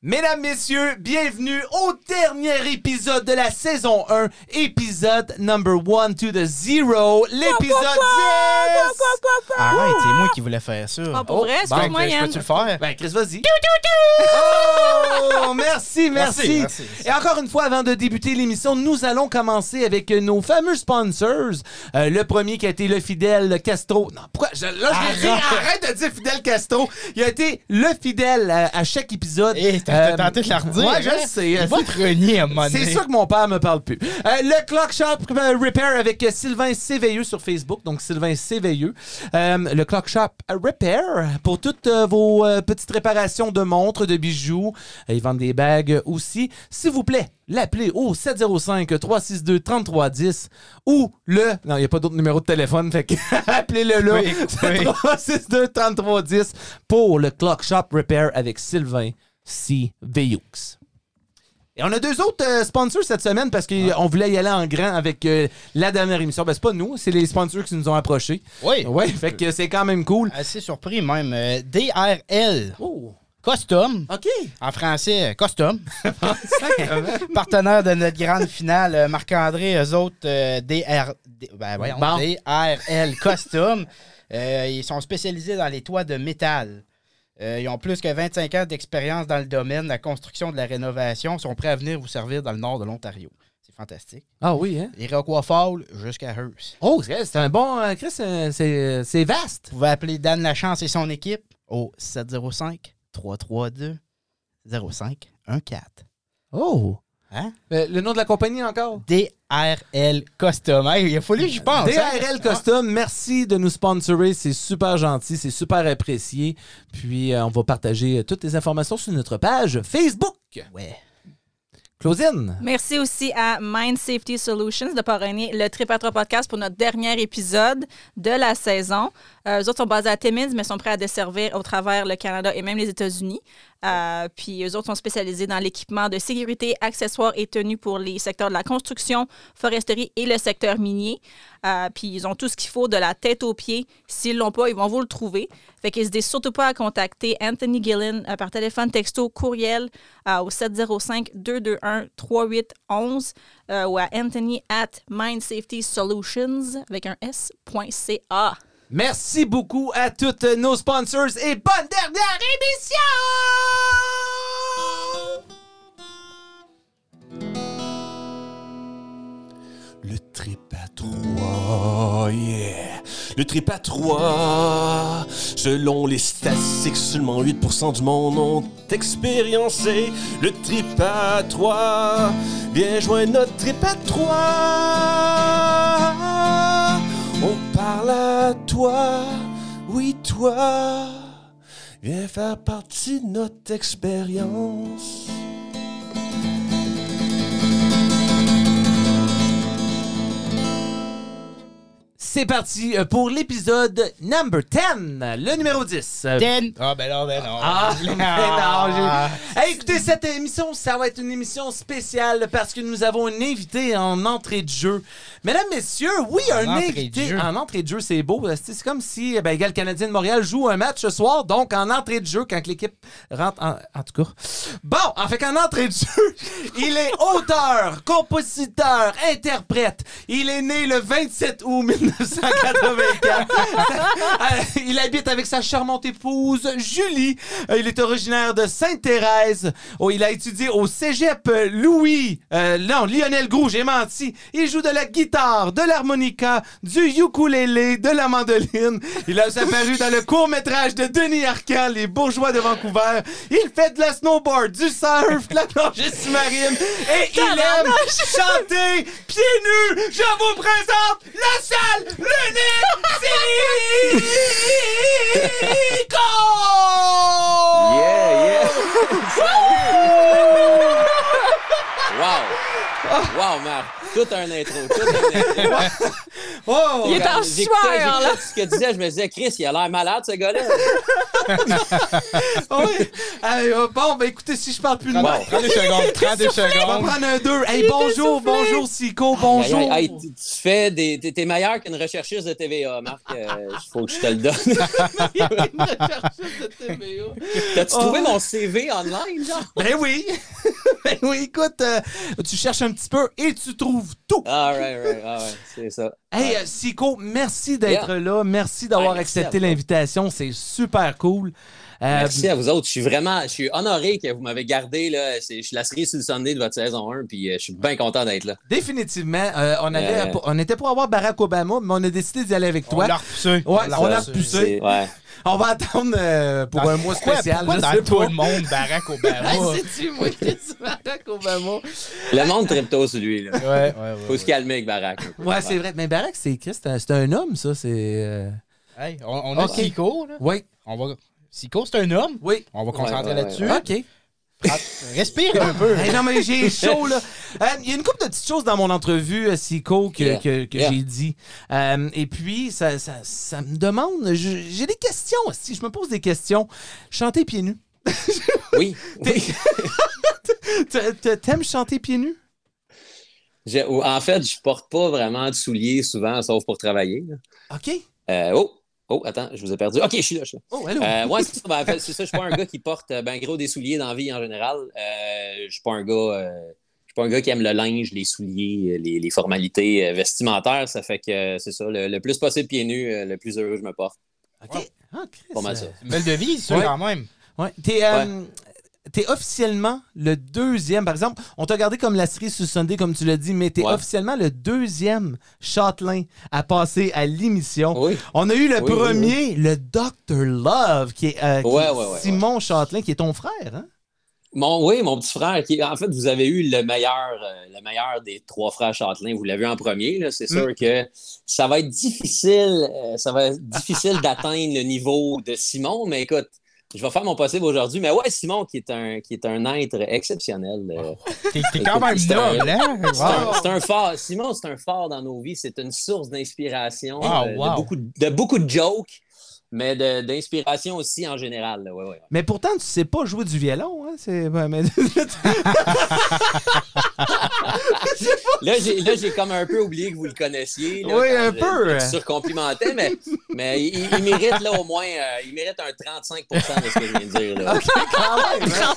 Mesdames, messieurs, bienvenue au dernier épisode de la saison 1, épisode number 1 to the 0, l'épisode 10! Arrête, c'est moi qui voulais faire ça. Ah, pour vrai, excuse-moi, Yann. Peux-tu le faire? Ben, Chris, vas-y. Oh, merci. Et encore une fois, avant de débuter l'émission, nous allons commencer avec nos fameux sponsors. Le premier qui a été le fidèle Castro. Non, pourquoi? Arrête de dire fidèle Castro. Il a été le fidèle à chaque épisode. T'as tenté de la redire. Ouais, je sais. Il va te renier à un moment donné. C'est sûr que mon père me parle plus. Le Clock Shop Repair avec Sylvain Séveilleux sur Facebook. Donc, Sylvain Séveilleux. Le Clock Shop Repair pour toutes vos petites réparations de montres, de bijoux. Ils vendent des bagues aussi. S'il vous plaît, l'appelez au 705-362-3310 ou le... Non, il n'y a pas d'autre numéro de téléphone, fait que appelez-le là. Oui. 362-3310 pour le Clock Shop Repair avec Sylvain Séveilleux. Et on a deux autres sponsors cette semaine parce qu'on voulait y aller en grand avec la dernière émission. Ben, c'est pas nous, c'est les sponsors qui nous ont approchés. Oui. Ouais, fait que c'est quand même cool. Assez surpris même. DRL. Oh. Custom. OK. En français, Custom. Partenaire de notre grande finale, Marc-André, eux autres, DRL Custom. Ils sont spécialisés dans les toits de métal. Ils ont plus que 25 ans d'expérience dans le domaine de la construction de la rénovation. Ils sont prêts à venir vous servir dans le nord de l'Ontario. C'est fantastique. Ah oui, hein? Iroquois Falls jusqu'à Hearst. Oh, c'est un bon... Chris, c'est vaste. Vous pouvez appeler Dan Lachance et son équipe au 705-332-0514. Oh! Hein? Le nom de la compagnie encore? DRL Custom. Hey, il a fallu que j'y pense. DRL Custom, merci de nous sponsorer. C'est super gentil, c'est super apprécié. Puis, on va partager toutes les informations sur notre page Facebook. Ouais. Claudine? Merci aussi à Mind Safety Solutions de parrainer le Trip à 3 podcast pour notre dernier épisode de la saison. Eux autres sont basés à Timmins, mais sont prêts à desservir au travers le Canada et même les États-Unis. Puis eux autres sont spécialisés dans l'équipement de sécurité, accessoires et tenues pour les secteurs de la construction, foresterie et le secteur minier. Puis ils ont tout ce qu'il faut de la tête aux pieds. S'ils l'ont pas, ils vont vous le trouver. Fait qu'hésitez surtout pas à contacter Anthony Gillen par téléphone, texto, courriel au 705-221-3811 ou à anthony@mindsafetysolutions avec un s.ca. Merci beaucoup à toutes nos sponsors et bonne dernière émission! Le trip à 3, yeah! Le trip à 3, selon les statistiques, seulement 8% du monde ont expériencé le trip à 3. Viens joindre notre trip à 3. On parle à toi, oui toi. Viens faire partie de notre expérience. C'est parti pour l'épisode number 10, le numéro 10. Ah, ben non. Hey, écoutez, cette émission, ça va être une émission spéciale parce que nous avons un invité en entrée de jeu. Mesdames, messieurs, oui, un invité en entrée de jeu, c'est beau. C'est comme si le Canadien de Montréal joue un match ce soir, donc en entrée de jeu, quand l'équipe rentre en tout cas. Bon, en fait qu'en entrée de jeu, il est auteur, compositeur, interprète. Il est né le 27 août 1984. Il habite avec sa charmante épouse, Julie. Il est originaire de Sainte-Thérèse. Oh, il a étudié au cégep Lionel Groux, j'ai menti. Il joue de la guitare, de l'harmonica, du ukulélé, de la mandoline. Il a apparu dans le court-métrage de Denis Arcand, Les Bourgeois de Vancouver. Il fait de la snowboard, du surf, de la plongée sous-marine. Et il aime chanter pieds nus. Je vous présente le seul, l'unique, Silico! Yeah! Wow, Marc. Tout un intro. Oh! Il est en sueur, là. Ce que disait, je me disais, Chris, il a l'air malade, ce gars-là. Oui. Bon, ben écoutez, si je parle plus de moi, 30 secondes, 30 on va secondes. prendre un 2. Hey, bonjour, Sico, bonjour. Hey, tu fais t'es meilleur qu'une recherchiste de TVA, Marc. Il faut que je te le donne. T'as-tu trouvé mon CV online, genre? Ben oui. Ben oui, écoute, tu cherches un petit peu et tu trouves tout. Ah, right. Ah, ouais, c'est ça. Hey, Sico, merci d'être là. Merci d'avoir Merci accepté à toi. l'invitation. C'est super cool. Merci à vous autres. Je suis honoré que vous m'avez gardé. Là. Je suis la cerise sur le Sunday de votre saison 1, puis je suis bien content d'être là. Définitivement. On était pour avoir Barack Obama, mais on a décidé d'y aller avec toi. On l'a repoussé. Ouais, on l'a repoussé. Ouais. On va attendre pour un mois spécial. Pourquoi je dans sais tout pas. le monde, Barack Obama? C'est-tu, moi, qui dis Barack Obama? Le monde tripto sur lui. Là. Ouais. Faut se calmer avec Barack. Ouais, c'est vrai. Mais Barack, c'est un homme, ça. C'est. Hey, on a Ok. Sico, là. Oui. Sico, c'est un homme. Oui. On va concentrer Ouais. là-dessus. OK. Respire un peu. Hey, non, mais j'ai chaud, là. Il y a une couple de petites choses dans mon entrevue, Sico, que Yeah. j'ai dit. Et puis, ça me demande... J'ai des questions aussi. Je me pose des questions. Chanter pieds nus. Oui. T'aimes chanter pieds nus? En fait, je porte pas vraiment de souliers souvent, sauf pour travailler. Là. OK. Oh, attends, je vous ai perdu. OK, je suis là. Oh, allô? Ouais, c'est ça. Ben, en fait, c'est ça. Je suis pas un gars qui porte gros des souliers dans la vie en général. Je suis pas un gars qui aime le linge, les souliers, les formalités vestimentaires. Ça fait que c'est ça. Le plus possible pieds nus, le plus heureux je me porte. OK. Ah, Chris, Pas mal ça. Une belle devise, ça, Ouais. quand même. Ouais. T'es officiellement le deuxième. Par exemple, on t'a gardé comme la cerise sur Sunday, comme tu l'as dit, mais t'es Ouais. officiellement le deuxième châtelain à passer à l'émission. Oui. On a eu le Oui, oui, premier, le Dr. Love, qui est Ouais, Simon Châtelain, qui est ton frère, hein? Mon petit frère, en fait, vous avez eu le meilleur des trois frères Châtelain. Vous l'avez eu en premier. Là. C'est sûr que ça va être difficile. D'atteindre le niveau de Simon, mais écoute, je vais faire mon possible aujourd'hui. Mais ouais, Simon, qui est un être exceptionnel. T'es quand même c'est un- noble, hein? C'est un phare. Simon, c'est un phare dans nos vies. C'est une source d'inspiration, Wow. de beaucoup de jokes, mais d'inspiration aussi en général. Là. Ouais. Mais pourtant, tu sais pas jouer du violon, hein? Là, j'ai comme un peu oublié que vous le connaissiez. Là, Oui, quand un peu. Je surcomplimentais, mais il mérite là au moins il mérite un 35% de ce que je viens de dire. Là. Quand même, hein?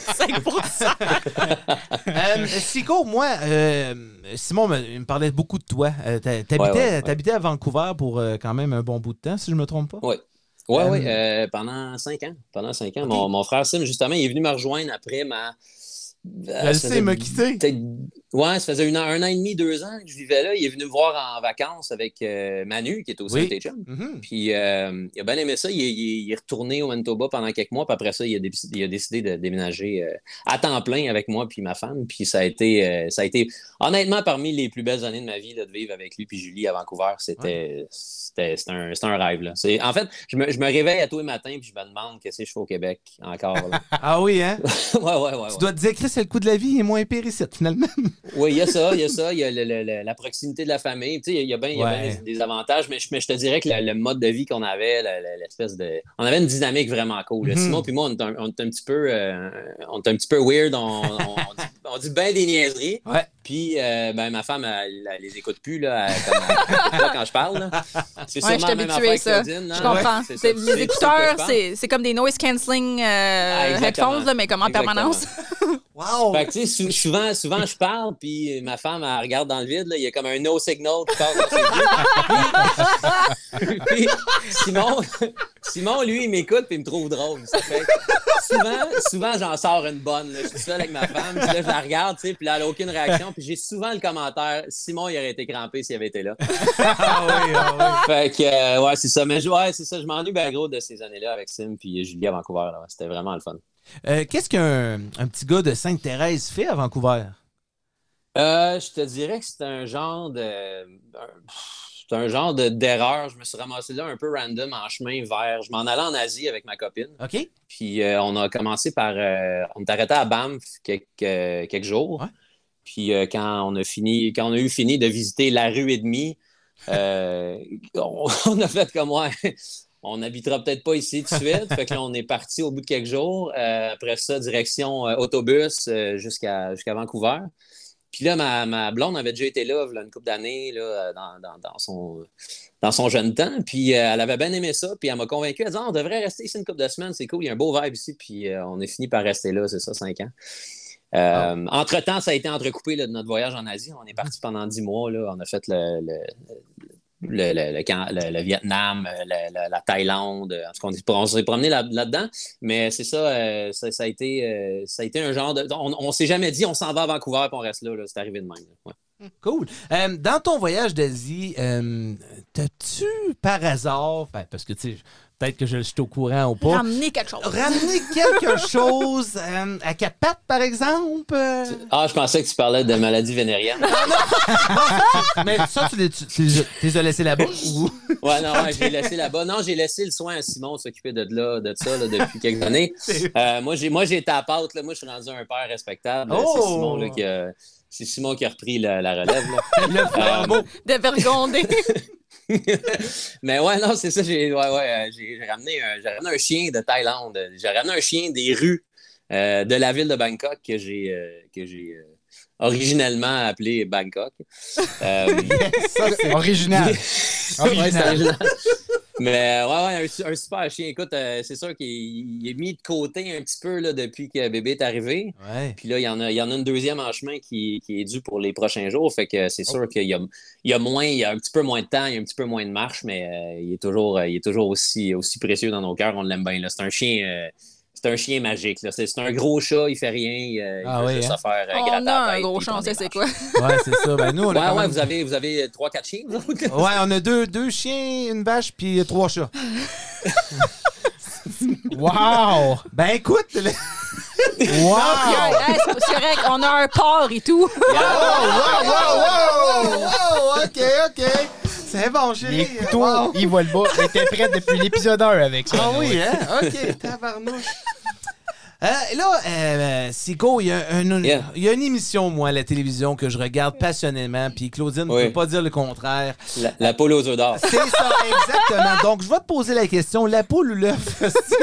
35%. Sico, moi, Simon me parlait beaucoup de toi. T'habitais à Vancouver pour quand même un bon bout de temps, si je me trompe pas. Oui. Pendant 5 ans. Okay. Mon frère Sim, justement, il est venu me rejoindre après Je le sais, il m'a quitté. Ouais, ça faisait un an et demi, 2 ans que je vivais là. Il est venu me voir en vacances avec Manu, qui est aussi un chum. Mm-hmm. Puis il a bien aimé ça. Il est retourné au Manitoba pendant quelques mois. Puis après ça, il a décidé de déménager à temps plein avec moi puis ma femme. Puis ça a été honnêtement parmi les plus belles années de ma vie là, de vivre avec lui puis Julie à Vancouver. C'était un rêve. Là. En fait, je me réveille à tous les matins puis je me demande qu'est-ce que je fais au Québec encore. Là. Ah oui, hein? Ouais. Tu dois te dire, Chris, le coût de la vie est moins pire ici, finalement. Oui, il y a ça. Il y a la proximité de la famille. Tu sais, il y a bien des avantages, mais je te dirais que le mode de vie qu'on avait, l'espèce de... On avait une dynamique vraiment cool. Mm-hmm. Simon puis moi, on est un petit peu weird. On dit bien des niaiseries. Ouais. Puis, ma femme, elle les écoute plus là, quand je parle. Là. C'est Ouais, je sûrement suis la même habituée à affaire ça. que Claudine, Je hein? comprends. Ouais, c'est ça. Tu sais Les écouteurs, de quoi je c'est comme des noise cancelling exactement. headphones, là, mais comme en Exactement. permanence. Wow! Fait que, tu sais, souvent, je parle, puis ma femme, elle regarde dans le vide, là, il y a comme un no signal qui passe dans ses yeux. Puis Simon, lui, il m'écoute, puis il me trouve drôle. Ça fait que souvent, j'en sors une bonne. Là. Je suis seul avec ma femme, puis là, je la regarde, tu sais, puis là, elle n'a aucune réaction, puis j'ai souvent le commentaire, Simon, il aurait été crampé s'il avait été là. Ah oui. Fait que, ouais, c'est ça. Mais c'est ça, je m'ennuie bien gros de ces années-là avec Sim, puis Julie à Vancouver. Là. C'était vraiment le fun. Qu'est-ce qu'un petit gars de Sainte-Thérèse fait à Vancouver? Je te dirais que c'est un genre d'erreur. Je me suis ramassé là un peu random en chemin vers... Je m'en allais en Asie avec ma copine. OK. Puis on a commencé par... on est arrêté à Banff quelques jours. Ouais. Puis quand on a eu fini de visiter la rue et demie, on a fait comme moi. On n'habitera peut-être pas ici tout de suite. Fait que là, on est parti au bout de quelques jours. Après ça, direction autobus jusqu'à Vancouver. Puis là, ma blonde avait déjà été là, une couple d'années, là, dans son jeune temps. Puis elle avait bien aimé ça. Puis elle m'a convaincu. Elle dit on devrait rester ici une couple de semaines. C'est cool, il y a un beau vibe ici. Puis on est fini par rester là, c'est ça, 5 ans. Entre-temps, ça a été entrecoupé là, de notre voyage en Asie. On est parti pendant 10 mois. Là. On a fait le Vietnam, la Thaïlande. En tout cas, on s'est promené là-dedans. Mais c'est ça, ça a été un genre de... On s'est jamais dit on s'en va à Vancouver et on reste là. C'est arrivé de même. Ouais. Cool. Dans ton voyage d'Asie, t'as-tu par hasard, parce que tu sais, peut-être que je suis au courant ou pas. Ramener quelque chose à quatre pattes, par exemple? Je pensais que tu parlais de maladie vénérienne. Mais ça, tu les as laissés là-bas? Ou? Ouais, j'ai laissé là-bas. Non, j'ai laissé le soin à Simon de s'occuper de ça là, depuis quelques années. Moi, j'ai été à pâte. Là. Moi, je suis rendu un père respectable. C'est Simon qui a repris la relève. Là. Le flambeau. Dévergondé. Mais ouais, non, c'est ça. J'ai ramené un chien de Thaïlande. J'ai ramené un chien des rues de la ville de Bangkok que j'ai originellement appelé Bangkok. Ça, c'est original. Original. Mais un super chien. Écoute, c'est sûr qu'il est mis de côté un petit peu là, depuis que bébé est arrivé. Ouais. Puis là, il y en a une deuxième en chemin qui est due pour les prochains jours. Fait que c'est sûr qu'il y a un petit peu moins de temps, il y a un petit peu moins de marche, mais il est toujours aussi précieux dans nos cœurs. On l'aime bien. Là. C'est un chien magique. Là. C'est un gros chat, il fait rien. Il fait juste se faire gratter On la a tête, un gros puis chat, on sait c'est quoi. Ouais, c'est ça. Ben, nous, on a vous avez 3-4 chiens, vous autres? Ouais, on a deux chiens, une vache, puis 3 chats. Wow! Ben, écoute... Wow! C'est correct, on a un porc et tout. Wow! OK. C'est bon, chérie. Les couteaux, il voit le bas. Il était prêt depuis l'épisode 1 avec ça. Ah oui, hein? OK, tabarnouche. Là, Sico, il y a une émission, moi, à la télévision que je regarde passionnément, puis Claudine ne peut pas dire le contraire. La poule aux œufs d'or. C'est ça, exactement. Donc, je vais te poser la question, la poule ou l'œuf?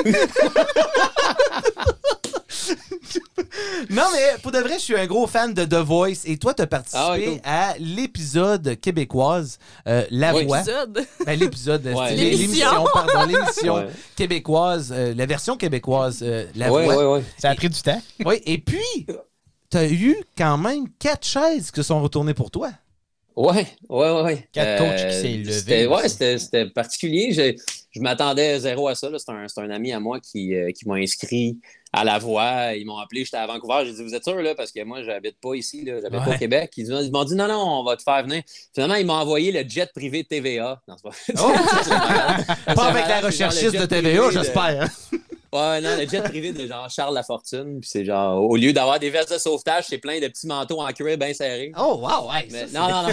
Non, mais pour de vrai, je suis un gros fan de The Voice et toi, tu as participé à l'épisode québécoise La Voix. L'épisode. Ben, l'épisode, L'émission. l'émission québécoise, la version québécoise La Voix. Ouais. Ça a pris du temps. Oui, et puis, tu as eu quand même 4 chaises qui sont retournées pour toi. Ouais. 4 coachs qui s'est levé. C'était particulier. Je m'attendais zéro à ça. Là. C'est un ami à moi qui m'a inscrit à La Voix. Ils m'ont appelé, j'étais à Vancouver. J'ai dit, vous êtes sûr, là, parce que moi, j'habite pas ici, là, j'habite pas au Québec. Ils m'ont dit, non, on va te faire venir. Finalement, ils m'ont envoyé le jet privé de TVA. Non, c'est pas... Pas avec la recherchiste de TVA, j'espère. Ouais, non, le jet privé de genre Charles Lafortune. Puis c'est genre, au lieu d'avoir des vestes de sauvetage, c'est plein de petits manteaux en cuir bien serrés. Oh, wow, ouais. Mais,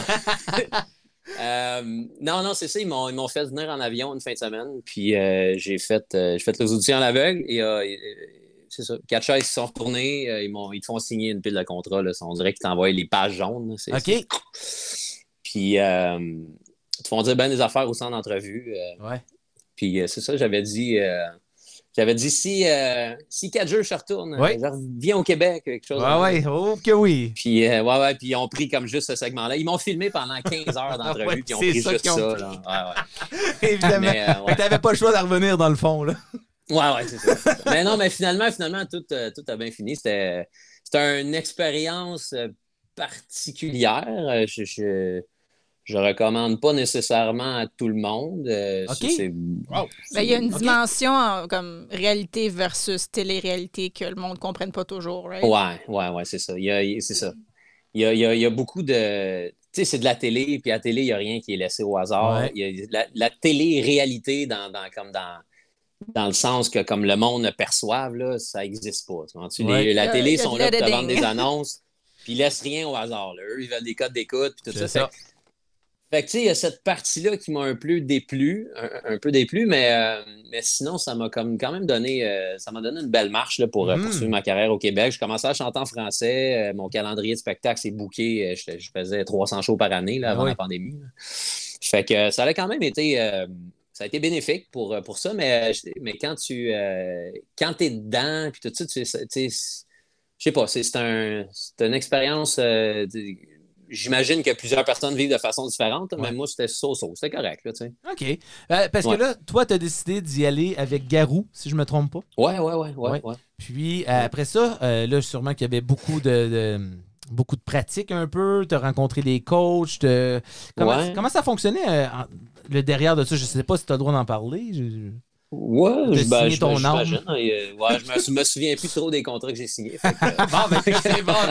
non, c'est ça. Ils m'ont fait venir en avion une fin de semaine. Puis j'ai fait les auditions à l'aveugle. Et c'est ça. 4 chaises qui sont retournées. Ils te font signer une pile de contrat. Là. On dirait qu'ils t'envoient les pages jaunes. OK. Puis ils te font dire bien des affaires au centre d'entrevue. Ouais. Puis c'est ça, j'avais dit si 4 jours je retourne, je reviens au Québec, quelque chose. Oh que oui. Puis puis ils ont pris comme juste ce segment-là. Ils m'ont filmé pendant 15 heures d'entrevue, puis ils ont pris juste ça. Là. Évidemment. Mais t'avais pas le choix de revenir dans le fond, là. Ouais, c'est ça. Mais non, mais finalement, tout a bien fini. C'était une expérience particulière. Je recommande pas nécessairement à tout le monde. OK. Il y a une dimension comme réalité versus télé-réalité que le monde ne comprenne pas toujours, right? Ouais, c'est ça. C'est ça. Il y a beaucoup de... Tu sais, c'est de la télé, puis à la télé, il n'y a rien qui est laissé au hasard. Ouais. Il y a la télé-réalité dans le sens que comme le monde le perçoive, là, ça n'existe pas. La télé sont là pour te vendre des annonces, puis ils ne laissent rien au hasard. Là. Eux, ils veulent des codes d'écoute, puis tout ça. Fait que, tu sais, il y a cette partie-là qui m'a un peu déplu, mais sinon, ça m'a quand même donné, une belle marche là, pour poursuivre ma carrière au Québec. Je commençais à chanter en français. Mon calendrier de spectacle s'est booké. Je faisais 300 shows par année là, avant la pandémie. Fait que ça a quand même été... ça a été bénéfique pour ça, mais quand tu quand es dedans, puis tout ça, je sais pas, c'est une expérience... j'imagine que plusieurs personnes vivent de façon différente, mais moi, c'était c'était correct. Là, tu sais. OK. Parce que là, toi, tu as décidé d'y aller avec Garou, si je me trompe pas. Ouais. Puis après ça, là, sûrement qu'il y avait beaucoup de pratiques un peu. Tu as rencontré les coachs. Comment ça fonctionnait, le derrière de ça? Je sais pas si tu as le droit d'en parler. Ouais, signer ton nom. Je me souviens plus trop des contrats que j'ai signés. C'est bon.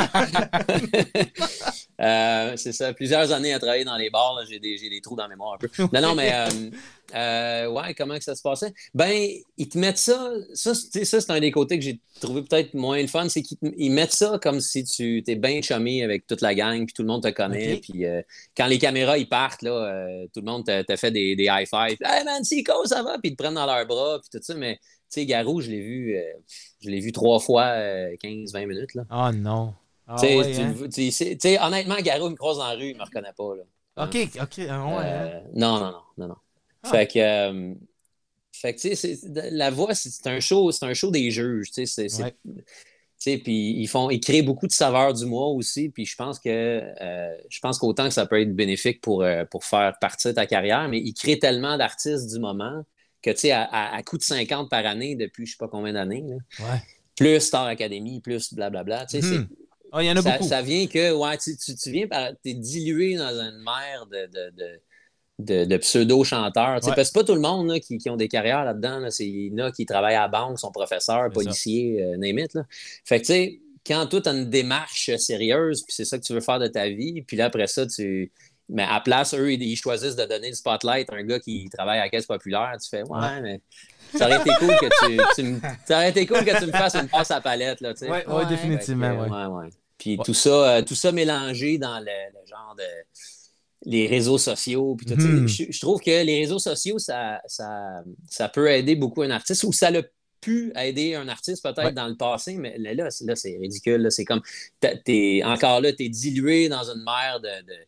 C'est ça. Plusieurs années à travailler dans les bars, là, j'ai des trous dans la mémoire un peu. Non, mais comment que ça se passait? Ben, ils te mettent ça c'est un des côtés que j'ai trouvé peut-être moins le fun, c'est qu'ils mettent ça comme si tu t'es bien chumé avec toute la gang, puis tout le monde te connaît. Okay. Puis quand les caméras ils partent, là, tout le monde t'a fait des high fives. Hey man, c'est cool, ça va? Puis ils te prennent dans leurs bras, puis tout ça. Mais tu sais, Garou, je l'ai vu 3 fois 15-20 minutes. Là. Oh non. Honnêtement, Garou, il me croise dans la rue, il me reconnaît pas. Là. OK. Non. Fait que tu sais, la voix, c'est un show des juges. Tu sais, puis ils créent beaucoup de saveurs d'humour aussi. Puis je pense qu'autant que ça peut être bénéfique pour faire partir ta carrière, mais ils créent tellement d'artistes du moment que tu sais, à coût de 50 par année depuis je sais pas combien d'années. Là, plus Star Academy, plus blablabla. Tu sais, il y en a beaucoup. Ça vient que tu viens t'es dilué dans une mer de pseudo-chanteurs. Parce que c'est pas tout le monde là, qui ont des carrières là-dedans. Là. Il y en a qui travaillent à la banque, sont professeurs, policiers, name it. Là. Fait que tu sais, quand toi, tu as une démarche sérieuse, puis c'est ça que tu veux faire de ta vie, puis là, après ça, mais à place, eux, ils choisissent de donner le spotlight à un gars qui travaille à la Caisse populaire. Tu fais, mais ça aurait été cool que tu me fasses une passe à palette. Là, tu sais. Ouais, définitivement. Ouais. Puis tout ça mélangé dans le genre de... les réseaux sociaux. Puis tout, je trouve que les réseaux sociaux, ça peut aider beaucoup un artiste, ou ça l'a pu aider un artiste peut-être dans le passé, mais là c'est ridicule. Là. C'est comme, encore là, t'es dilué dans une mer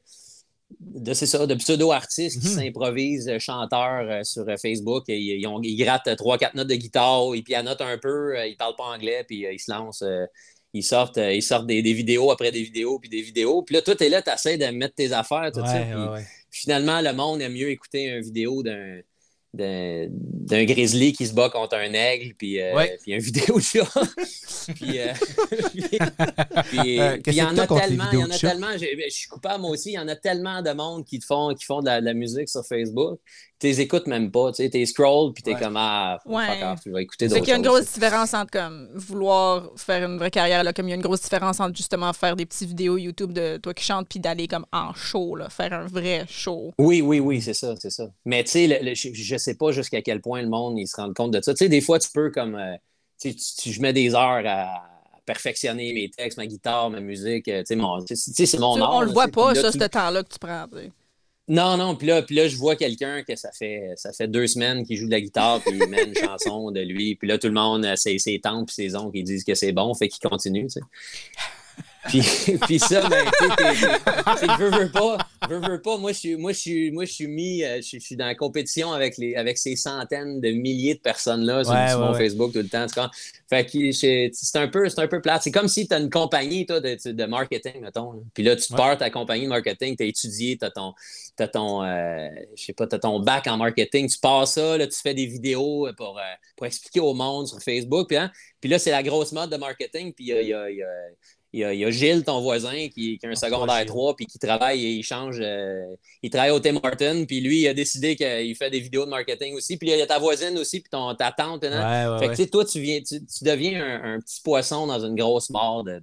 de pseudo-artistes qui s'improvisent chanteurs sur Facebook. Ils grattent 3-4 notes de guitare, ils pianotent un peu, ils parlent pas anglais, puis ils se lancent... Ils sortent des vidéos après des vidéos, puis des vidéos. Puis là, toi, t'es là, t'essaies de mettre tes affaires, tout ça. Puis finalement, le monde aime mieux écouter une vidéo d'un grizzly qui se bat contre un aigle, puis une vidéo de chat. puis il y en a tellement, je suis coupable moi aussi, il y en a tellement de monde qui font de la musique sur Facebook. Tu les écoutes même pas, tu sais, tu scrolls, puis t'es comme, fuck off, tu vas écouter d'autres choses. C'est qu'il y a une grosse différence entre comme vouloir faire une vraie carrière, là, comme il y a une grosse différence entre justement faire des petites vidéos YouTube de toi qui chantes, puis d'aller comme en show, là, faire un vrai show. Oui, c'est ça. Mais tu sais, je sais pas jusqu'à quel point le monde, il se rend compte de ça. Tu sais, des fois, tu peux comme, je mets des heures à perfectionner mes textes, ma guitare, ma musique, c'est mon art. On le voit pas, ça, ce temps-là que tu prends, t'sais. Non, puis là, je vois quelqu'un que ça fait 2 semaines qu'il joue de la guitare, puis il met une chanson de lui, puis là, tout le monde, ses tantes puis ses oncles, ils disent que c'est bon, fait qu'il continue, tu sais. Puis ça, ben, tu veux pas, moi, je suis dans la compétition avec ces centaines de milliers de personnes-là sur mon Facebook tout le temps. Fait que c'est un peu plate. C'est comme si tu as une compagnie, toi, de marketing, mettons. Puis là, tu pars ta compagnie de marketing, tu as étudié, tu as ton bac en marketing, tu pars ça, là, tu fais des vidéos pour expliquer au monde sur Facebook. Puis là, c'est la grosse mode de marketing, puis il y a Gilles, ton voisin, qui a un secondaire 3, puis qui travaille et il travaille au Tim Hortons, puis lui, il a décidé qu'il fait des vidéos de marketing aussi. Puis il y a ta voisine aussi, puis ta tante. Fait que tu sais, toi, tu deviens un petit poisson dans une grosse mare de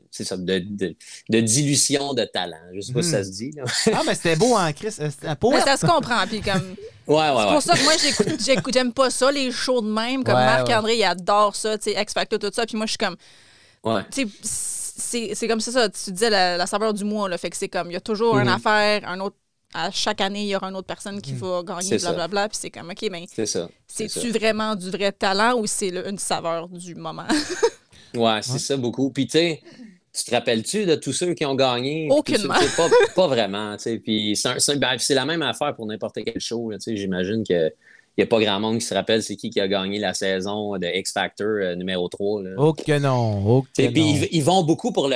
dilution de talent. Je sais pas si ça se dit. Là. Mais c'était beau en Chris. Mais ça se comprend, puis comme... C'est pour ça que moi, j'aime pas ça, les shows de même. Comme Marc-André, il adore ça, tu sais, X Factor, tout ça. Puis moi, je suis comme... Tu sais, c'est comme ça, tu disais la saveur du mois, là, fait que c'est comme, il y a toujours une affaire, un autre, à chaque année, il y aura une autre personne qui va gagner, blablabla, puis c'est comme, OK, mais c'est-tu vraiment du vrai talent ou c'est une saveur du moment? C'est ça, beaucoup. Puis tu sais, Tu te rappelles-tu de tous ceux qui ont gagné? Aucunement. Pas vraiment. Puis c'est la même affaire pour n'importe quel show. Là, j'imagine qu'il n'y a pas grand monde qui se rappelle c'est qui a gagné la saison de X Factor numéro 3. Là. Oh que non. Puis ils vont beaucoup pour le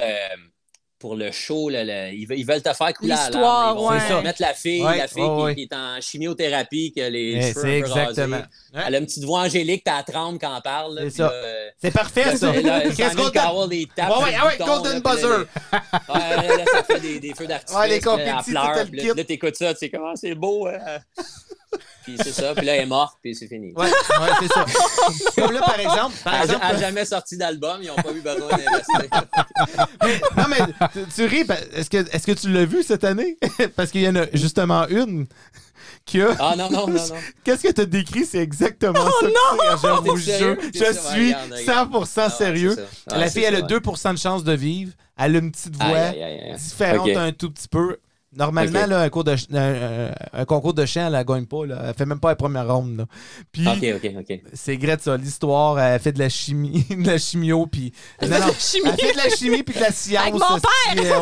show. Ils veulent te faire couler à l'histoire, l'âme. ouais. Ils vont mettre la fille qui est en chimiothérapie, qui a les cheveux un peu exactement. rasés. Elle a une petite voix angélique, t'as la trempe quand elle parle. Là, C'est ça. C'est parfait, ça. Simon Cowell, il tape sur le bouton, Golden là, Buzzer. Là, ça fait des feux d'artifice. Ouais, les là, compétitions, elle pleure, tout le puis kit. là, t'écoutes ça, tu sais comment c'est beau. Puis c'est ça, puis là, elle est morte, puis c'est fini. Ouais, c'est ça. Comme là, par exemple... Elle n'a jamais sorti d'album, ils n'ont pas eu besoin d'investir. Non, mais tu ris, est-ce que tu l'as vu cette année? Parce qu'il y en a justement une qui a... Ah non. Qu'est-ce que tu as décrit? C'est exactement ça. non! Je vous jure, je suis 100% sérieux. La fille, elle a 2% de chance de vivre. Elle a une petite voix différente un tout petit peu. Normalement, là, un concours de chant, elle ne gagne pas. Là. Elle fait même pas la première ronde. Là. Puis, c'est Grete, ça. L'histoire, elle fait de la chimie, de la chimio. Puis, elle fait de la chimie puis de la science. Avec mon père!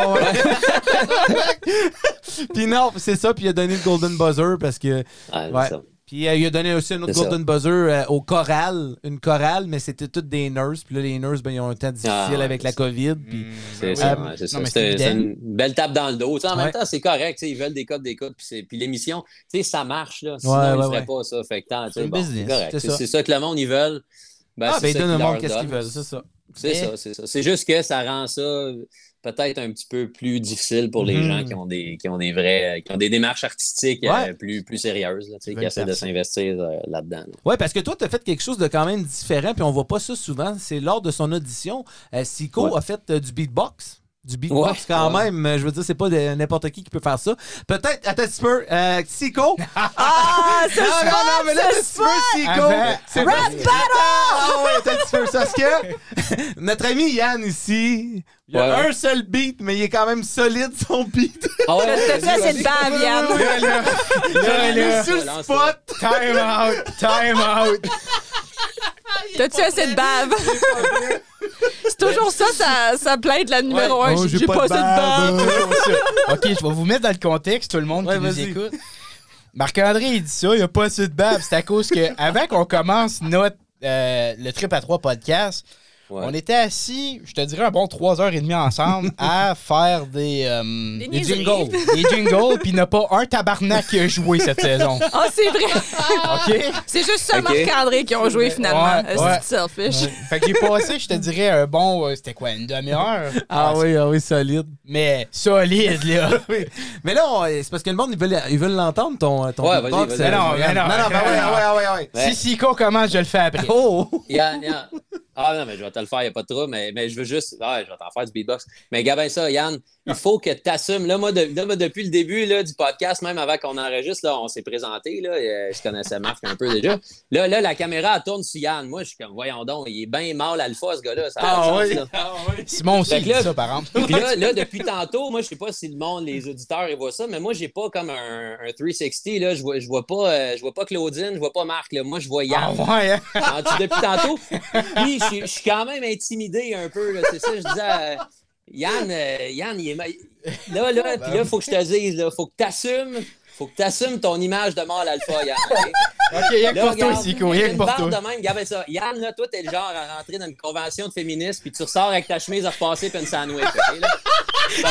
Ouais. Puis non, c'est ça. Puis il a donné le Golden Buzzer parce que... Puis il a donné aussi un autre Golden Buzzer au choral, une chorale, mais c'était toutes des nurses. Puis là, les nurses, ils ont un temps difficile avec la COVID. Puis, c'est ça. C'est une belle tape dans le dos. En même temps, c'est correct. Ils veulent des codes. Puis l'émission, ça marche. Là. Sinon, ils ne feraient pas ça. Fait que, c'est business. Correct. C'est ça que le monde, ils veulent. Ils donnent au monde qu'est-ce qu'ils veulent. C'est ça. C'est ça. C'est juste que ça rend ça... peut-être un petit peu plus difficile pour les gens qui ont des démarches artistiques plus sérieuses, là, qui essaient de s'investir là-dedans. Là. Oui, parce que toi, tu as fait quelque chose de quand même différent, puis on voit pas ça souvent. C'est lors de son audition, Siko a fait du beatbox. Du beatbox quand même. Je veux dire, c'est pas n'importe qui peut faire ça. Peut-être, attends un petit peu, Siko. Non, mais là, un petit peu, Siko. C'est Rap battle! Ah ouais, attends un petit peu. Parce que notre ami Yann ici, il a un seul beat, mais il est quand même solide, son beat. Ah ouais, ça, c'est le bave, Yann. Il est sur le spot. Time out. T'as-tu assez de bave? C'est toujours ça, sa plainte, la numéro 1. J'ai pas assez de bave. OK, je vais vous mettre dans le contexte, tout le monde qui nous écoute. Marc-André, il dit ça, il n'y a pas assez de bave. C'est à cause que, avant qu'on commence le Trip à 3 podcast, on était assis, je te dirais, un bon 3h30 ensemble à faire des jingles. Des jingles, puis il n'y a pas un tabarnak qui a joué cette saison. Ah, c'est vrai. OK? C'est juste ça, Marc-André, qui ont joué finalement. C'est selfish. Fait que j'ai passé, je te dirais, un bon, c'était quoi, une demi-heure? Ah oui, solide. Mais solide, là. Oui. Mais là, c'est parce que le monde, ils veulent l'entendre, ton beatbox. Vas-y. Non, ouais. Si Siko commence, je le fais après. Ah non, mais je vais te le faire, il n'y a pas de trouble, mais je veux juste... je vais t'en faire du beatbox. Mais gabin ça, Yann, il faut que tu assumes. Là, moi, depuis le début là, du podcast, même avant qu'on enregistre, là, on s'est présenté. Là, je connaissais Marc un peu déjà. Là, la caméra, elle tourne sur Yann. Moi, je suis comme, voyons donc, il est bien mâle alpha, ce gars-là. Ça oui. Simon aussi dit ça, par exemple. Puis là, depuis tantôt, moi, je sais pas si le monde, les auditeurs, ils voient ça, mais moi, j'ai pas comme un 360. Là, je vois pas Claudine, je vois pas Marc. Là. Moi, je vois Yann. Depuis tantôt. Puis, je suis quand même intimidé un peu. Là. C'est ça, je disais... Yann, il est... Là, puis là, il faut que je te dise, il faut que tu assumes ton image de mâle alpha, Yann. OK, rien que pour toi, Siko, rien que pour toi. De même, regarde ça. Yann, là, toi, t'es le genre à rentrer dans une convention de féministes, puis tu ressors avec ta chemise à repasser puis une sandwich. Okay, là? Ça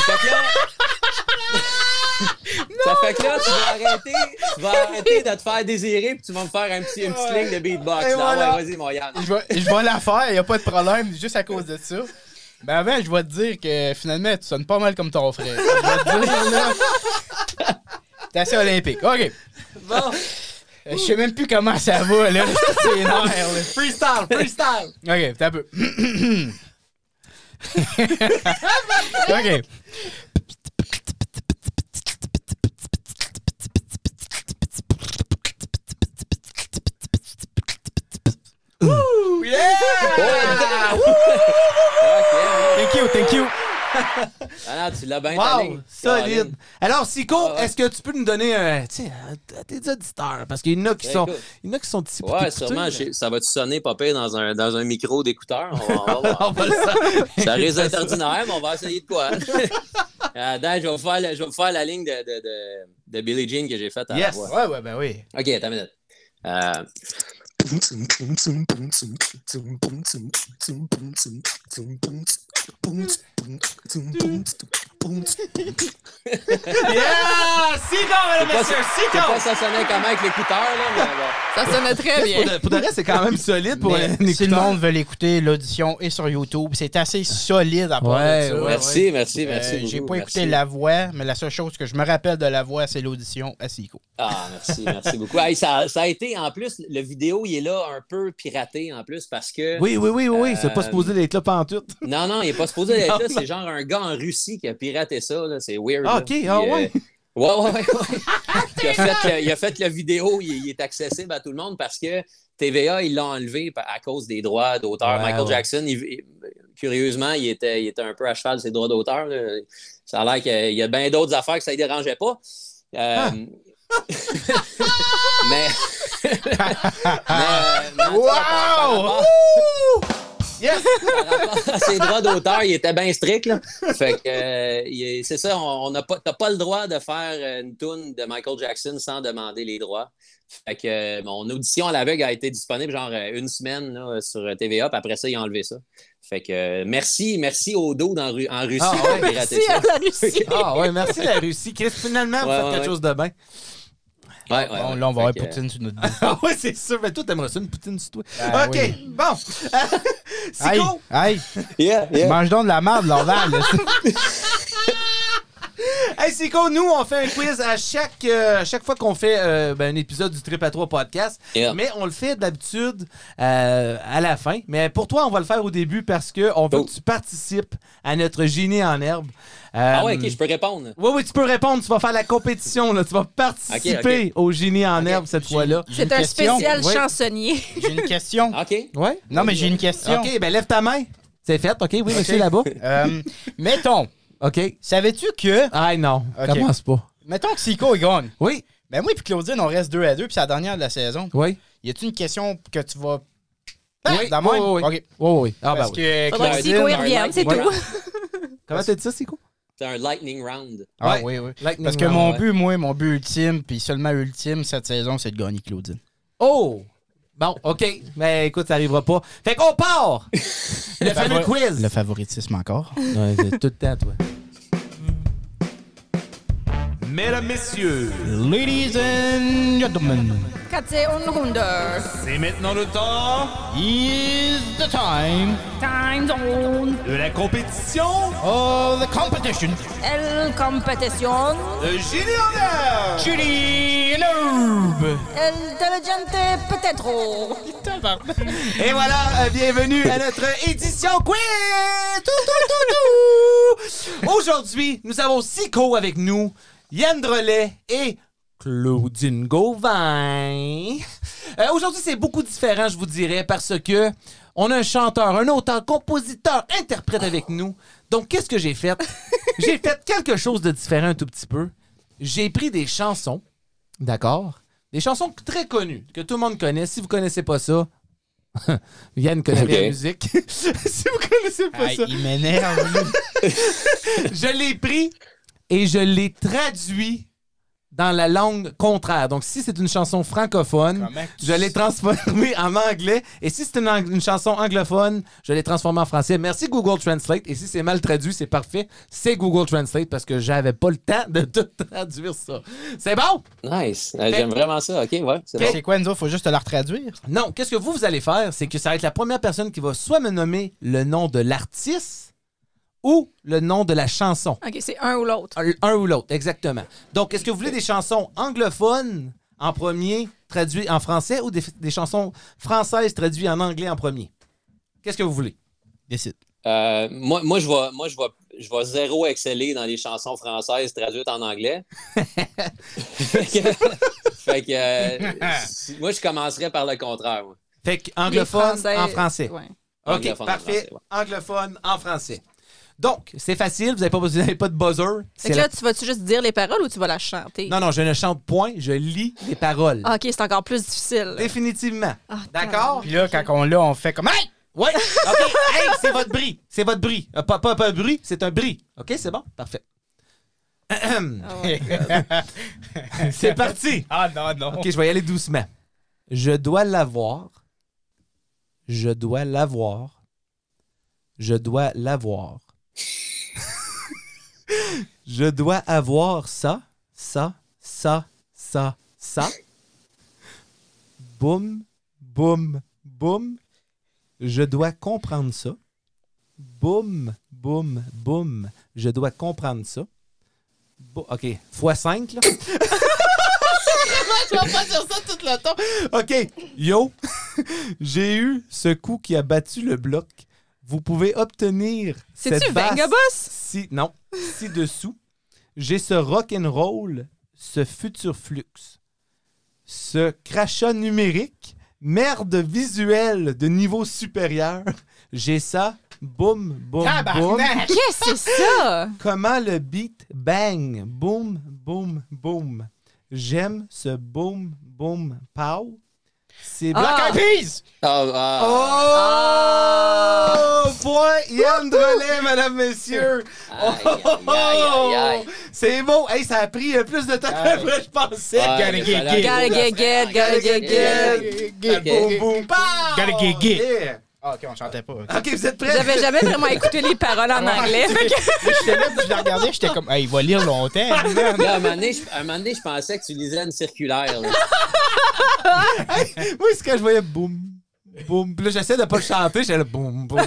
fait que là, tu vas arrêter de te faire désirer, puis tu vas me faire un petit ligne de beatbox. Là. Ouais, vas-y, mon Yann. Je vais la faire, il n'y a pas de problème, juste à cause de ça. Ben avant, je vais te dire que finalement, tu sonnes pas mal comme ton frère. Je vais te dire, là, t'es assez olympique. OK. Bon. Je sais même plus comment ça va, là. C'est énorme. Freestyle. OK, t'as un peu. OK. Woo! Yeah! Thank you. Ah non, tu l'as bien Wow, allé. solide. Caroline. Alors, Sico, Ah ouais. est-ce que tu peux nous donner à tes auditeurs? Parce qu'il y en a qui sont, Écoute. il y en a qui sont ici pour Ouais, t'écouter. sûrement. Ça va-tu sonner pas pire dans un micro d'écouteur? On va voir. On va le savoir. Ça risque d'être ordinaire, mais on va essayer de quoi. Dan, je vais vous faire la ligne de Billie Jean que j'ai faite à la Yes. voix. Ouais, ben oui. OK, attends une minute. Yeah! Sico, mesdames et messieurs, Je sais pas Sico! si ça sonnait comment avec l'écouteur, là, mais bon. Ça sonnait très bien. Pour de vrai, c'est quand même solide pour Mais un si le écouteur. monde veut l'écouter, l'audition est sur YouTube. C'est assez solide à part Ouais, de ça. ouais. Merci. J'ai beaucoup, pas écouté merci. la voix, mais la seule chose que je me rappelle de la voix, c'est l'audition à Sico. Ah, merci beaucoup. Hey, ça a été, en plus, le vidéo, il est là un peu piraté, en plus, parce que... Oui, c'est pas supposé d'être là pantoute. Non, il n'est pas supposé être là. Non. C'est genre un gars en Russie qui a piraté ça, là. C'est weird. Ah, là. OK, Puis, ouais. Ouais. Il a fait le vidéo, il est accessible à tout le monde parce que TVA, ils l'ont enlevé à cause des droits d'auteur. Ouais, Michael ouais. Jackson, curieusement, il était un peu à cheval de ses droits d'auteur, là. Ça a l'air qu'il y a bien d'autres affaires que ça ne dérangeait pas. Mais. Wow! Yes! Par rapport à ses droits d'auteur, il était bien strict. Là. Fait que c'est ça, t'as pas le droit de faire une toune de Michael Jackson sans demander les droits. Fait que mon audition à l'aveugle a été disponible genre une semaine là, sur TVA, puis après ça, ils ont enlevé ça. Fait que merci au dos en Russie. Ah, ouais, de pirater Merci ça. à la Russie. Ah ouais, merci la Russie. Chris, finalement, vous faites quelque chose de bien. Ouais. Bon, là, on va avoir Poutine sur notre dos. Ah ouais, c'est sûr. Mais toi, t'aimerais ça, une poutine sur toi? Ah, OK, oui. bon. Hey, Sico, hey, Yeah. mange donc de la merde, Laurent. là. hey, Sico, nous, on fait un quiz à chaque fois qu'on fait un épisode du Trip à 3 podcast. Yeah. Mais on le fait d'habitude à la fin. Mais pour toi, on va le faire au début parce qu'on veut Oh. que tu participes à notre génie en herbe. Ah ouais, OK, je peux répondre. Oui, tu peux répondre. Tu vas faire la compétition. Là. Tu vas participer au génie en herbe cette fois-là. J'ai une C'est un question. spécial Oui. chansonnier. J'ai une question. OK. Ouais? Non, mais j'ai une question. OK, ben lève ta main. C'est fait. OK, oui, monsieur là-bas. Mettons, OK. savais-tu que... Ah non, OK. commence pas. Mettons que Sico, il gagne. Oui, Ben moi et Claudine, on reste 2-2, puis c'est la dernière de la saison. oui. Y a-tu une question que tu vas... Oui, dans même? oui. OK. Oui. Ah, ben Parce oui. que Faudrait que Claudine... Sico y revienne, c'est Voilà. tout. Comment t'as dit ça, Sico? C'est un lightning round. Ah Ouais. oui. Lightning Parce que round, mon but ultime, puis seulement ultime cette saison, c'est de gagner Claudine. Oh! Bon, OK. Mais écoute, ça arrivera pas. Fait qu'on part! Le fameux quiz! Le favoritisme encore. Ouais, c'est tout le temps, toi. Mesdames, messieurs, Ladies and gentlemen, Katze und Hunde. c'est maintenant le temps is the time Time zone. de la compétition of the competition. El competition. de Génie en herbe! Judy Nerve. Intelligente peut-être. Et voilà, bienvenue à notre édition quiz! Tout. Aujourd'hui, nous avons Sico avec nous, Yann Drolet et Claudine Gauvin. Aujourd'hui, c'est beaucoup différent, je vous dirais, parce que on a un chanteur, un auteur, compositeur, interprète avec nous. Donc, qu'est-ce que j'ai fait? J'ai fait quelque chose de différent un tout petit peu. J'ai pris des chansons, d'accord? Des chansons très connues, que tout le monde connaît. Si vous connaissez pas ça, Yann connaît bien la musique. Si vous connaissez pas ça, Il m'énerve. je l'ai pris et je l'ai traduit dans la langue contraire. Donc, si c'est une chanson francophone, Comment tu- je l'ai transformée en anglais. Et si c'est une chanson anglophone, je l'ai transformée en français. Merci Google Translate. Et si c'est mal traduit, c'est parfait. C'est Google Translate parce que j'avais pas le temps de tout traduire ça. C'est bon? Nice. J'aime vraiment ça. OK, ouais, c'est Ok. bon. C'est quoi, nous autres? Faut juste te la retraduire. Non, qu'est-ce que vous allez faire? C'est que ça va être la première personne qui va soit me nommer le nom de l'artiste ou le nom de la chanson. OK, c'est un ou l'autre. Un ou l'autre, exactement. Donc, est-ce que vous voulez des chansons anglophones en premier, traduites en français, ou des chansons françaises traduites en anglais en premier? Qu'est-ce que vous voulez? Décide. Moi, je vais zéro exceller dans les chansons françaises traduites en anglais. Fait que, moi, je commencerais par le contraire. Moi. Fait que Les anglophone Français- en français. Ouais. OK, Anglophone en parfait. français, ouais. Anglophone en français. Donc, c'est facile, vous n'avez pas de buzzer. Fait que là, tu vas-tu juste dire les paroles ou tu vas la chanter? Non, je ne chante point, je lis les paroles. Ah, OK, c'est encore plus difficile. Définitivement. Ah, D'accord? Puis là, quand on l'a, on fait comme... Hey! Oui. OK. Hey, c'est votre bris. C'est votre bris. Pas un bruit, c'est un bris. OK, c'est bon? Parfait. C'est parti. Ah non. OK, je vais y aller doucement. Je dois l'avoir. Je dois l'avoir. Je dois l'avoir. Je dois avoir ça. Boum, boum, boum. Je dois comprendre ça. Boum, boum, boum. Je dois comprendre ça. OK, x5, là. Je vais pas dire ça tout le temps. OK, yo, j'ai eu ce coup qui a battu le bloc. Vous pouvez obtenir C'est-tu cette basse Vengaboss? Non, ci-dessous. J'ai ce rock'n'roll, ce futur flux, ce crachat numérique, merde visuelle de niveau supérieur. J'ai ça, boum, boum, boum. Qu'est-ce que c'est ça? Comment le beat bang, boum, boum, boum. J'aime ce boum, boum, pow. C'est Black Eyed Peas! Oh! Point Yann Drolet, mesdames, messieurs. Aïe. C'est beau. Hey, ça a pris plus de temps que je pensais. Gotta get. Boum, boom, pow! Gotta get. Yeah. Ah, OK, on chantait pas. OK, vous êtes prêts? J'avais jamais vraiment écouté les paroles en anglais. Fait que... J'étais là, puis je la regardais, j'étais comme, hey, il va lire longtemps. Là, un moment donné, je pensais que tu lisais une circulaire. Là. Moi, c'est quand je voyais boum, boum. Puis là, j'essaie de pas le chanter. J'étais là, boum, boum.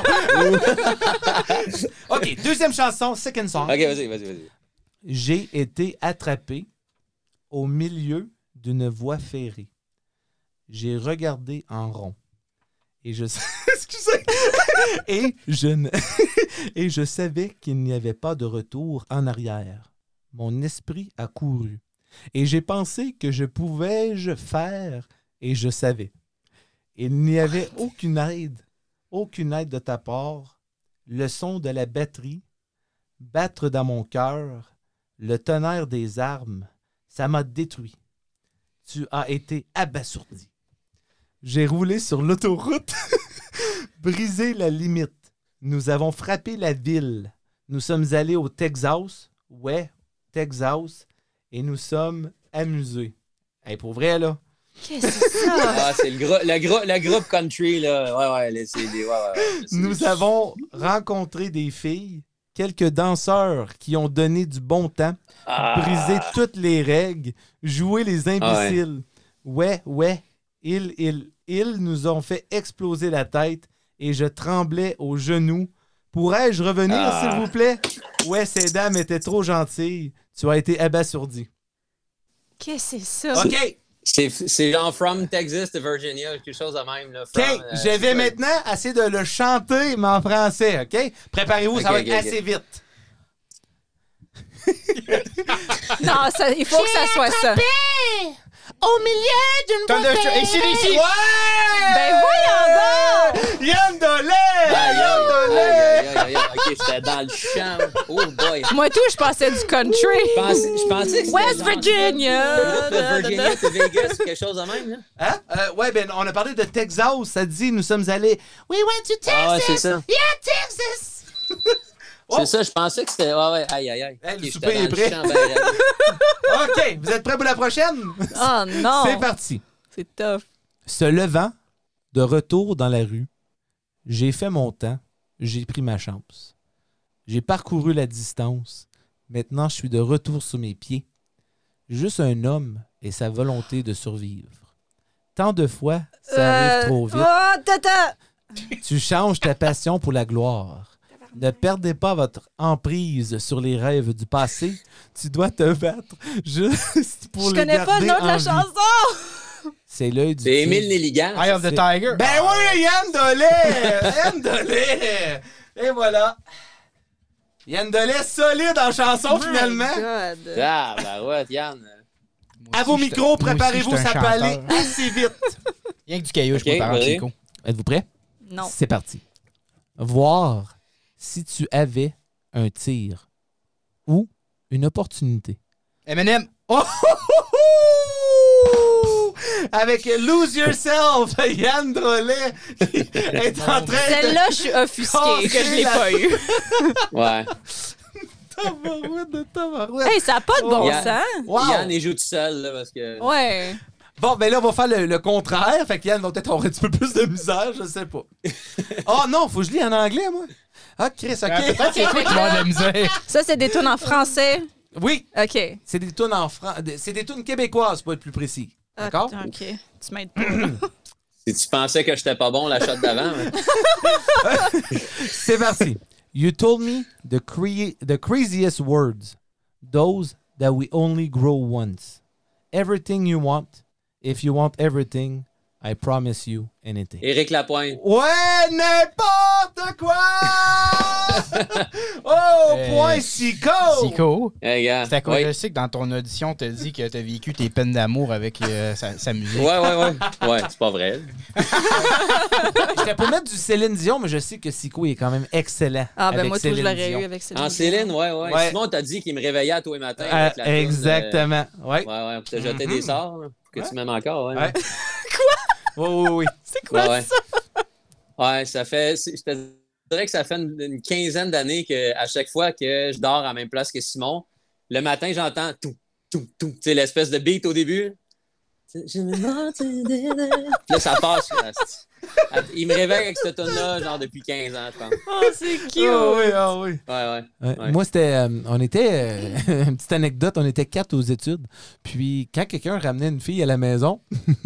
OK, deuxième chanson, second song. OK, vas-y. J'ai été attrapé au milieu d'une voie ferrée. J'ai regardé en rond. Et je excusez. Et je savais qu'il n'y avait pas de retour en arrière. Mon esprit a couru. Et j'ai pensé que je pouvais faire et je savais. Il n'y avait aucune aide de ta part. Le son de la batterie battre dans mon cœur, le tonnerre des armes, ça m'a détruit. Tu as été abasourdi. J'ai roulé sur l'autoroute, brisé la limite. Nous avons frappé la ville. Nous sommes allés au Texas. Ouais, Texas. Et nous sommes amusés. Hey, pour vrai, là. Qu'est-ce que c'est ça? Ah, c'est le groupe country, là. Ouais. Nous avons rencontré des filles, quelques danseurs qui ont donné du bon temps, brisé toutes les règles, joué les imbéciles. Ouais. Ils nous ont fait exploser la tête et je tremblais aux genoux. Pourrais-je revenir, s'il vous plaît? Ouais, ces dames étaient trop gentilles. Tu as été abasourdi. Qu'est-ce que c'est ça? OK. C'est genre From Texas to Virginia, quelque chose de même. Là. OK, je vais maintenant essayer de le chanter, mais en français, OK? Préparez-vous, ça va être assez vite. Non, il faut que ça soit ça. Au milieu d'une Ici. Ouais! Ben voyons donc! Yann Drolet! OK, j'étais dans le champ. Oh boy. Moi tout, je pensais du country. Je pensais que c'était West Virginia! De Virginia to Vegas, quelque chose de même, là. Hein? Ouais, ben, on a parlé de Texas. Ça dit, nous sommes allés. We went to Texas! Ah, ouais, c'est ça. Yeah, Texas! C'est ça, je pensais que c'était... Ouais, aïe. Hey, le Okay, souper j'étais est dans prêt. le champ, ben, OK, vous êtes prêts pour la prochaine? Oh non! C'est parti. C'est tough. Se levant, de retour dans la rue, j'ai fait mon temps, j'ai pris ma chance. J'ai parcouru la distance. Maintenant, je suis de retour sur mes pieds. Juste un homme et sa volonté de survivre. Tant de fois, ça arrive trop vite. Oh, tata! Tu changes ta passion pour la gloire. Ne perdez pas votre emprise sur les rêves du passé. Tu dois te battre juste pour les garder Je connais pas le nom de la en vie. chanson! C'est l'œil du C'est tigre. Émile Nelligan. Eye of the Tiger. Ben oui, Yann Drolet! Yann Drolet! Et voilà. Yann Drolet solide en chanson, finalement. God. Ah, ben ouais, Yann. À vos micros, préparez-vous, ça peut aller assez vite. Rien que du caillou, je Ok, peux parler vas-y. Chico. Êtes-vous prêts? Non. C'est parti. Voir si tu avais un tir ou une opportunité? M&M. Oh! Avec Lose Yourself, Yann Drolet est en train Celle-là, je suis offusquée que je l'ai pas eu. Ouais. de tabarouette. Hey, ça n'a pas de bon Yann- sens. Wow. Yann, il joue tout seul, là, parce que... Ouais. Bon, ben là, on va faire le contraire. Fait que Yann va peut-être avoir un petit peu plus de misère, je sais pas. Oh non, faut que je lis en anglais, moi. Ah, Chris, OK. Peut-être c'est toi qui vas avoir de la misère. Ça, c'est des tunes en français. Oui, OK. c'est des tunes c'est des tunes québécoises, pour être plus précis. D'accord? Ah, OK. Tu m'aides pas, là. Si tu pensais que j'étais pas bon, la shot d'avant... mais- C'est parti. You told me the craziest words, those that we only grow once. Everything you want, if you want everything, I promise you anything. Éric Lapointe. Ouais, n'importe quoi! Oh, point Sico! Sico. Hey, gars. C'est à cause, Oui. je sais que dans ton audition, t'as dit que t'as vécu tes peines d'amour avec sa musique. Ouais. Ouais, c'est pas vrai. J'étais pour mettre du Céline Dion, mais je sais que Sico est quand même excellent. Ah, ben avec moi, tout, je Céline l'aurais Dion. eu avec Céline. En Céline, ouais. Ouais. Simon t'a dit qu'il me réveillait tous les matins avec la toune, Exactement. Ouais. Ouais, pour te jeter des sorts, là, pour que tu m'aimes encore. Ouais. Ouais. Oui. C'est quoi Ouais. ça? Ouais, ça fait... Je te dirais que ça fait une quinzaine d'années qu'à chaque fois que je dors à la même place que Simon, le matin, j'entends tout. Tu sais, l'espèce de beat au début. Je me demande... Puis là, ça passe. Là. Il me réveille avec cette tune-là, genre depuis 15 ans, je pense. Oh, c'est cute. Ah oui. Ouais. Ouais. Moi, c'était. On était. Une petite anecdote, on était 4 aux études. Puis, quand quelqu'un ramenait une fille à la maison,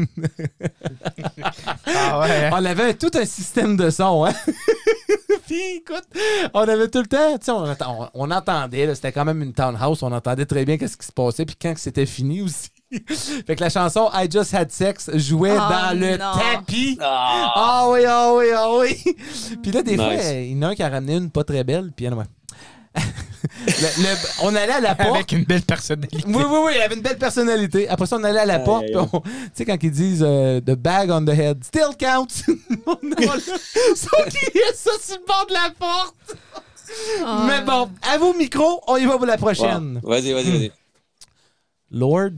Ah ouais. Hein? on avait tout un système de son, hein? Puis, écoute, on avait tout le temps. Tu sais, on entendait, là, c'était quand même une townhouse, on entendait très bien qu'est-ce qui se passait. Puis, quand c'était fini aussi. Fait que la chanson I Just Had Sex jouait dans le non. tapis. Ah! Ah oui. Puis là, des fois, il y en a un qui a ramené une pas très belle. Puis, anyway. On allait à la porte. Avec une belle personnalité. Oui, il avait une belle personnalité. Après ça, on allait à la porte. aïe. Tu sais, quand ils disent The bag on the head still counts. Sauf qu'il y a ça sur le bord de la porte. Oh. Mais bon, à vos micros, on y va pour la prochaine. Wow. Vas-y. Lord,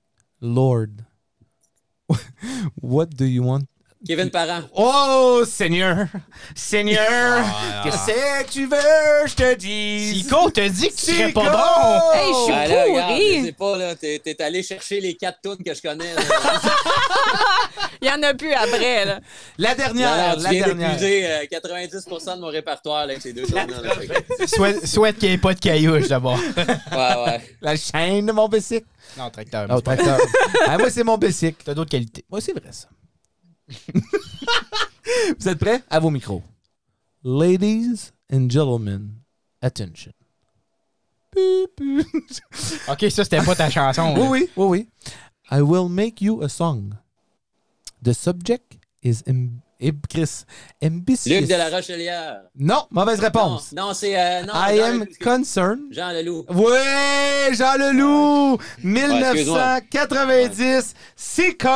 what do you want? Kevin Parent. Oh, Seigneur, qu'est-ce que tu veux, je te dis? Sico, t'as dit que tu serais Sico! pas bon. Hey, je suis Ben là, regarde, pourrie. je sais pas, là, t'es allé chercher les 4 tunes que je connais. Là. Il y en a plus après, là. La dernière, Alors, tu la viens dernière. d'épuiser 90% de mon répertoire là, avec ces 2 tunes-là. Souhaite qu'il n'y ait pas de caillouche d'abord. Ouais. La chaîne de mon bicycle. Non, tracteur. Oh, tracteur. Ah, moi, c'est mon bicycle. T'as d'autres qualités. Moi, c'est vrai, ça. Vous êtes prêts? À vos micros. Ladies and gentlemen, attention. OK, ça, c'était pas ta chanson. Oui. I will make you a song. The subject is ambitious. Luc de la Rochelière. Non, mauvaise réponse. Non, c'est... non, I Jean am Leloup. concerned. Jean Leloup. Oui, Jean Leloup, 1990. Sico.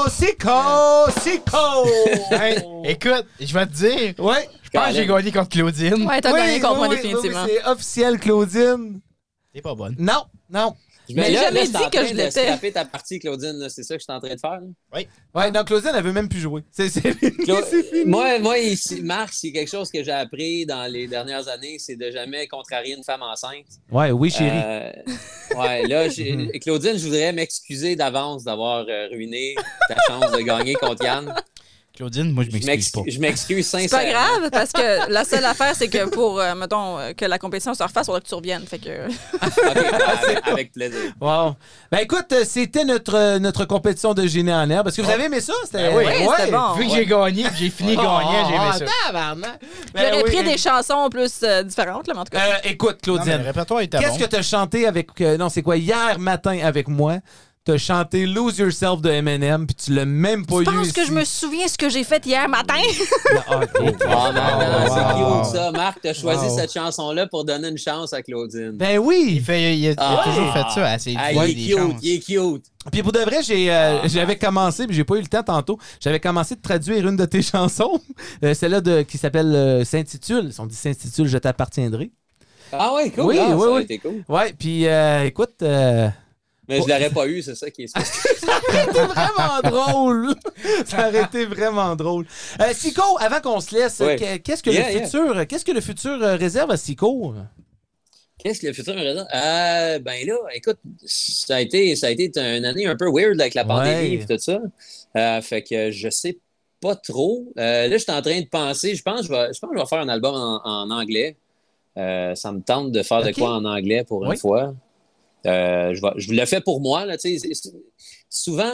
Hey, écoute, je vais te dire, Ouais. je pense que j'ai gagné contre Claudine. Ouais, t'as gagné contre moi, oui, définitivement. c'est officiel, Claudine. T'es pas bonne. Non. Mais jamais dit que je l'étais. l'étais. Scraper ta partie, Claudine, là, c'est ça que je suis en train de faire. Là. Ouais, non, Claudine, elle veut même plus jouer. C'est fini. Cla- C'est fini. Moi ici, Marc, c'est quelque chose que j'ai appris dans les dernières années, c'est de jamais contrarier une femme enceinte. Ouais, oui, chérie. Ouais, là, Claudine, je voudrais m'excuser d'avance d'avoir ruiné ta chance de gagner contre Yann. Claudine, moi, je m'excuse pas. Je m'excuse C'est sincèrement. pas grave, parce que la seule affaire, c'est que pour, mettons, que la compétition se refasse, il faudra que tu reviennes. Fait que... Ok, avec plaisir. Wow. Ben écoute, c'était notre compétition de génie en herbe. Est-ce que vous avez aimé ça? C'était Oui, c'était bon. Vu que j'ai gagné, que j'ai fini gagnant, j'ai aimé ça. Tabarnak. J'aurais pris des chansons plus différentes, là, mais en tout cas. Écoute, Non, mais Claudine, le répertoire était qu'est-ce bon. que tu as chanté avec... non, c'est quoi? Hier matin avec moi, t'as chanté Lose Yourself de Eminem, puis tu l'as même pas eu. Je pense ici. que je me souviens ce que j'ai fait hier matin. Ah, ok. Oh non, c'est Wow. cute ça. Marc, t'as choisi Wow. cette chanson-là pour donner une chance à Claudine. Ben oui! Il a Ah. toujours fait ça. C'est Ah, des il est cute, chances. il est cute. Puis pour de vrai, j'avais commencé, puis j'ai pas eu le temps tantôt, j'avais commencé de traduire une de tes chansons, celle-là qui s'appelle S'intitule. On dit S'intitule Je t'appartiendrai. Ah ouais, cool. Oui, ah, oui, ça a oui. été cool. Ouais, puis écoute, Mais je l'aurais pas eu, c'est ça qui est spécial. c'était vraiment drôle. Ça aurait été vraiment drôle. Sico, avant qu'on se laisse, Oui. qu'est-ce que le futur réserve à Sico? Qu'est-ce que le futur me réserve? Ben là, écoute, ça a été une année un peu weird avec la pandémie et tout ça. Fait que je sais pas trop. Là, je suis en train de penser, je pense que je vais faire un album en anglais. Ça me tente de faire de Ok. quoi en anglais pour une Oui. fois. Je le fais pour moi. Là, tu sais, souvent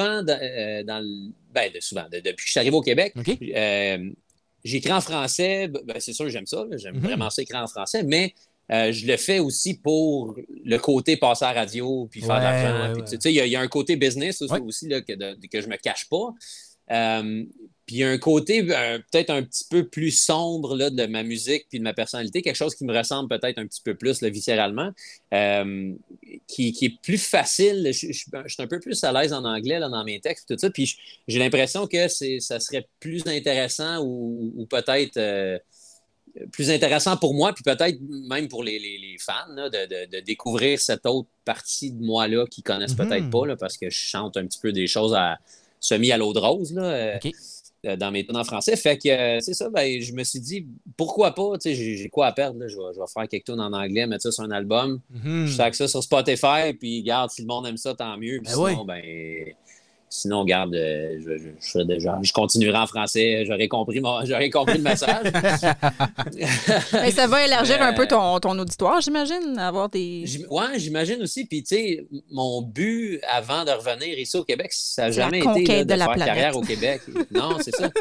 depuis que je suis arrivé au Québec, OK. j'écris en français. Ben, c'est sûr que j'aime ça. Là, j'aime Mhm. vraiment ça écrire en français, mais je le fais aussi pour le côté passer à la radio puis faire de l'argent. Ouais, Puis, ouais. tu sais, il y a un côté business Ouais. aussi là, que je me cache pas. Puis il y a un côté peut-être un petit peu plus sombre là, de ma musique puis de ma personnalité, quelque chose qui me ressemble peut-être un petit peu plus là, viscéralement, qui est plus facile. Je suis un peu plus à l'aise en anglais là, dans mes textes tout ça. Puis j'ai l'impression que ça serait plus intéressant ou peut-être plus intéressant pour moi, puis peut-être même pour les fans là, de découvrir cette autre partie de moi-là qu'ils connaissent peut-être pas, là, parce que je chante un petit peu des choses semi à l'eau de rose là, OK. dans mes tunes en français. Fait que c'est ça, ben, je me suis dit, pourquoi pas, tu sais, j'ai quoi à perdre, là? Je vais faire quelques tunes en anglais, mettre ça sur un album. Mhm. Je sac ça sur Spotify, puis garde, si le monde aime ça, tant mieux. Puis Ben sinon, sinon, garde, je continuerai en français. J'aurais compris le message. Mais ça va élargir un peu Euh, ton auditoire, j'imagine, avoir des... Ouais, j'imagine aussi. Puis, tu sais, mon but avant de revenir ici au Québec, ça n'a C'est la jamais été là, conquête de de la faire planète. carrière au Québec. Non, c'est ça.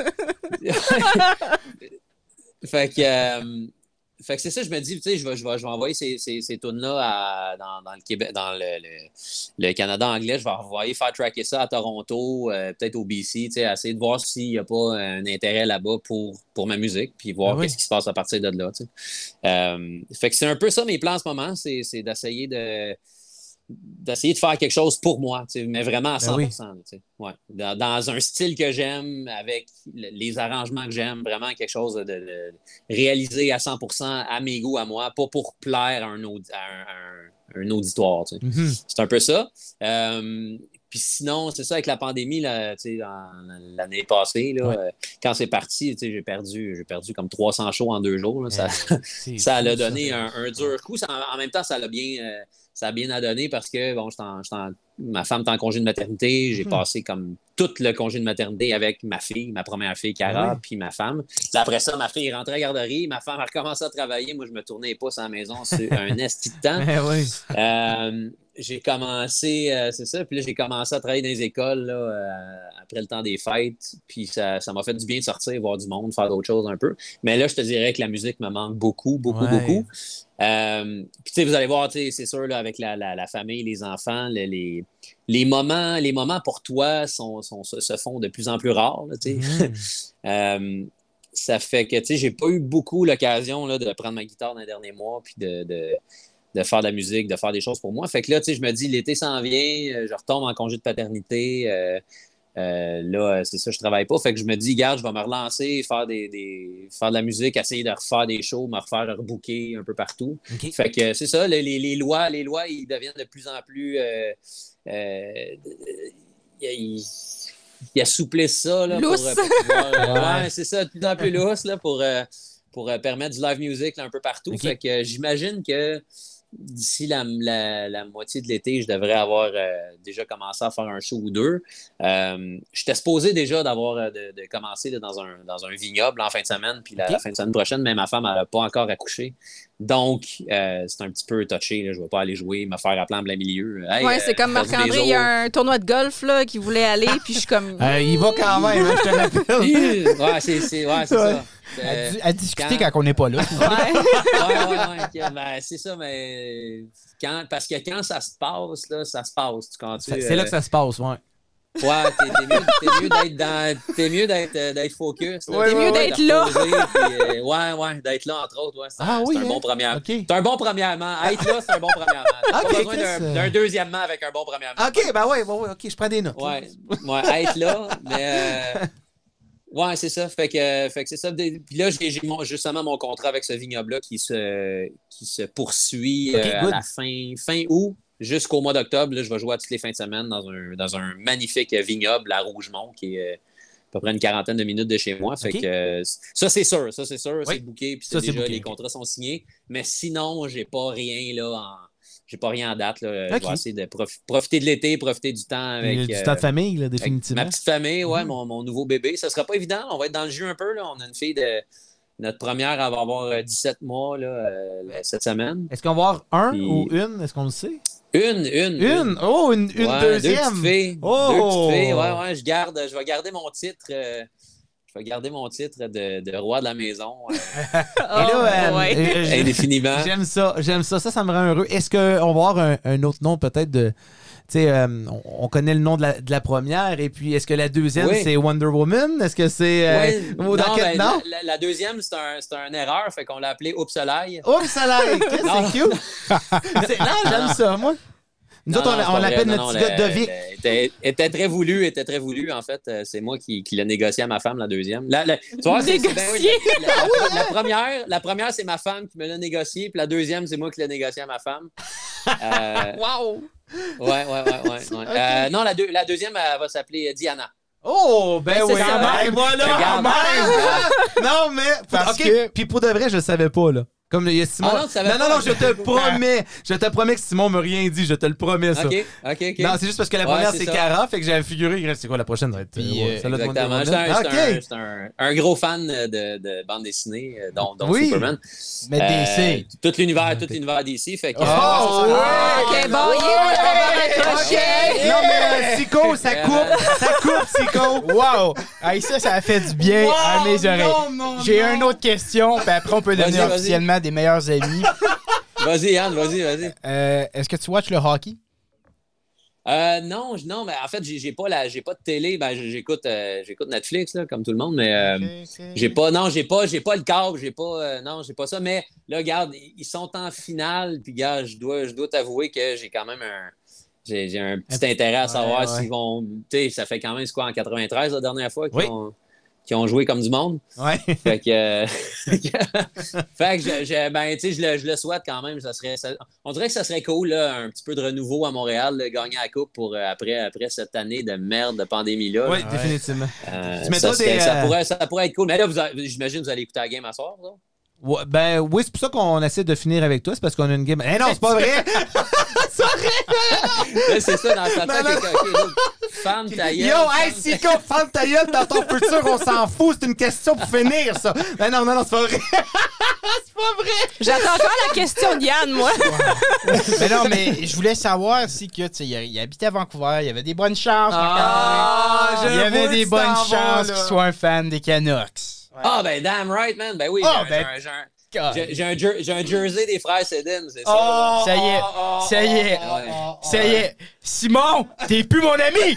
Fait que c'est ça, je me dis, tu sais, je vais envoyer ces tunes-là dans le Québec, dans le Canada anglais. Je vais envoyer faire tracker ça à Toronto, peut-être au BC, tu sais, essayer de voir s'il n'y a pas un intérêt là-bas pour ma musique, puis voir Ah oui. qu'est-ce qui se passe à partir de là, tu sais. Fait que c'est un peu ça mes plans en ce moment, c'est d'essayer de faire quelque chose pour moi, tu sais, mais vraiment à 100%. oui. Tu sais. Ouais. Dans un style que j'aime, avec les arrangements que j'aime, vraiment quelque chose de réalisé à 100% à mes goûts, à moi, pas pour plaire à un auditoire. Tu sais. Mhm. C'est un peu ça. Puis sinon, c'est ça, avec la pandémie, là, tu sais, l'année passée, là, Ouais. quand c'est parti, tu sais, j'ai perdu comme 300 shows en 2 jours. Là, C'est ça fou, l'a donné ça. un dur coup. En même temps, ça a bien à donner parce que bon, ma femme est en congé de maternité. J'ai passé comme tout le congé de maternité avec ma fille, ma première fille, Cara, puis ma femme. Puis après ça, ma fille est rentrée à la garderie. Ma femme a recommencé à travailler. Moi, je me tournais les pouces à la maison sur un esti de temps. Ben oui. J'ai commencé, c'est ça, puis là, j'ai commencé à travailler dans les écoles là, après le temps des fêtes, puis ça m'a fait du bien de sortir, voir du monde, faire d'autres choses un peu. Mais là, je te dirais que la musique me manque beaucoup, beaucoup, Ouais. beaucoup. Puis, tu sais, vous allez voir, tu sais, c'est sûr, là, avec la famille, les enfants, les moments pour toi se font de plus en plus rares, là, tu sais. Mhm. Ça fait que, tu sais, j'ai pas eu beaucoup l'occasion là, de prendre ma guitare dans les derniers mois, puis de faire de la musique, de faire des choses pour moi. Fait que là, tu sais, je me dis, l'été s'en vient, je retombe en congé de paternité. Là, c'est ça, je travaille pas. Fait que je me dis, regarde, je vais me relancer, faire de la musique, essayer de refaire des shows, me refaire rebooker un peu partout. OK. Fait que c'est ça, les lois, ils deviennent de plus en plus. Ils assouplissent ça là, Lousse. pour pouvoir. Ouais. C'est ça, de plus en plus lousse là, pour permettre du live music là, un peu partout. OK. Fait que j'imagine que d'ici la moitié de l'été, je devrais avoir déjà commencé à faire un show ou deux. J'étais supposé déjà de commencer là, dans un vignoble en fin de semaine, puis la fin de semaine prochaine, mais ma femme, elle n'a pas encore accouché. Donc, c'est un petit peu touché. Là. Je ne vais pas aller jouer, me faire appeler en plein milieu. Hey, Ouais, c'est comme Marc-André, il y a un tournoi de golf là, qui voulait aller, puis je suis comme... il va quand même, hein, je te rappelle. Ouais, c'est ça. À discuter quand on n'est pas là. Ouais. Ouais. Ben, c'est ça, mais parce que quand ça se passe, là, ça se passe. C'est là que ça se passe, ouais. Ouais, t'es mieux d'être focus. Là. T'es mieux d'être là. Puis, ouais, d'être là, entre autres. Ouais, c'est un bon premièrement. Okay. C'est un bon premièrement. Être là, c'est un bon premièrement. T'as pas besoin d'un deuxièmement avec un bon premièrement. OK, ben ouais, OK, je prends des notes. Ouais, être là, mais... Ouais, c'est ça. Fait que c'est ça. Puis là, j'ai justement mon contrat avec ce vignoble-là qui se poursuit à la fin août jusqu'au mois d'octobre. Là, je vais jouer à toutes les fins de semaine dans un magnifique vignoble à Rougemont qui est à peu près une 40aine de minutes de chez moi. Fait que ça, c'est sûr. Oui. C'est booké. Puis les contrats sont signés. Mais sinon, j'ai pas rien là J'ai pas rien en date. Là. Je vais essayer de profiter de l'été, profiter du temps avec... Du temps de famille, là, définitivement. Ma petite famille, mon nouveau bébé. Ça sera pas évident. On va être dans le jus un peu. Là. On a une fille de... Notre première, elle va avoir 17 mois là, cette semaine. Est-ce qu'on va avoir un ou une? Est-ce qu'on le sait? Une. Oh, une deuxième. Deux petites filles. Ouais. Je vais garder mon titre... Je vais garder mon titre de roi de la maison. Et là, indéfiniment. J'aime ça. Ça me rend heureux. Est-ce qu'on va avoir un autre nom peut-être de... Tu sais, on connaît le nom de la première, et puis est-ce que la deuxième, c'est Wonder Woman? Est-ce que c'est... non? La deuxième, c'est un erreur, fait qu'on l'a appelée Oupsolaï. Oupsolaï! C'est cute! Non, j'aime ça, moi. Nous autres, on l'appelle notre petit gars de Vic. Était très voulu, en fait. C'est moi qui l'ai négocié à ma femme, la deuxième. Tu vois, la première, c'est ma femme qui me l'a négocié, puis la deuxième, c'est moi qui l'ai négocié à ma femme. Wow! Ouais. Okay. Non, la deuxième, elle va s'appeler Diana. Oh, ben oui. Voilà. Regarde. Non, mais... Parce que... Puis pour de vrai, je le savais pas, là. Comme il y a Simon. Non, je te promets. Je te promets que Simon m'a rien dit. Je te le promets, ça. OK. Non, c'est juste parce que la première, c'est Cara. Fait que j'avais figuré. C'est quoi la prochaine? Exactement. J'étais un gros fan de bande dessinée, dont Superman. Mais DC. Tout l'univers DC. Fait que. OK, bon, on va raccrocher. Non, mais Sico, ça coupe, Sico. Wow! Hey, ça a fait du bien à mes oreilles. J'ai une autre question, puis après, on peut devenir officiellement des meilleurs amis. Vas-y, Yann, vas-y. Est-ce que tu watches le hockey? Non, mais en fait, j'ai pas de télé. Ben, j'écoute Netflix, là, comme tout le monde, mais j'ai pas le câble, j'ai pas ça. Mais là, regarde, ils sont en finale, puis gars, je dois t'avouer que j'ai quand même j'ai un petit intérêt à savoir s'ils vont. Tu sais, ça fait quand même quoi en 93 la dernière fois qui ont joué comme du monde. Ouais. Fait que je le souhaite quand même. On dirait que ça serait cool, là, un petit peu de renouveau à Montréal, de gagner la coupe pour après cette année de merde de pandémie-là. Oui, définitivement. Ça pourrait être cool. Mais là, j'imagine que vous allez écouter la game à soir, là? Ouais, ben oui, c'est pour ça qu'on essaie de finir avec toi. C'est parce qu'on a une game. Eh non, c'est pas vrai! C'est vrai! C'est ça, dans ta tête. Femme ta gueule. Yo, hey, Sico, femme ta gueule, dans ton futur, on s'en fout. C'est une question pour finir, ça. Ben non, c'est pas vrai. C'est pas vrai. J'attends encore la question de Yann, moi. Mais non, mais je voulais savoir si que, tu sais, il habitait à Vancouver, il y avait des bonnes chances. Il y avait des bonnes chances qu'il soit un fan des Canucks. Ah, ben, damn right, man. Ben oui, j'ai un jersey des frères Sedin, c'est ça. Ça y est. Simon, t'es plus mon ami.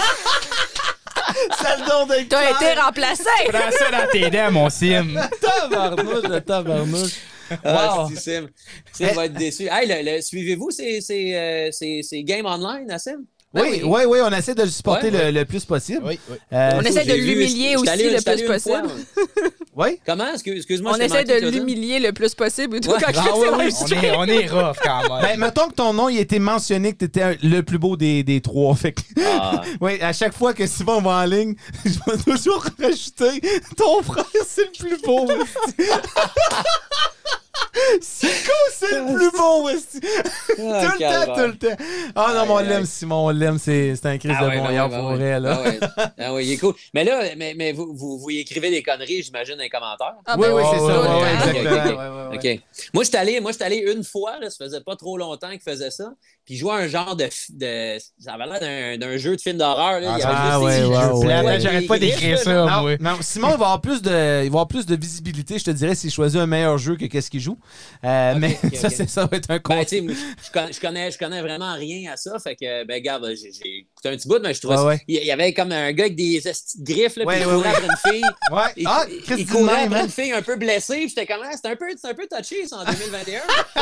T'as été remplacé. Prends ça dans tes dents, mon Sim. Tabarnouche. Wow. Sim va être déçu. Hey, suivez-vous ces games online, à Sim? Oui, on essaie de le supporter le plus possible. Oui. On essaie de l'humilier aussi le plus possible. Oui? Comment? Excuse-moi. On essaie de l'humilier le plus possible. On est rough quand même. Ben, mettons que ton nom il a été mentionné que tu étais le plus beau des trois. Fait que... Oui, à chaque fois que Simon va en ligne, je vais toujours rajouter ton frère, c'est le plus beau. Sico, c'est le le plus beau aussi. Tout le temps. Ah non, mais on l'aime, Simon, on l'aime. C'est un crise de bon hier pour vrai, là. Ah ouais, il est cool. Mais là, mais vous y écrivez des conneries, j'imagine, dans les commentaires. Oui, c'est ça. Exactement. OK. Moi, je suis allé une fois, là, ça faisait pas trop longtemps qu'il faisait ça. Puis il jouait un genre de ça avait l'air d'un jeu de film d'horreur. J'arrête pas d'écrire ça, moi. Non, Simon, il va avoir plus de visibilité, je te dirais, s'il choisit un meilleur jeu que qu'est-ce qu'il joue. Mais ça va être un con. Je connais vraiment rien à ça. Fait que, regarde, j'ai écouté un petit bout, mais je trouvais il y avait comme un gars avec des griffes, là, puis il courait après une fille. Il courait après une fille un peu blessée, puis j'étais comme, c'est un peu touché, ça, en 2021.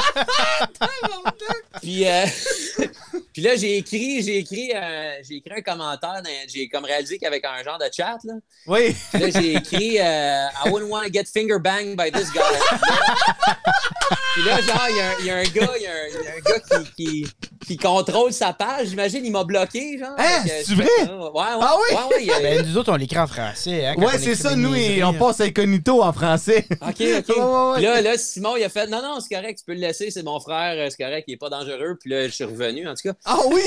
Puis là, j'ai écrit un commentaire, j'ai comme réalisé qu'avec un genre de chat, là. Oui. Puis là, j'ai écrit I wouldn't want to get finger banged by this guy. Puis là, genre, il y a un gars qui contrôle sa page. J'imagine, il m'a bloqué, genre. C'est vrai? Ah oui? Ben, nous autres, on l'écrit en français. Hein, c'est ça. Nous, on passe incognito en français. OK. Là, Simon, il a fait, non, c'est correct, tu peux le laisser, c'est mon frère, c'est correct, il est pas dangereux. Puis là, je suis revenu, en tout cas. Ah oui?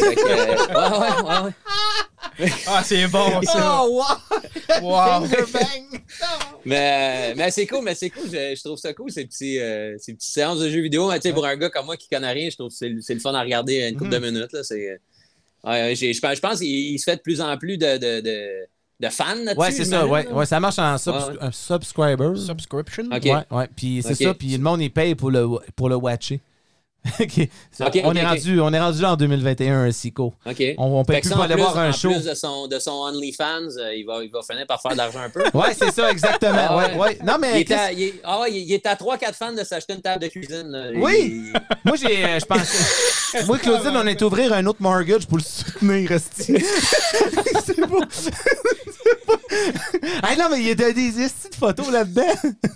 Ah, c'est bon, ça. Oh, wow! Mais c'est cool, je trouve ça cool, ces petites séances de jeux vidéo. Mais tu sais, pour un gars comme moi qui connaît rien, je trouve que c'est le fun à regarder une couple de minutes. Là, je pense qu'il se fait de plus en plus de fans là-dessus. Ouais, c'est ça. Ouais, ça marche en subscriber. Subscription. OK. Ouais. Puis c'est ça. Puis le monde, il paye pour le watcher. On est rendu là en 2021, Sico. OK. On peut plus aller voir un show. En plus de son OnlyFans, il va finir par faire de l'argent un peu. Ouais, c'est ça, exactement. Ouais. Non, mais il est à 3-4 fans de s'acheter une table de cuisine. Là. Oui! Moi, je pense. Moi, Claudine, on est ouvrir un autre mortgage pour le soutenir, esti. C'est beau. Ah non, mais il y a des estis de photos là-dedans.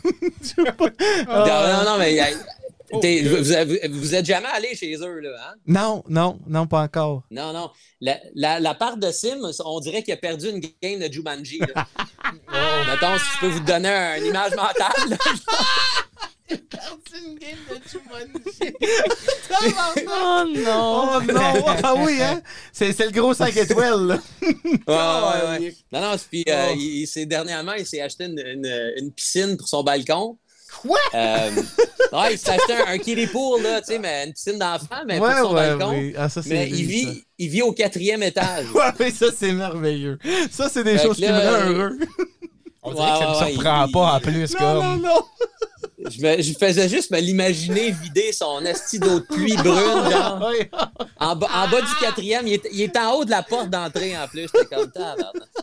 Non, mais. Vous êtes jamais allé chez eux, là, hein? Non, pas encore. Non. La part de Sim, on dirait qu'il a perdu une game de Jumanji. Mettons, si je peux vous donner une image mentale. Là, il a perdu une game de Jumanji. Oh non! Ah oui, hein? C'est le gros 5 étoiles, là. Ouais. Non, puis dernièrement, il s'est acheté une piscine pour son balcon. Quoi? Il s'est acheté un kiddie pool, là, tu sais, mais une piscine d'enfant, mais pour son balcon. Oui. Ah, ça, mais il vit au 4e étage. Ouais, ça, c'est merveilleux. Ça, c'est des choses qui me rendent heureux. On dirait que ça me surprend pas en plus. Non. Je faisais juste me l'imaginer vider son esti d'eau de pluie brune, genre. En bas du 4e, il est en haut de la porte d'entrée en plus. J'étais comme ça.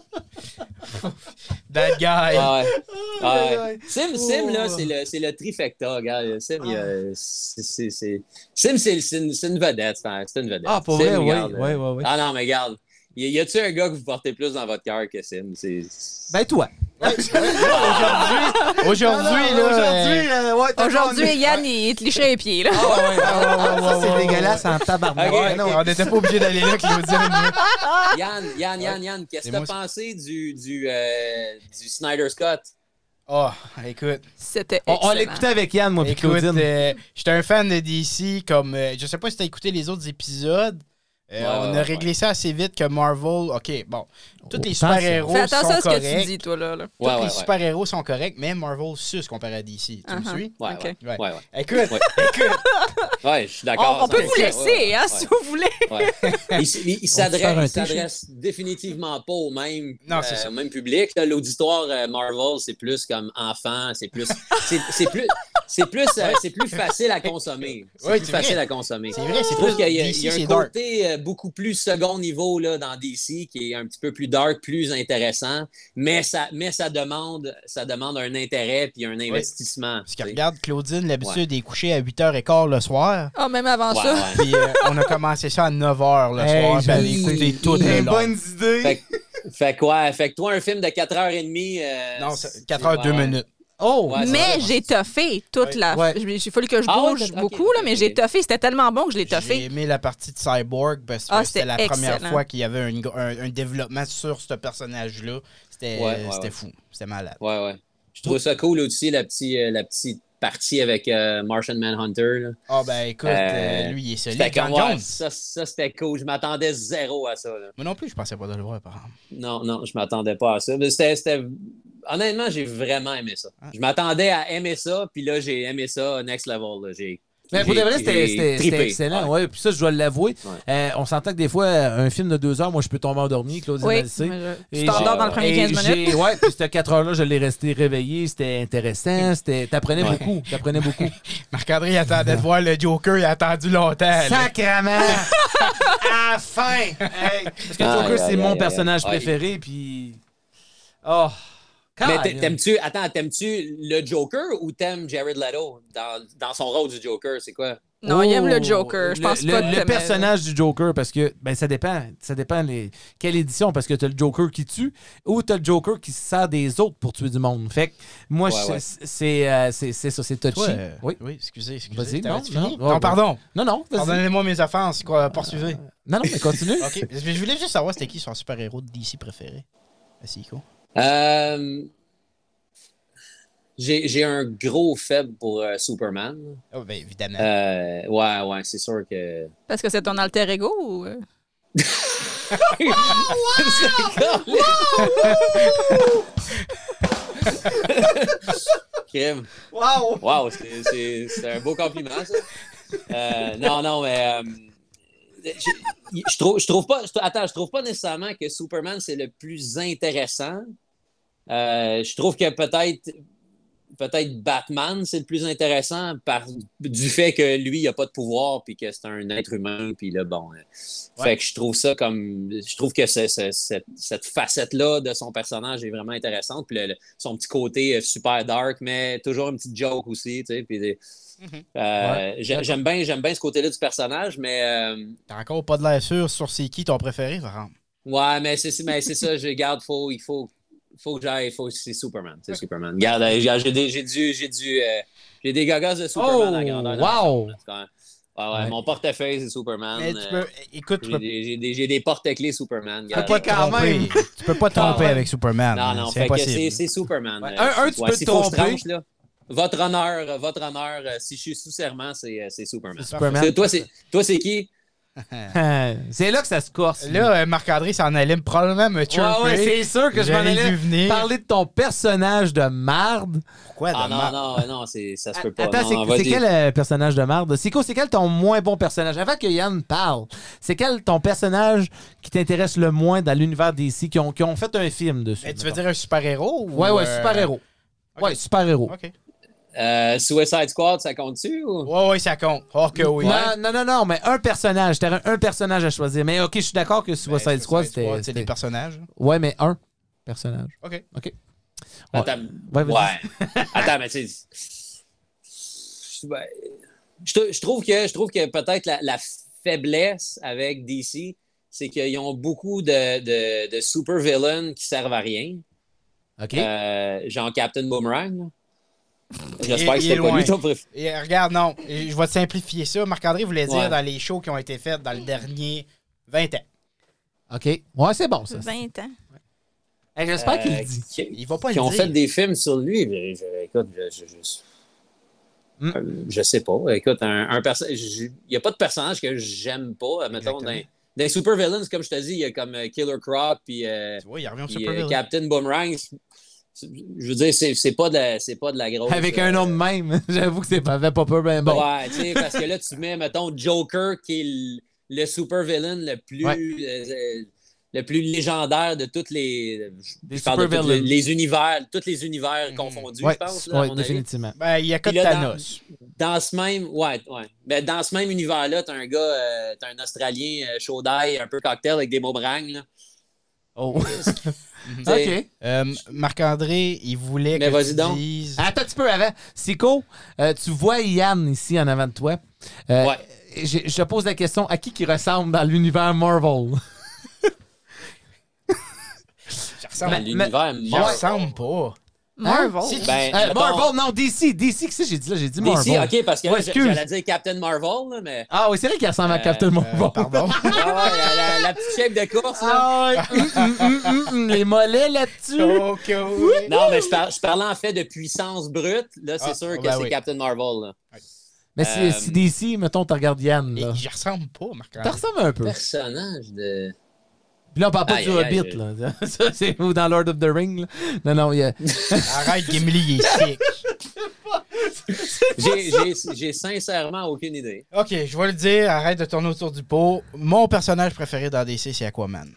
That guy. Ouais. Sim, là, c'est le trifecta, regarde. Sim, c'est une vedette. C'est une vedette. Ah, pour vrai, oui. Ah non, mais regarde. Y a-tu un gars que vous portez plus dans votre cœur que Sim? Ben, toi. Aujourd'hui, Yann, il te lichait les pieds, là. Ça, c'est dégueulasse en tabarnak. On n'était pas obligé d'aller là, Claudine. Yann, qu'est-ce que t'as pensé du Snyder Scott? Oh, écoute. C'était excellent. On l'écoutait avec Yann, moi, puis Claudine. J'étais un fan de DC, comme... je sais pas si t'as écouté les autres épisodes. On a réglé ça assez vite que Marvel... OK, bon. Tous les super-héros sont corrects. Fais attention à ce que tu dis, toi, là. Tous les super-héros sont corrects, mais Marvel suce comparé à DC. Tu me suis? Ouais. Écoute. Ouais, je suis d'accord. On peut vous laisser, si vous voulez. Ouais. Il s'adresse définitivement pas au même public. Là, l'auditoire Marvel, c'est plus comme enfant, c'est plus facile à consommer. C'est plus facile à consommer. C'est vrai, c'est plus qu'il y a un côté beaucoup plus second niveau là, dans DC qui est un petit peu plus dark, plus intéressant, mais ça demande un intérêt puis un investissement. Parce que regarde, Claudine, l'habitude est couchée à 8h15 le soir. Ah, même avant ça. Puis on a commencé ça à 9h le soir, puis elle a écouté tout le long. Bonne idée. Fait que toi, un film de 4h30... non, 4h02 minutes. Oh! Mais j'ai toffé toute la... J'ai fallu que je bouge beaucoup, là, mais j'ai toffé. C'était tellement bon que je l'ai toffé. J'ai aimé la partie de Cyborg parce que c'était la première fois qu'il y avait un développement sur ce personnage-là. C'était fou. C'était malade. Ouais. Je trouve ça cool aussi, la petite parti avec Martian Manhunter. Là. Ah, ben écoute, lui, il est solide. C'était comme, John ouais, Jones. ça, c'était cool. Je m'attendais zéro à ça. Là. Moi non plus, je pensais pas de le voir, par exemple. Non, je m'attendais pas à ça. Mais honnêtement, j'ai vraiment aimé ça. Je m'attendais à aimer ça, puis là, j'ai aimé ça next level. Là. Mais pour de vrai, c'était trippé. excellent. Ouais. Puis ça, je dois l'avouer. Ouais. On s'entend que des fois, un film de 2 heures, moi, je peux tomber endormi, Claudine Oui, le sait. tu t'endors dans le premier 15 minutes. Ouais, puis cette 4 heures-là, je l'ai resté réveillé. C'était intéressant. T'apprenais beaucoup. T'apprenais beaucoup. Marc-André, il attendait de voir le Joker, il a attendu longtemps. Là. Sacrement! À la fin! Hey. Parce que le Joker, c'est mon personnage préféré, puis... Oh! Mais t'aimes-tu le Joker ou t'aimes Jared Leto dans son rôle du Joker? C'est quoi? Non, il aime le Joker. Je pense pas que le personnage du Joker, parce que ben ça dépend quelle édition, parce que t'as le Joker qui tue ou t'as le Joker qui se sert des autres pour tuer du monde. Fait que moi, c'est ça, c'est touchy. Oui, excusez. Vas-y, fini? non, Pardon. Non, vas-y. Pardonnez-moi mes offenses, quoi, poursuivez. Non, mais continue. OK. Je voulais juste savoir c'était qui son super-héros de DC préféré. Merci, cool. J'ai un gros faible pour Superman. Oh, ben, évidemment. Ouais, c'est sûr que... Parce que c'est ton alter ego ou... Crème. Wow, c'est un beau compliment, ça. Non, mais... je trouve pas nécessairement que Superman, c'est le plus intéressant. Je trouve que peut-être Batman, c'est le plus intéressant du fait que lui, il n'a pas de pouvoir puis que c'est un être humain. Puis là, bon. Fait que je trouve que cette facette-là de son personnage est vraiment intéressante. Puis son petit côté super dark, mais toujours une petite joke aussi. Tu sais, puis j'aime bien ce côté-là du personnage, mais... T'as encore pas de l'air sûr sur c'est qui ton préféré, par exemple. Ouais, mais c'est ça, je garde, il faut que j'aille, c'est Superman. C'est Superman. Regarde, j'ai des gagas de Superman à grandeur. Wow! Ouais, mon portefeuille, c'est Superman. Mais J'ai des porte-clés Superman. Tu peux pas te tromper avec Superman. Non, c'est impossible. C'est Superman. Tu peux te tromper. Votre honneur, si je suis sous serment, c'est Superman. Superman. Toi, c'est qui? C'est là que ça se corse. Là, Marc-André s'en allait probablement me tuer. Ouais, c'est sûr que je m'en allais parler de ton personnage de marde. Pourquoi de marde? Non, ça se peut pas. Attends, c'est quel personnage de marde? C'est quel ton moins bon personnage? Avant que Yann parle, c'est quel ton personnage qui t'intéresse le moins dans l'univers DC qui ont fait un film dessus? Mais tu veux dire un super-héros? Ouais, super-héros. Okay. Ouais, super-héros. OK. Suicide Squad, ça compte-tu? Ou? Ouais, ça compte. Oh, que oui. Non, mais un personnage. T'as un personnage à choisir. Mais OK, je suis d'accord que Suicide Squad, c'était... C'est des personnages. Ouais, mais un personnage. OK. Attends, ouais. Attends, mais tu sais... Je trouve que peut-être la faiblesse avec DC, c'est qu'ils ont beaucoup de super-villains qui servent à rien. OK. Genre Captain Boomerang, là. J'espère que c'était pas lui ton préféré. Regarde, non. Je vais te simplifier ça. Marc-André voulait dire dans les shows qui ont été faits dans le dernier 20 ans. OK. Ouais, c'est bon, ça. 20 ans. Hey, j'espère qu'il le dit. Il va pas le dire. Qui ont fait des films sur lui. Écoute, je sais pas. Écoute, il n'y a pas de personnage que j'aime pas. Mettons, dans les super villains, comme je te dis, il y a comme Killer Croc puis Captain Boomerang. Je veux dire, c'est pas de la grosse... Avec un nom de même. J'avoue que c'est pas peur ben bon. Ouais, tu sais, parce que là, tu mets, mettons, Joker, qui est le super villain le plus légendaire de toutes les... les univers, tous les univers confondus, je pense. Oui, définitivement. Ben, il y a que Thanos. Dans ce même... Ouais. Ben, dans ce même univers-là, t'as un gars, t'as un Australien chaud d'ail, un peu cocktail avec des boomerangs, là. Oh. OK. Marc-André, il voulait que tu dises... Attends un petit peu avant. Sico, tu vois Yann ici en avant de toi. Je te pose la question, à qui ressemble dans l'univers Marvel? L'univers Marvel? Je ressemble pas. Marvel. Si- Ben, mettons, Marvel, non, DC. DC, qu'est-ce que j'ai dit là? J'ai dit Marvel. DC, OK, parce que là, Ouais, excuse. j'allais dire Captain Marvel, là, mais... Ah oui, c'est vrai qu'il ressemble à Captain Marvel. Pardon. Ah ouais, la petite shape de course, là. Ah ouais. Les mollets là-dessus. OK, oui. Non, mais je parlais en fait de puissance brute. Là, c'est Ah, sûr que ben c'est oui. Captain Marvel, là. Mais si DC, mettons, tu regardes Yann, là. J'y ressemble pas, T'en Marc-André. ressembles un peu. Personnage de... Puis là, on parle pas Aïe, du aïe, aïe, Hobbit, là. Ça, c'est ou dans Lord of the Ring, là. Non, il y a... Arrête, Gimli, il est sick. J'ai sincèrement aucune idée. OK, je vais le dire, arrête de tourner autour du pot. Mon personnage préféré dans DC, c'est Aquaman.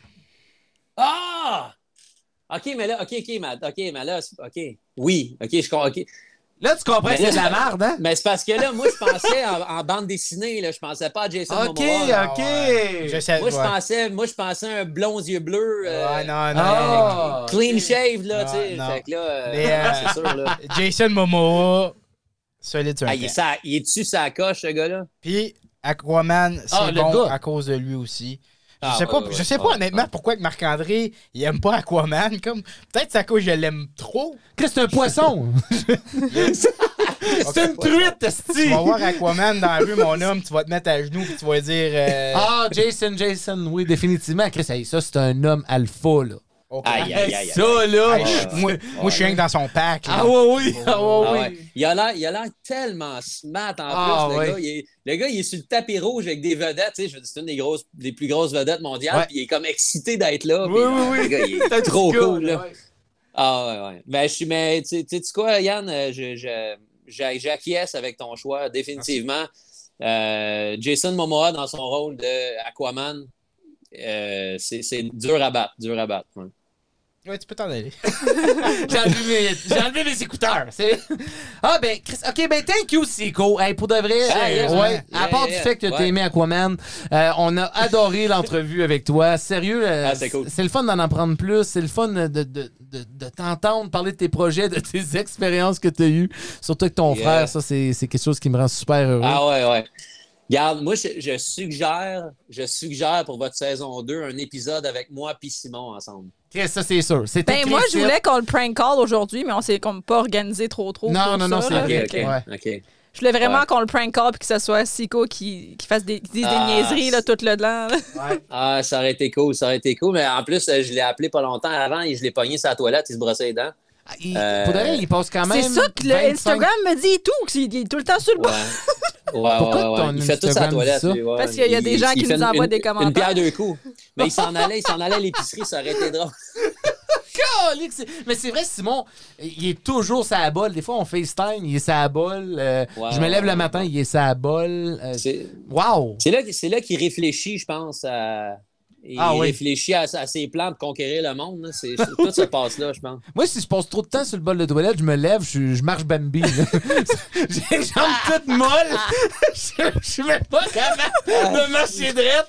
Ah! OK, mais là, OK, mais là, OK. Oui, OK, je comprends. OK. Là, tu comprends Mais que c'est de là, la merde, hein? Mais c'est parce que là, moi, je pensais en bande dessinée, là. Je pensais pas à Jason OK, Momoa. OK. Je sais, Moi, ouais. je pensais à un blond aux yeux bleus. Ouais, non. Ah, Clean OK. shave, là, Non, tu sais. non. Fait que là, Mais, c'est sûr, là. Jason Momoa, solide sur un Ah, camp. il est-tu sa coche, ce gars-là? Puis Aquaman, c'est Ah, le bon gars. à cause de lui aussi. Ah, Je sais pas, ouais, je sais pas ouais, honnêtement ouais. pourquoi que Marc-André il aime pas Aquaman. Comme peut-être c'est à cause que je l'aime trop. Qu'est-ce que c'est un poisson? C'est une truite, Tu esti! vas voir Aquaman dans la rue, mon homme, tu vas te mettre à genoux puis tu vas dire. Ah, Jason, oui, définitivement. Chris, hey, ça, c'est un homme alpha, là. OK. Aïe, Hey, aïe, aïe. ça, là! Hey, moi, je suis rien que dans son pack. là. Ah ouais, oui! Ah Ah ouais, ouais. oui! Il a l'air tellement smart en Ah, plus, ouais. le gars. Le gars, il est sur le tapis rouge avec des vedettes. Tu sais, c'est une des plus grosses vedettes mondiales. Ouais. Puis il est comme excité d'être là. Oui, puis, oui, oui. Le gars, il C'est un est trop petit gars, cool. Là. ouais. Ah ouais. Ben, mais tu sais quoi, Yann? J'acquiesce avec ton choix, définitivement. Jason Momoa dans son rôle de Aquaman, c'est dur à battre. Ouais. Ouais, tu peux t'en aller. J'ai enlevé mes écouteurs. Ah, ben, Chris, OK, ben, thank you, Siko. Hey, pour de vrai, Ah, yeah, ouais, yeah, à part yeah, du fait que t'as ouais. aimé Aquaman, on a adoré l'entrevue avec toi. Sérieux, c'est cool. c'est le fun d'en apprendre plus. C'est le fun de t'entendre parler de tes projets, de tes expériences que t'as eues. Surtout avec ton Yeah. frère, ça, c'est quelque chose qui me rend super heureux. Ah ouais. Regarde, moi, je suggère pour votre saison 2 un épisode avec moi et Simon ensemble. Chris, ça, c'est sûr. C'est Ben, écrit moi, je ici. voulais qu'on le prank call aujourd'hui, mais on s'est comme pas organisé trop. Non, pour non, ça, c'est là. vrai. Fait que Ouais. OK. Je voulais vraiment Ouais. qu'on le prank call puis que ce soit Siko qui dise des niaiseries là, tout le temps. là. Ah, ça aurait été cool. Mais en plus, je l'ai appelé pas longtemps avant et je l'ai pogné sur la toilette, il se brossait les dents. Pour de vrai, il passe quand même. C'est ça que le 25. Instagram me dit et tout, qu'il est tout le temps sur le bord. Ouais. Pourquoi ton Il fait tout ça à la Instagram toilette. dit ça? lui, ouais. Parce qu'il y a des gens qui fait nous envoient des Une commentaires. pierre deux coups. Mais il s'en allait à l'épicerie, ça aurait été drôle. Calique, mais c'est vrai, Simon, il est toujours sa bol. Des fois, on FaceTime, il est sa bol. Je me lève le matin, il est sa bol. Wow! C'est là qu'il réfléchit, je pense, il réfléchit à ses plans de conquérir le monde. Là. Tout se passe là, je pense. Moi, si je passe trop de temps sur le bol de toilette, je me lève, je marche Bambi. là. J'ai les jambes toutes molles. Je suis même pas capable de marcher droite.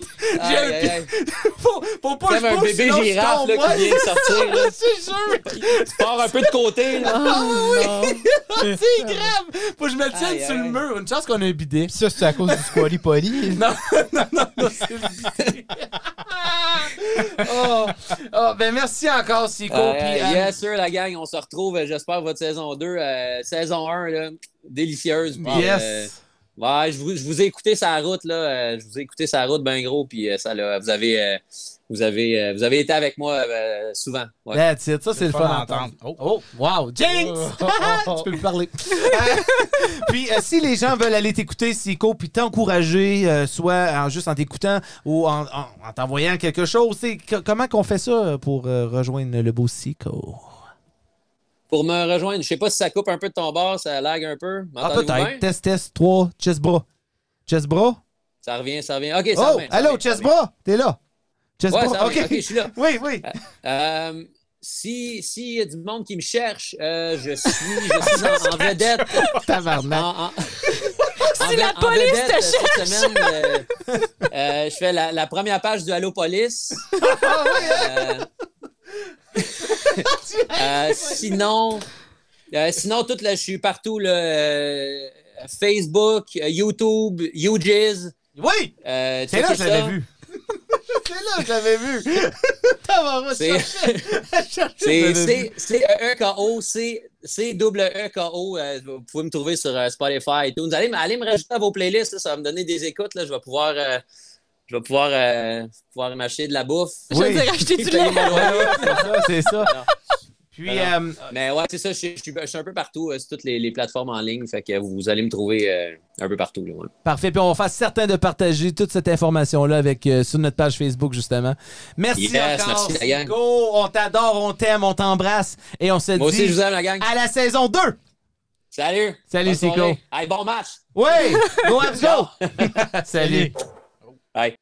Faut pas que Comme je un bouge, bébé sinon je girafe tombe, là, ouais. qui vient de sortir. Là. C'est sûr! Tu pars un peu de côté. Là. C'est grave! Faut que je me tienne Aïe, sur le aïe. mur. Une chance qu'on a un bidet. Ça, c'est à cause du Squally Polly. Non, c'est le bidet. Ben merci encore, Siko. Puis, Yes, sir, la gang. On se retrouve, j'espère, votre saison 2. Saison 1, là, délicieuse. Puis, yes! ouais, je vous ai écouté sur la route, là. Je vous ai écouté sur la route bien gros, puis ça, là, vous avez été avec moi souvent. Ouais. That's it. Ça, c'est le fun à d'entendre. entendre. Oh, wow! Jinx! Tu peux me parler. Puis, si les gens veulent aller t'écouter, Siko, puis t'encourager, soit juste en t'écoutant ou en t'envoyant quelque chose, comment qu'on fait ça pour rejoindre le beau Siko? Pour me rejoindre, je sais pas si ça coupe un peu de ton bord, ça lag un peu. M'entendez-vous bien? Peut-être. Test, 3, chest bras. Chest bras? Ça revient. OK, ça revient. Allô, chest bras? T'es là? Chest Ouais, bras? ça revient. OK, je suis là. Oui. Si y a du monde qui me cherche, je suis en vedette. Tabarnak. Si la police vedette, te cette semaine, je fais la première page du Allo Police. Sinon, je suis partout. Là, Facebook, YouTube, UJizz. Oui! C'est là que je l'avais vu. C'est là que j'avais vu. C'est C-E-E-K-O, C-E-E-K-O. Vous pouvez me trouver sur Spotify et tout. Allez me rajouter à vos playlists. Là, ça va me donner des écoutes. Là. Je vais pouvoir m'acheter de la bouffe. Je veux dire, acheter du lait. C'est ça. Puis, mais ouais, c'est ça. Je suis un peu partout sur toutes les plateformes en ligne. Fait que vous allez me trouver un peu partout. Là, ouais. Parfait. Puis on va faire certain de partager toute cette information-là sur notre page Facebook, justement. Merci encore. Merci, la gang. Go! On t'adore, on t'aime, on t'embrasse. Et on se Moi dit aussi, je vous aime, la gang. à la saison 2. Salut. Salut, Siko. Hey, bon match. Oui! Go, Habs, go! Salut. Bye.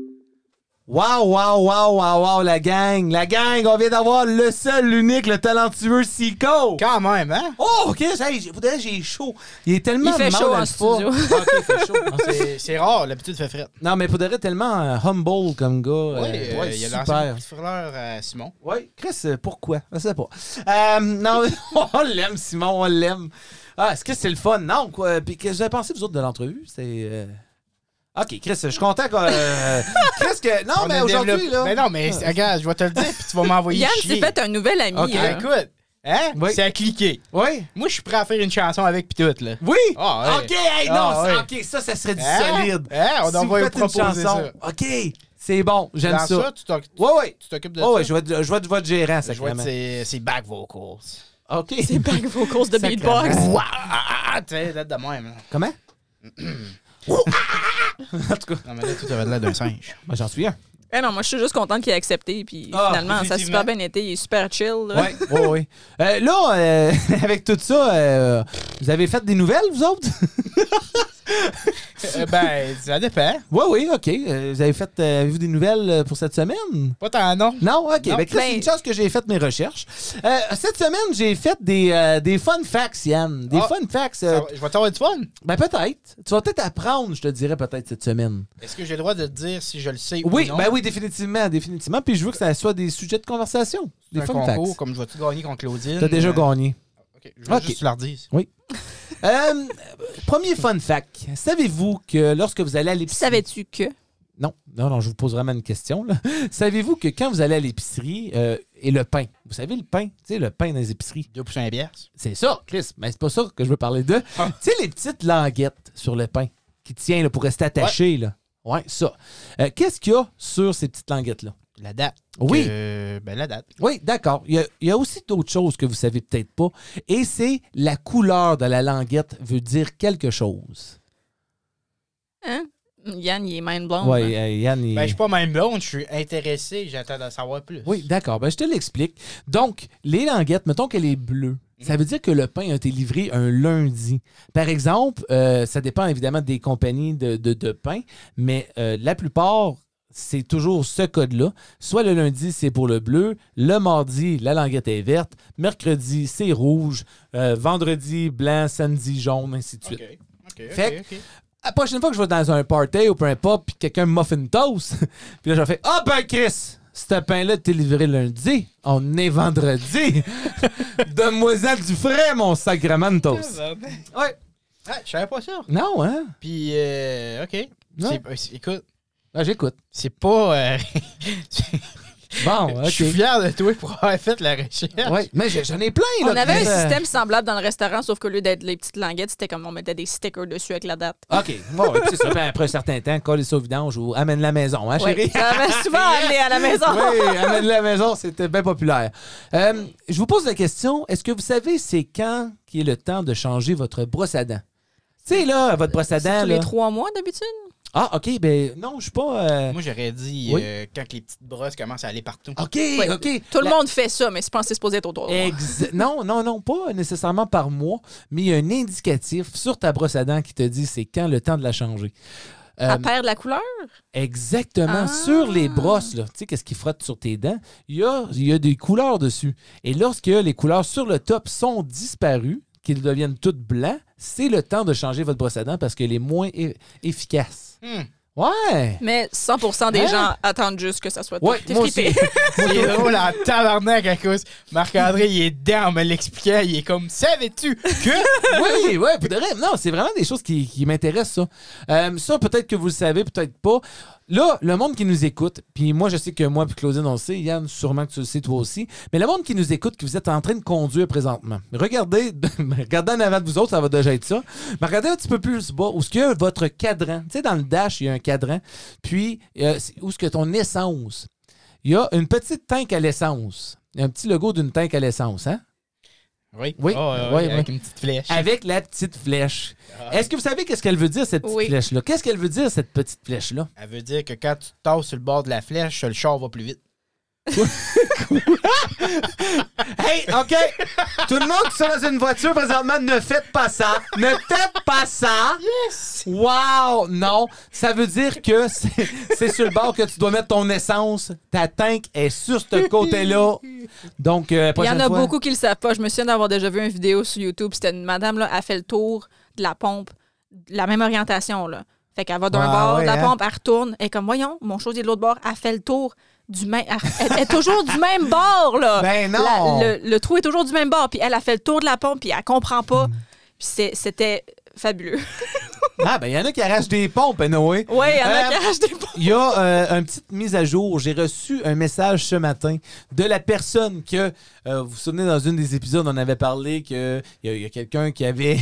Wow, la gang. La gang, on vient d'avoir le seul, l'unique, le talentueux Siko. Quand même, hein? Oh, OK, j'ai chaud. Il est tellement Il fait mal chaud dans en le studio. fort. OK, il fait chaud. C'est rare, l'habitude fait frette. Non, mais faudrait tellement humble comme gars. Oui, il y a lancé super. beaucoup de fruleurs à Simon. Oui, Chris, pourquoi? Je sais pas. Non, on l'aime, Simon, on l'aime. Ah, est-ce que c'est le fun? Non, quoi. Puis que vous avez pensé, vous autres, de l'entrevue? C'est... OK, Chris, je suis content que... Chris, que... Non, mais aujourd'hui, là... Mais non, mais regarde, je vais te le dire, puis tu vas m'envoyer Yann chier. s'est fait un nouvel ami. Ok. là. Écoute, hein? Oui. C'est à cliquer. Oui? Moi, je suis prêt à faire une chanson avec pis tout, là. Oui? Ah, ouais. OK, hey, non, Ah, ouais. OK, ça serait du Hein? solide. Hein? On Si en vous va lui faites une proposer chanson. ça. OK, c'est bon, j'aime Dans ça. tu t'occupes Oui. tu t'occupes de Oh, ça. oui, je vais être votre gérant, Je vais sacrément. être ses back vocals. OK. C'est back vocals de Sacrément. beatbox. Waouh! Tu sais, d'être de même. Là. Comment? En tout cas, Non, mais là, tu avais l'air d'un singe. ben, j'en suis un. Eh non, moi, je suis juste contente qu'il ait accepté. Puis Ah, finalement, ça a effectivement. super bien été. Il est super chill. Là. Oui. Là, avec tout ça, vous avez fait des nouvelles, vous autres? Ben, ça dépend. Oui, OK. Vous avez fait avez-vous des nouvelles pour cette semaine? Pas tant, non. Non? OK. Non. Ben, Chris, c'est une chance que j'ai fait mes recherches. Cette semaine, j'ai fait des fun facts, Yann. Des Ah. fun facts. Je vais t'avoir du fun. Ben, peut-être. Tu vas peut-être apprendre, je te dirais, peut-être cette semaine. Est-ce que j'ai le droit de te dire si je le sais Oui, ou non? ben oui, définitivement. Puis je veux que ça soit des sujets de conversation. Des un fun concours, facts. comme je vais-tu gagner contre Claudine? T'as déjà gagné. OK, je veux Ok. juste que tu leur dises. Premier fun fact. Savez-vous que lorsque vous allez à l'épicerie... Savais-tu que? Non, je vous pose vraiment une question. Là. Savez-vous que quand vous allez à l'épicerie et le pain, vous savez le pain, tu sais, le pain dans les épiceries, 2 poussins à bière. c'est ça, Chris, mais c'est pas ça que je veux parler de. Ah. Tu sais, les petites languettes sur le pain qui tiennent là, pour rester attaché, là. Ouais, ça. Qu'est-ce qu'il y a sur ces petites languettes-là? La date. Oui. Ben, la date. Oui, d'accord. Il y a aussi d'autres choses que vous savez peut-être pas. Et c'est la couleur de la languette veut dire quelque chose. Hein? Yann, il est mind blown. Oui, hein. Yann, il... Ben, je suis pas même blonde, je suis intéressé, j'attends d'en savoir plus. Oui, d'accord. Ben, je te l'explique. Donc, les languettes, mettons qu'elle est bleue. Ça veut dire que le pain a été livré un lundi. Par exemple, ça dépend évidemment des compagnies de pain, mais la plupart, c'est toujours ce code-là. Soit le lundi, c'est pour le bleu. Le mardi, la languette est verte. Mercredi, c'est rouge. Vendredi, blanc. Samedi, jaune, ainsi de suite. OK. Fait que- La prochaine fois que je vais dans un party ou peu importe, puis quelqu'un me muffin toast, puis là, je vais faire « Ah ben Chris, ce pain-là t'es livré lundi. On est vendredi. Donne-moi-en du frais, mon sacrement de toast. » Ouais. Ah, je savais pas ça. Non, hein? Puis, OK. Ouais. Écoute, Ah, j'écoute. c'est pas... Bon, Je suis OK. fier de toi pour avoir fait la recherche. Ouais, mais j'en ai plein, là. On avait Chris. un système semblable dans le restaurant, sauf qu'au lieu d'être les petites languettes, c'était comme on mettait des stickers dessus avec la date. OK. Bon, ouais, puis c'est ça. Puis après un certain temps, coller ça au vidange ou amène la maison, hein, Oui, chérie? ça avait souvent amené à la maison. Oui, amène la maison, c'était bien populaire. Je vous pose la question, est-ce que vous savez c'est quand qui est le temps de changer votre brosse à dents? Tu sais, là, votre brosse à C'est dents, tous là... les 3 mois d'habitude? Ah, OK, ben non, je suis pas... Moi, j'aurais dit Oui. quand les petites brosses commencent à aller partout. OK, Oui. OK. Tout le monde fait ça, mais je pense que c'est supposé être autour. Non, pas nécessairement par mois, mais il y a un indicatif sur ta brosse à dents qui te dit c'est quand le temps de la changer. À perdre la couleur? Exactement. Ah. Sur les brosses, là, tu sais, qu'est-ce qui frotte sur tes dents? Il y a des couleurs dessus. Et lorsque les couleurs sur le top sont disparues, qu'ils deviennent toutes blancs, c'est le temps de changer votre brosse à dents parce qu'elle est moins efficace. Ouais! Mais 100% des Hein? gens attendent juste que ça soit tout Ouais, moi aussi. effrité. C'est drôle en tabarnak à cause. Marc-André, il est dedans en me l'expliquant. Il est comme, savais-tu que. Oui, pour de vrai. Non, c'est vraiment des choses qui m'intéressent, ça. Ça, peut-être que vous le savez, peut-être pas. là, le monde qui nous écoute, puis moi, je sais que moi puis Claudine, on le sait, Yann, sûrement que tu le sais toi aussi, mais le monde qui nous écoute, que vous êtes en train de conduire présentement, regardez en avant de vous autres, ça va déjà être ça, mais regardez un petit peu plus bas, où est-ce qu'il y a votre cadran. Tu sais, dans le dash, il y a un cadran, puis où est-ce que ton essence, il y a une petite tank à l'essence. Il y a un petit logo d'une tank à l'essence, hein? Oui. Oui. Avec une petite flèche. Avec la petite flèche. Est-ce que vous savez qu'est-ce qu'elle veut dire, cette petite flèche-là? Qu'est-ce qu'elle veut dire, cette petite flèche-là? Elle veut dire que quand tu te tasses sur le bord de la flèche, le char va plus vite. Hey, OK! Tout le monde qui sont dans une voiture présentement, ne faites pas ça! Ne faites pas ça! Yes! Wow! Non, ça veut dire que c'est sur le bord que tu dois mettre ton essence. Ta tank est sur ce côté-là. Donc, Il y prochaine en a fois... beaucoup qui le savent pas. Je me souviens d'avoir déjà vu une vidéo sur YouTube. C'était une madame, là, elle fait le tour de la pompe, de la même orientation, là. Fait qu'elle va d'un bord de la pompe, elle retourne. Elle est comme, voyons, mon chose est de l'autre bord. Elle fait le tour du même... Elle est toujours du même bord, là. Ben non! Le trou est toujours du même bord. Puis elle a fait le tour de la pompe, puis elle comprend pas. Puis c'était fabuleux. Ah, ben il y en a qui arrachent des pompes, Noé. Oui, il y en a qui arrachent des pompes. Il y a une petite mise à jour. J'ai reçu un message ce matin de la personne que, vous vous souvenez, dans une des épisodes, on avait parlé qu'il y a quelqu'un qui avait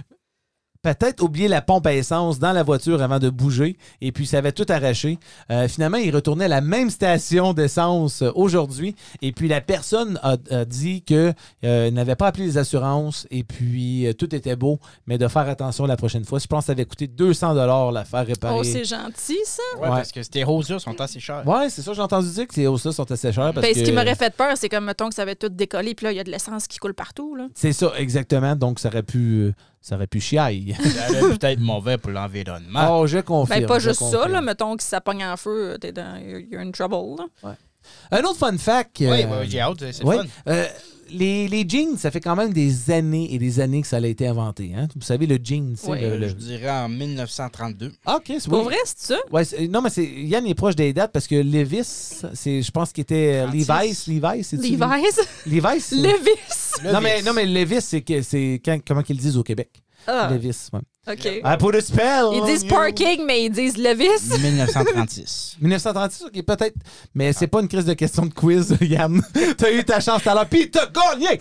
peut-être oublié la pompe à essence dans la voiture avant de bouger et puis ça avait tout arraché. Finalement, il retournait à la même station d'essence aujourd'hui et puis la personne a dit que n'avait pas appelé les assurances et puis tout était beau, mais de faire attention la prochaine fois. Je pense que ça avait coûté 200$ la faire réparer. Oh, c'est gentil, ça. Ouais, parce que ces roses-là sont assez chères. Ouais, c'est ça, j'ai entendu dire que ces hausses-là sont assez chères. Parce Ben, que... ce qui m'aurait fait peur, c'est comme, mettons, que ça avait tout décollé, puis là, il y a de l'essence qui coule partout, là. C'est ça, exactement. Donc, ça aurait pu chiailler. Ça aurait peut-être mauvais pour l'environnement. Oh, je confirme. Ben, pas juste ça, confirme. là. Mettons que si ça pogne en feu, you're in trouble, là. Ouais. Un autre fun fact. Oui, j'ai hâte, c'est ouais, le fun. Les jeans, ça fait quand même des années et des années que ça a été inventé. Hein? Vous savez, le jean, c'est Oui. le... Je dirais en 1932. Ah, OK, c'est Pour oui. vrai, c'est ça? Ouais, non, mais Yann est proche des dates parce que Levis, je pense qu'il était 36. Levi's, c'est Levi's? Levi's? Levis? Non, mais Levis, c'est comment qu'ils le disent au Québec. Ah, Levis, ouais. OK. I put a spell Ils on disent you. parking, mais ils disent Levis. 1936. 1936, OK, peut-être. Mais c'est pas une crise de question de quiz, Yann. T'as eu ta chance tout à l'heure, puis t'as gagné!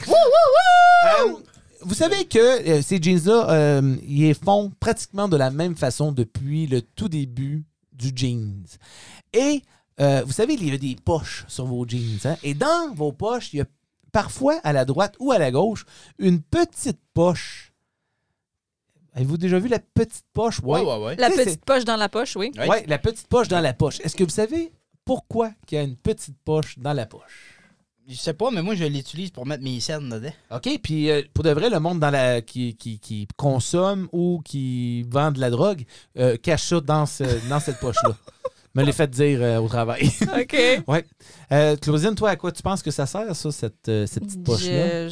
Vous savez que ces jeans-là, ils les font pratiquement de la même façon depuis le tout début du jeans. Et vous savez, il y a des poches sur vos jeans. Hein? Et dans vos poches, il y a parfois à la droite ou à la gauche une petite poche. Avez-vous déjà vu la petite poche? Ouais. La Tu sais, petite poche dans la poche, oui. Ouais. Oui, la petite poche dans la poche. Est-ce que vous savez pourquoi il y a une petite poche dans la poche? Je sais pas, mais moi, je l'utilise pour mettre mes scènes dedans. OK, puis pour de vrai, le monde qui consomme ou qui vend de la drogue cache ça dans cette poche-là. Me l'ai fait dire au travail. OK. Ouais. Claudine, toi, à quoi tu penses que ça sert, ça, cette petite poche-là?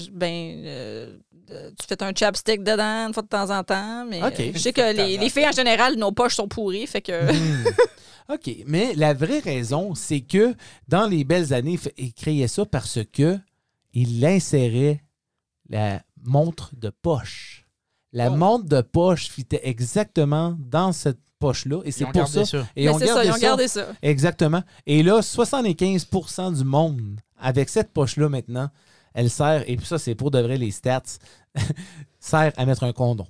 Tu fais un chapstick dedans une fois de temps en temps, mais OK. je sais que les filles, en général, nos poches sont pourries, fait que... OK, mais la vraie raison, c'est que dans les belles années, il créait ça parce que il insérait la montre de poche. La montre de poche fitait exactement dans cette poche-là. Et c'est pour ça. Et Mais c'est ça, ils ont gardé ça. Exactement. Et là, 75% du monde, avec cette poche-là maintenant, elle sert, et puis ça, c'est pour de vrai les stats, sert à mettre un condom.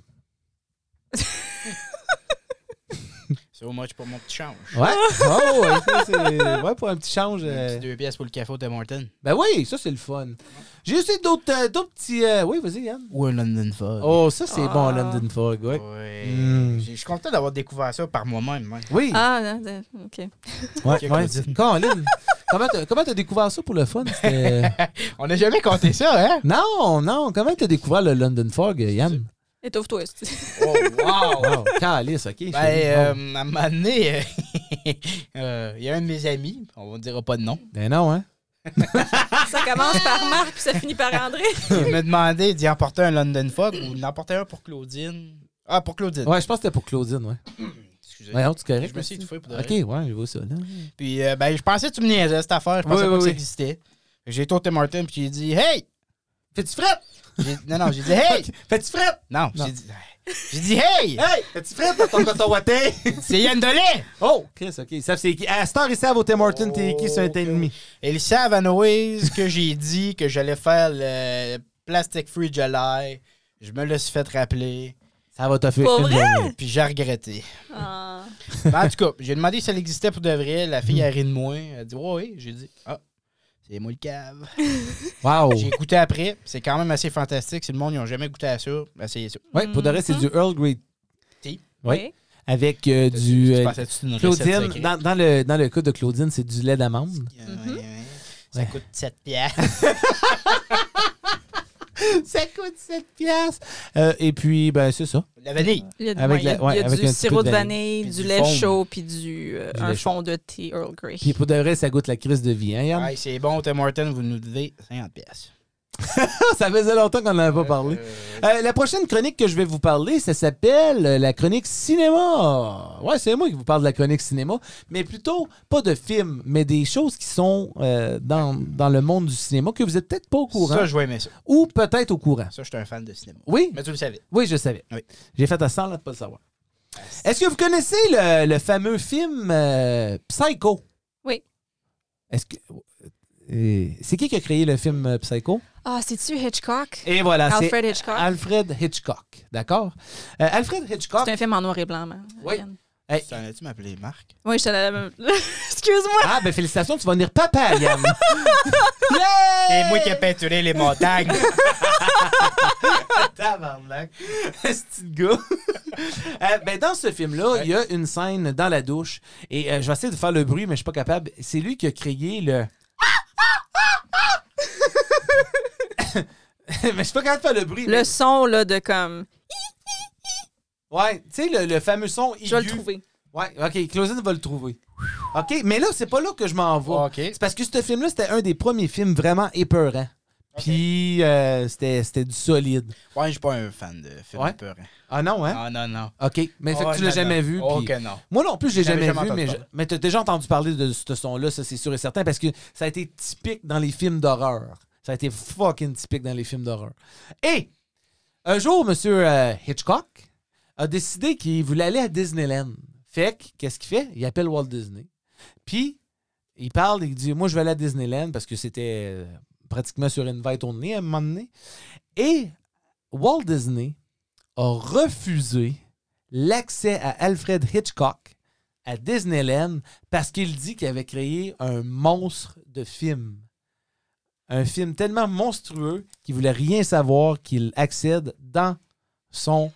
So much pour mon petit change. Ouais. Oh, ouais, ça, ouais, pour un petit change. Un petit 2 pièces pour le café au Tim Hortons. Ben oui, ça, c'est le fun. J'ai aussi d'autres petits... Oui, vas-y, Yann. Ou un London Fog. Oh, ça, c'est bon, London Fog, ouais. Ouais. Je suis content d'avoir découvert ça par moi-même. Ouais. Oui. Ah, OK. Ouais, Ok, ouais. Claudine. Colin, comment t'as découvert ça pour le fun? On n'a jamais compté ça, hein? Non. Comment t'as découvert le London Fog, Yann? Étouffe-toi. Oh, wow! Wow, calice, OK. Ben, à un moment donné, il y a un de mes amis, on ne dira pas de nom, Ben non, hein? Ça commence par Marc, puis ça finit par André. il m'a demandé d'y emporter un London Fog ou d'en emporter un pour Claudine. Ah, pour Claudine. Ouais, je pense que c'était pour Claudine, ouais. Excusez. Ouais, tu correct? Je me suis étouffé pour de OK, vrai. ouais, je vois ça, là. Puis, ben, je pensais que tu me niaisais cette affaire. Je pensais pas que ça existait. J'ai été au Tim Hortons puis j'ai dit « Hey! Fais-tu frette? » Non, j'ai dit « Hey! Fais-tu frette? Non, Non. j'ai dit J'ai dit, hey! Hey, petit frère, t'as ton coton watté? C'est Yann Delay! Oh, Chris, OK. Ils savent c'est qui. À cette heure, ils savent au Tim Hortons, t'es qui sur un ennemi. Et ils savent à Noise que j'ai dit que j'allais faire le Plastic Free July. Je me le suis fait rappeler. Ça va te faire Pour une vrai? journée. Puis j'ai regretté. Ah. Mais en tout cas, j'ai demandé si elle existait pour de vrai. La fille a ri de moi. Elle a dit, ouais, oui. J'ai dit, ah, c'est moi le cave. Wow. J'ai goûté après. C'est quand même assez fantastique. Si le monde n'a jamais goûté à ça, essayez ça. Oui, pour de vrai, c'est du Earl Grey. Tea. Oui. Avec du. Tu pensais que c'était une Claudine, recette secrète? dans le cas de Claudine, c'est du lait d'amande. Ça coûte 7 piastres. Ça coûte 7 piastres. Et puis, ben, c'est ça. La vanille. Il y a, Avec il y a- la- ouais, il y a avec du un petit sirop peu de de vanille, Puis du du lait foam. chaud, puis un lait fond de thé Earl Grey. Puis pour de vrai, ça goûte la crise de vie, hein, Yann? Ouais, c'est bon, Tim Hortons, vous nous devez 50 piastres. Ça faisait longtemps qu'on n'en avait pas parlé. La prochaine chronique que je vais vous parler, ça s'appelle la chronique cinéma. Ouais, c'est moi qui vous parle de la chronique cinéma, mais plutôt pas de films, mais des choses qui sont dans le monde du cinéma que vous êtes peut-être pas au courant. Ça, je vais aimer ça. Ou peut-être au courant. Ça, je suis un fan de cinéma. Oui? Mais tu le savais. Oui, je savais. Oui. J'ai fait à 100 là de pas le savoir. Est-ce que vous connaissez le fameux film Psycho? Oui. Est-ce que... c'est qui a créé le film Psycho? Ah, c'est-tu Hitchcock? Et voilà, c'est Alfred Hitchcock. Alfred Hitchcock, d'accord? Alfred Hitchcock... C'est un film en noir et blanc, man. Oui. Yann. Hey. T'en as-tu m'appeler Marc? Oui, je te la même. Excuse-moi. Ah, ben félicitations, tu vas venir papa, Yann. C'est moi qui ai peinturé les montagnes. Tabarnak. Ce petit gars. Ben, dans ce film-là, il y a une scène dans la douche. Et je vais essayer de faire le bruit, mais je suis pas capable. C'est lui qui a créé le... mais je suis pas capable de faire le bruit. Le son, là, de comme... Ouais, tu sais, le fameux son aigu. Je vais le trouver. Ouais, OK, Claudine va le trouver. OK, mais là, c'est pas là que je m'en vais. OK. C'est parce que ce film-là, c'était un des premiers films vraiment épeurants. Puis, c'était du solide. Ouais, je suis pas un fan de films Ouais. épeurants. Ah non, hein? Ah, non, non. OK, mais fait que Oh, tu l'as non, jamais non. vu. Oh, puis- que non. Moi non plus, je l'ai J'avais jamais jamais vu, entendu mais, parler. mais tu as déjà entendu parler de ce son-là, ça c'est sûr et certain, parce que ça a été typique dans les films d'horreur. Ça a été fucking typique dans les films d'horreur. Et un jour, M. Hitchcock a décidé qu'il voulait aller à Disneyland. Fait que, qu'est-ce qu'il fait? Il appelle Walt Disney. Puis, il parle, il dit, moi, je vais aller à Disneyland parce que c'était pratiquement sur invite only à un moment donné. Et Walt Disney a refusé l'accès à Alfred Hitchcock à Disneyland parce qu'il dit qu'il avait créé un monstre de film. Un film tellement monstrueux qu'il voulait rien savoir qu'il accède dans son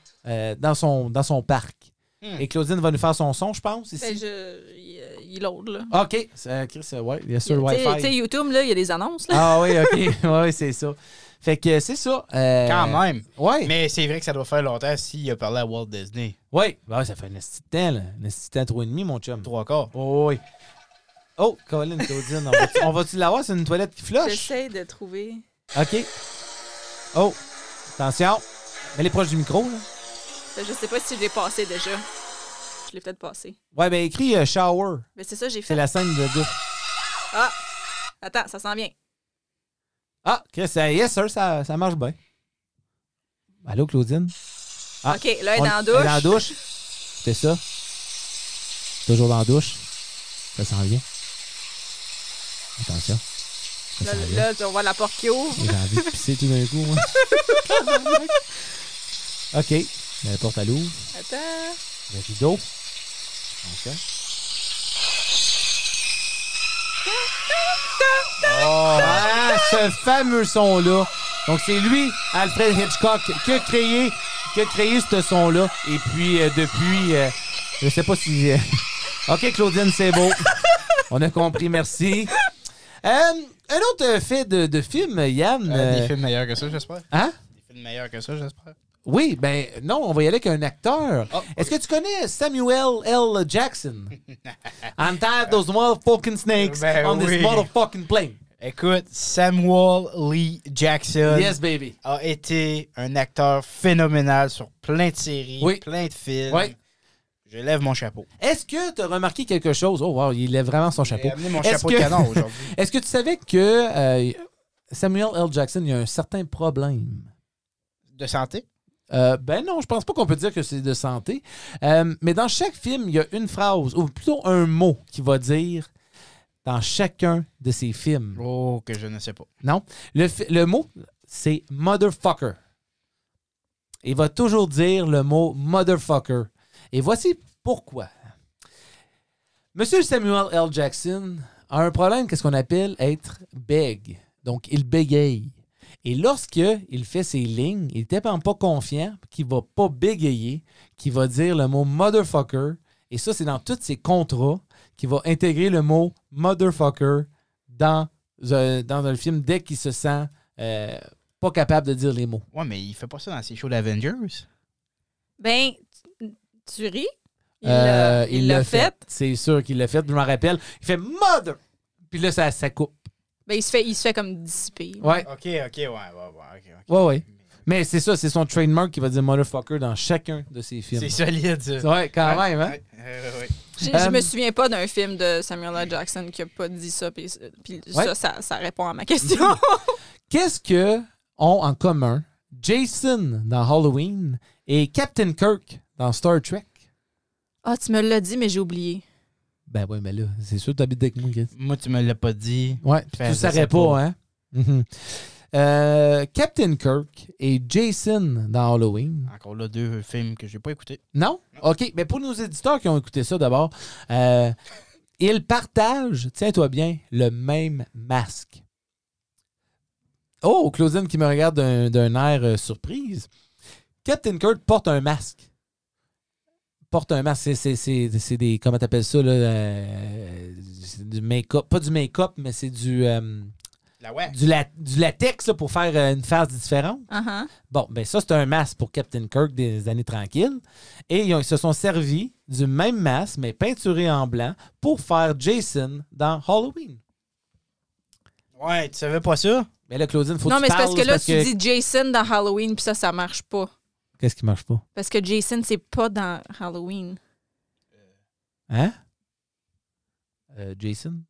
parc. Et Claudine va nous faire son son, je pense, ici. Ben, il load, là. OK. Chris, ouais, il y a sur le Tu sais, Wi-Fi. YouTube, là, il y a des annonces, là. Ah oui, OK. Oui, c'est ça. Fait que c'est ça. Quand même. Oui. Mais c'est vrai que ça doit faire longtemps s'il a parlé à Walt Disney. Oui. Ben, ça fait un esti de temps, là. Un esti de temps 3,5, mon chum. 3/4. Oh, oui. Oh, Colin, Claudine, on va-tu l'avoir? C'est une toilette qui flush? J'essaie de trouver. OK. Oh, attention. Elle est proche du micro, là. Ben, je sais pas si je l'ai passé déjà. Je l'ai peut-être passé. Ouais, ben écrit shower. Ben, c'est ça, j'ai C'est fait. la scène de douche. Ah! Attends, ça s'en vient. Ah, Chris, yes, sir, ça marche bien. Allô, Claudine? Ah, OK, là, elle est dans la douche. Elle est dans la douche. C'est ça. Toujours dans la douche. Ça s'en vient. Attention. Ça Là, s'en vient. là, tu vas voir la porte qui ouvre. J'ai envie de pisser tout d'un coup, moi. OK. La porte à l'ouvre. Attends. Le rideau. Attention. Ah, ce fameux son-là. Donc, c'est lui, Alfred Hitchcock, qui a créé ce son-là. Et puis, depuis, je sais pas si... OK, Claudine, c'est beau. On a compris, merci. Un autre fait de film, Yann. Des films meilleurs que ça, j'espère. Hein? Des films meilleurs que ça, j'espère. Oui, ben non, on va y aller avec un acteur. Oh, Est-ce que tu connais Samuel L. Jackson? I'm tired of those motherfucking snakes Ben on oui. this motherfucking plane. Écoute, Samuel Lee Jackson Yes, baby. a été un acteur phénoménal sur plein de séries, Oui. plein de films. Oui. Je lève mon chapeau. Est-ce que tu as remarqué quelque chose? Oh, wow, il lève vraiment son chapeau. J'ai amené mon Est-ce chapeau que- de canon aujourd'hui. Est-ce que tu savais que Samuel L. Jackson, il a un certain problème? De santé? Ben non, je pense pas qu'on peut dire que c'est de santé. Mais dans chaque film, il y a une phrase, ou plutôt un mot qui va dire dans chacun de ces films. Oh, que je ne sais pas. Non. Le mot, c'est motherfucker. Il va toujours dire le mot motherfucker. Et voici pourquoi. Monsieur Samuel L. Jackson a un problème, qu'est-ce qu'on appelle être bègue. Donc, il bégaye. Et lorsqu'il fait ses lignes, il n'est pas confiant qu'il ne va pas bégayer, qu'il va dire le mot motherfucker. Et ça, c'est dans tous ses contrats qu'il va intégrer le mot motherfucker dans un film dès qu'il se sent pas capable de dire les mots. Ouais, mais il fait pas ça dans ses shows d'Avengers. Ben, tu ris? Il l'a fait. C'est sûr qu'il l'a fait. Je m'en rappelle. Il fait mother. Puis là, ça coupe. Ben, il se fait comme dissiper. Ouais. OK, ouais. Ouais. Mais c'est ça, c'est son trademark qui va dire motherfucker dans chacun de ses films. C'est solide, ça. Ouais, quand même, hein? Ouais. Je me souviens pas d'un film de Samuel L. Jackson qui a pas dit ça, puis Ouais. ça répond à ma question. Qu'est-ce que ont en commun Jason dans Halloween et Captain Kirk dans Star Trek? Ah, tu me l'as dit, mais j'ai oublié. Ben oui, mais là, c'est sûr que t'habites avec moi, Chris. Moi, tu me l'as pas dit. Ouais, puis tu savais pas, hein? Mhm. Captain Kirk et Jason dans Halloween. Encore là, 2 films que j'ai pas écoutés. Non? OK, mais pour nos éditeurs qui ont écouté ça d'abord, ils partagent, tiens-toi bien, le même masque. Oh, Claudine qui me regarde d'un air surprise. Captain Kirk porte un masque. C'est des... Comment t'appelles ça, là? C'est du make-up. Pas du make-up, mais c'est du latex là, pour faire une face différente. Uh-huh. Bon, ben ça, c'est un masque pour Captain Kirk des années tranquilles. Et ils se sont servis du même masque, mais peinturé en blanc, pour faire Jason dans Halloween. Ouais, tu savais pas ça? Mais là, Claudine, faut Non, que mais tu c'est parles. parce que là, c'est tu dis Jason dans Halloween, puis ça marche pas. Qu'est-ce qui marche pas? Parce que Jason, c'est pas dans Halloween. Hein? Jason?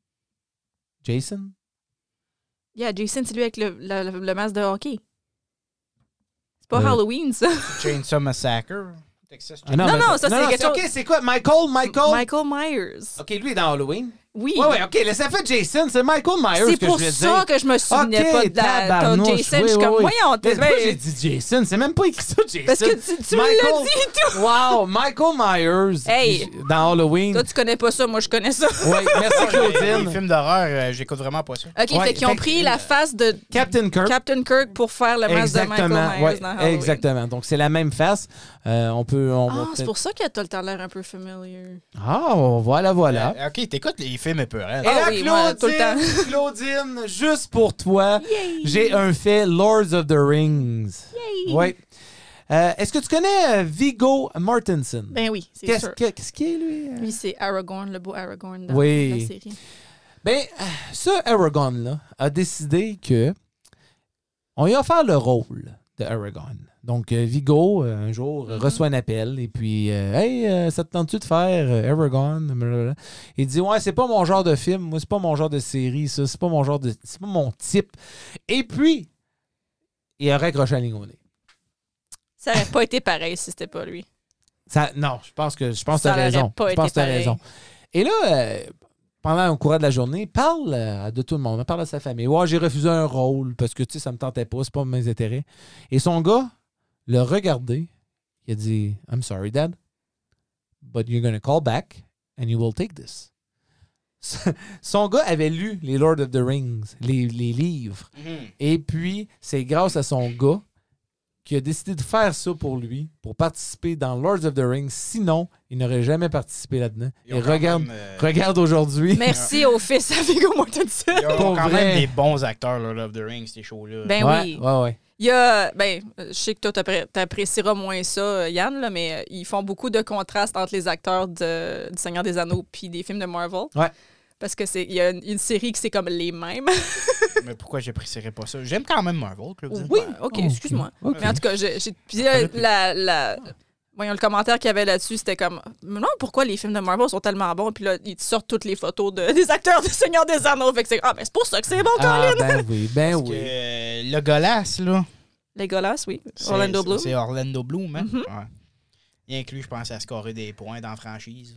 Jason? Yeah, Jason, c'est lui avec le masque de hockey. C'est pas Halloween, ça. Chainsaw Massacre. Texas Ah, Non, ça, c'est quelque chose- OK, c'est quoi? Michael? Michael Myers. OK, lui est dans Halloween. Oui. Ouais, OK, là, ça fait Jason, c'est Michael Myers C'est que pour je voulais ça dire. que je me souvenais OK, pas de tabarnouche, Jason. Je oui, suis comme, oui. voyons, Mais t'es pourquoi j'ai dit Jason? C'est même pas écrit ça, Jason. Parce que tu me l'as dit, toi. Wow, Michael Myers Hey. dans Halloween. Toi, tu connais pas ça, moi, je connais ça. Oui, merci Les Claudine. films d'horreur, j'écoute vraiment pas ça. OK, Ouais, fait qu'ils ont fait pris que- la face de Captain Kirk. Captain Kirk pour faire le masque de Michael Myers ouais, dans Halloween. exactement. Donc, c'est la même face. On va Ah, c'est peut-être- pour ça que t'as le temps l'air un peu familier. Ah, voilà. OK, t'écoutes les films épeurants. Et là, oui, moi, tout le temps. Claudine, juste pour toi, j'ai un fait Lords of the Rings. Oui. Est-ce que tu connais Viggo Mortensen? Ben oui, c'est sûr. Qu'est-ce qu'il est, lui? Lui, c'est Aragorn, le beau Aragorn dans Oui. la série. Ben, ce Aragorn-là a décidé que on lui a offert le rôle de Aragorn. Donc, Viggo, un jour, reçoit un appel et puis, hey, ça te tente-tu de faire Aragorn? Blablabla. Il dit, ouais, c'est pas mon genre de film, moi, c'est pas mon genre de série, ça, c'est pas mon type. Et puis, il a raccroché la ligne au nez. Ça aurait pas été pareil si c'était pas lui. Non, je pense que tu as Ça aurait raison. pas Je pense que tu as été pareil. raison. Et là, pendant le courant de la journée, parle de tout le monde, parle à sa famille. Ouais, j'ai refusé un rôle parce que, tu sais, ça me tentait pas, c'est pas mes intérêts. Et son gars l'a regardé, il a dit, I'm sorry, Dad, but you're gonna call back and you will take this. Son gars avait lu les Lord of the Rings, les livres. Et puis, c'est grâce à son gars qui a décidé de faire ça pour lui, pour participer dans Lords of the Rings. Sinon, il n'aurait jamais participé là-dedans. Ils ont Et quand regarde, même, regarde aujourd'hui. Merci au fils à Viggo Mortensen. Ils ont Pour quand vrai. même des bons acteurs, là, Love the Rings, ces shows-là. Ben Ouais, oui. ouais. Il y a, je sais que toi, t'apprécieras moins ça, Yann, là, mais ils font beaucoup de contrastes entre les acteurs du Seigneur des Anneaux puis des films de Marvel. Ouais. Parce que il y a une série qui c'est comme les mêmes. Mais pourquoi j'apprécierais pas ça? J'aime quand même Marvel, Claudine. Oui, OK, excuse-moi. OK. Mais en tout cas, puis voyons, le commentaire qu'il y avait là-dessus, c'était comme, non, pourquoi les films de Marvel sont tellement bons? Puis là, ils te sortent toutes les photos des acteurs du Seigneur des Anneaux. Fait que c'est, c'est pour ça que c'est bon, Ah, Colin! ben oui, ben Parce que oui. le Golas, là. Legolas, oui. Orlando Bloom. C'est Orlando Bloom, hein? Mhm. Ouais. Il inclut, je pense, à scorer des points dans la franchise.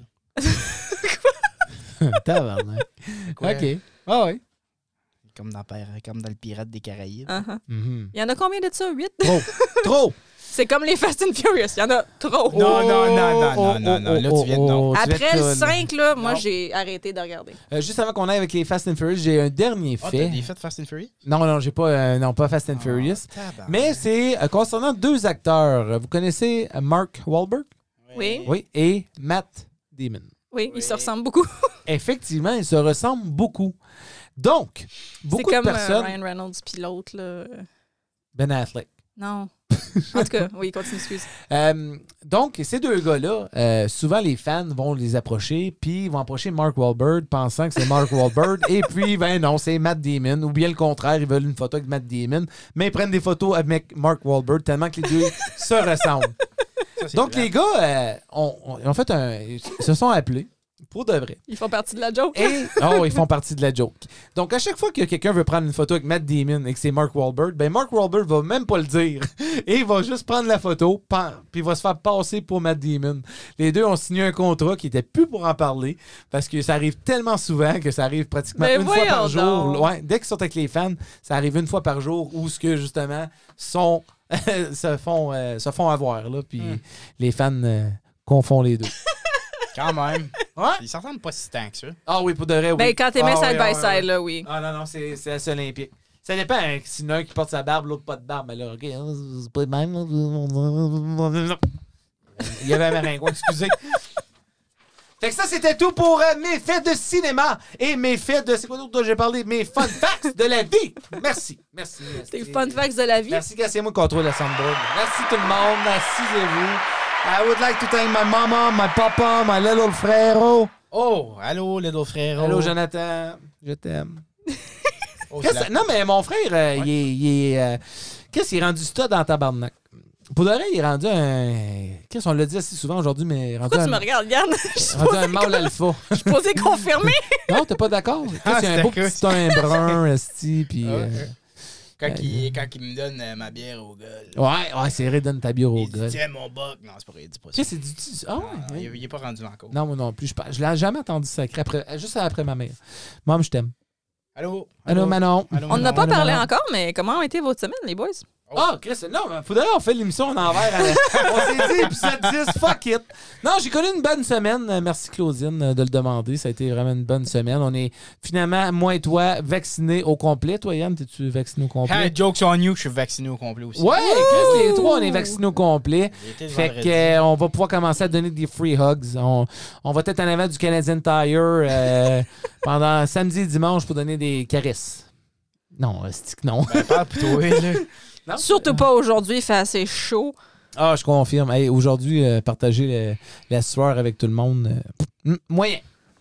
Tabarnak. Quoi? OK. Ah oui. Comme dans le Pirate des Caraïbes. Uh-huh. Mhm. Il y en a combien de ça? 8? Trop. Trop. C'est comme les Fast and Furious. Il y en a trop. Non. Là, tu viens de non. Après le 5, là, moi, j'ai arrêté de regarder. Juste avant qu'on aille avec les Fast and Furious, j'ai un dernier Ah, fait. t'as des faits de Fast and Furious? Non, j'ai pas, non, pas Fast and Furious. Tabarnak. Mais c'est concernant deux acteurs. Vous connaissez Mark Wahlberg? Oui. Oui. Et Matt Damon. Oui, ils Oui. se ressemblent beaucoup. Effectivement, ils se ressemblent beaucoup. Donc, C'est beaucoup comme de personnes... Ryan Reynolds puis l'autre, là. Ben Affleck. Non. En tout cas, oui, continue, excuse. Donc, ces deux gars-là, souvent les fans vont les approcher, puis ils vont approcher Mark Wahlberg pensant que c'est Mark Wahlberg, et puis, ben non, c'est Matt Damon, ou bien le contraire, ils veulent une photo avec Matt Damon, mais ils prennent des photos avec Mark Wahlberg tellement que les deux se ressemblent. Ça, c'est Donc, plate. les gars ont fait ils se sont appelés, pour de vrai. Ils font partie de la joke. Et ils font partie de la joke. Donc, à chaque fois que quelqu'un veut prendre une photo avec Matt Damon et que c'est Mark Wahlberg, ben Mark Wahlberg va même pas le dire. Et il va juste prendre la photo, puis il va se faire passer pour Matt Damon. Les deux ont signé un contrat qui était plus pour en parler, parce que ça arrive tellement souvent que ça arrive pratiquement Mais une fois par voyons jour. donc. Ouais, dès qu'ils sont avec les fans, ça arrive une fois par jour où ce que justement se font avoir là, puis les fans confondent les deux. Quand même. Ouais. Ils s'en ressemblent pas si tant que ça. Ah oui, pour de vrai, oui. Ben, quand t'es mis Ah side oui, by ouais, ouais. side, là, oui. Ah non, c'est assez olympique. Ça dépend, hein, si l'un qui porte sa barbe, l'autre pas de barbe. Mais là, OK, c'est pas le même. Là. Il y avait un maringouin, excusez. Fait que ça, c'était tout pour mes faits de cinéma et mes faits de... C'est quoi d'autre dont j'ai parlé? Mes fun facts de la vie. Merci. Tes fun facts de la vie. Merci, cassez-moi le contrôle de la soundboard. Merci tout le monde. Assisez-vous. I would like to thank my mama, my papa, my little frère. Oh, allô, Little Frère. Hello, Jonathan. Je t'aime. Oh, Non, mais mon frère, il est... Qu'est-ce qu'il est rendu stud dans tabarnak? Pour de vrai, il est rendu un... Qu'est-ce qu'on l'a dit assez souvent aujourd'hui, mais il est rendu Pourquoi tu me regardes, Yann? Je suis rendu un mâle alpha. posé confirmer. Non, t'es pas d'accord? Ah, C'est un c'était beau cool. petit teint brun, esti, puis... Quand il me donne ma bière au gueule. Ouais, c'est vrai, donne ta bière au Il dit, gars. tiens, mon buck. Non, c'est pas vrai, il dit pas ça. Qu'est-ce que c'est du... Ah ouais? Il est pas rendu là encore. Non, moi non plus. Je l'ai jamais entendu sacré juste après ma mère. Maman, je t'aime. Allô? Allô, Manon. Allô, On n'a pas Allô, parlé Manon. encore, mais comment a été votre semaine, les boys? Ah, Chris, non, mais faudrait on fait l'émission en envers. On s'est dit, épisode 10, fuck it. Non, j'ai connu une bonne semaine. Merci, Claudine, de le demander. Ça a été vraiment une bonne semaine. On est finalement, moi et toi, vaccinés au complet. Toi, Yann, t'es-tu vacciné au complet? Hey, jokes on you, je suis vacciné au complet aussi. Ouais, Chris, les trois, on est vaccinés au complet. J'ai été le Fait vendredi. qu'on va pouvoir commencer à donner des free hugs. On va être en avant du Canadian Tire pendant samedi et dimanche pour donner des caresses. Non, c'est que non. Ben, parle plutôt, là. Non? Surtout pas aujourd'hui, il fait assez chaud. Ah, je confirme. Hey, aujourd'hui, partager la sueur avec tout le monde, moyen.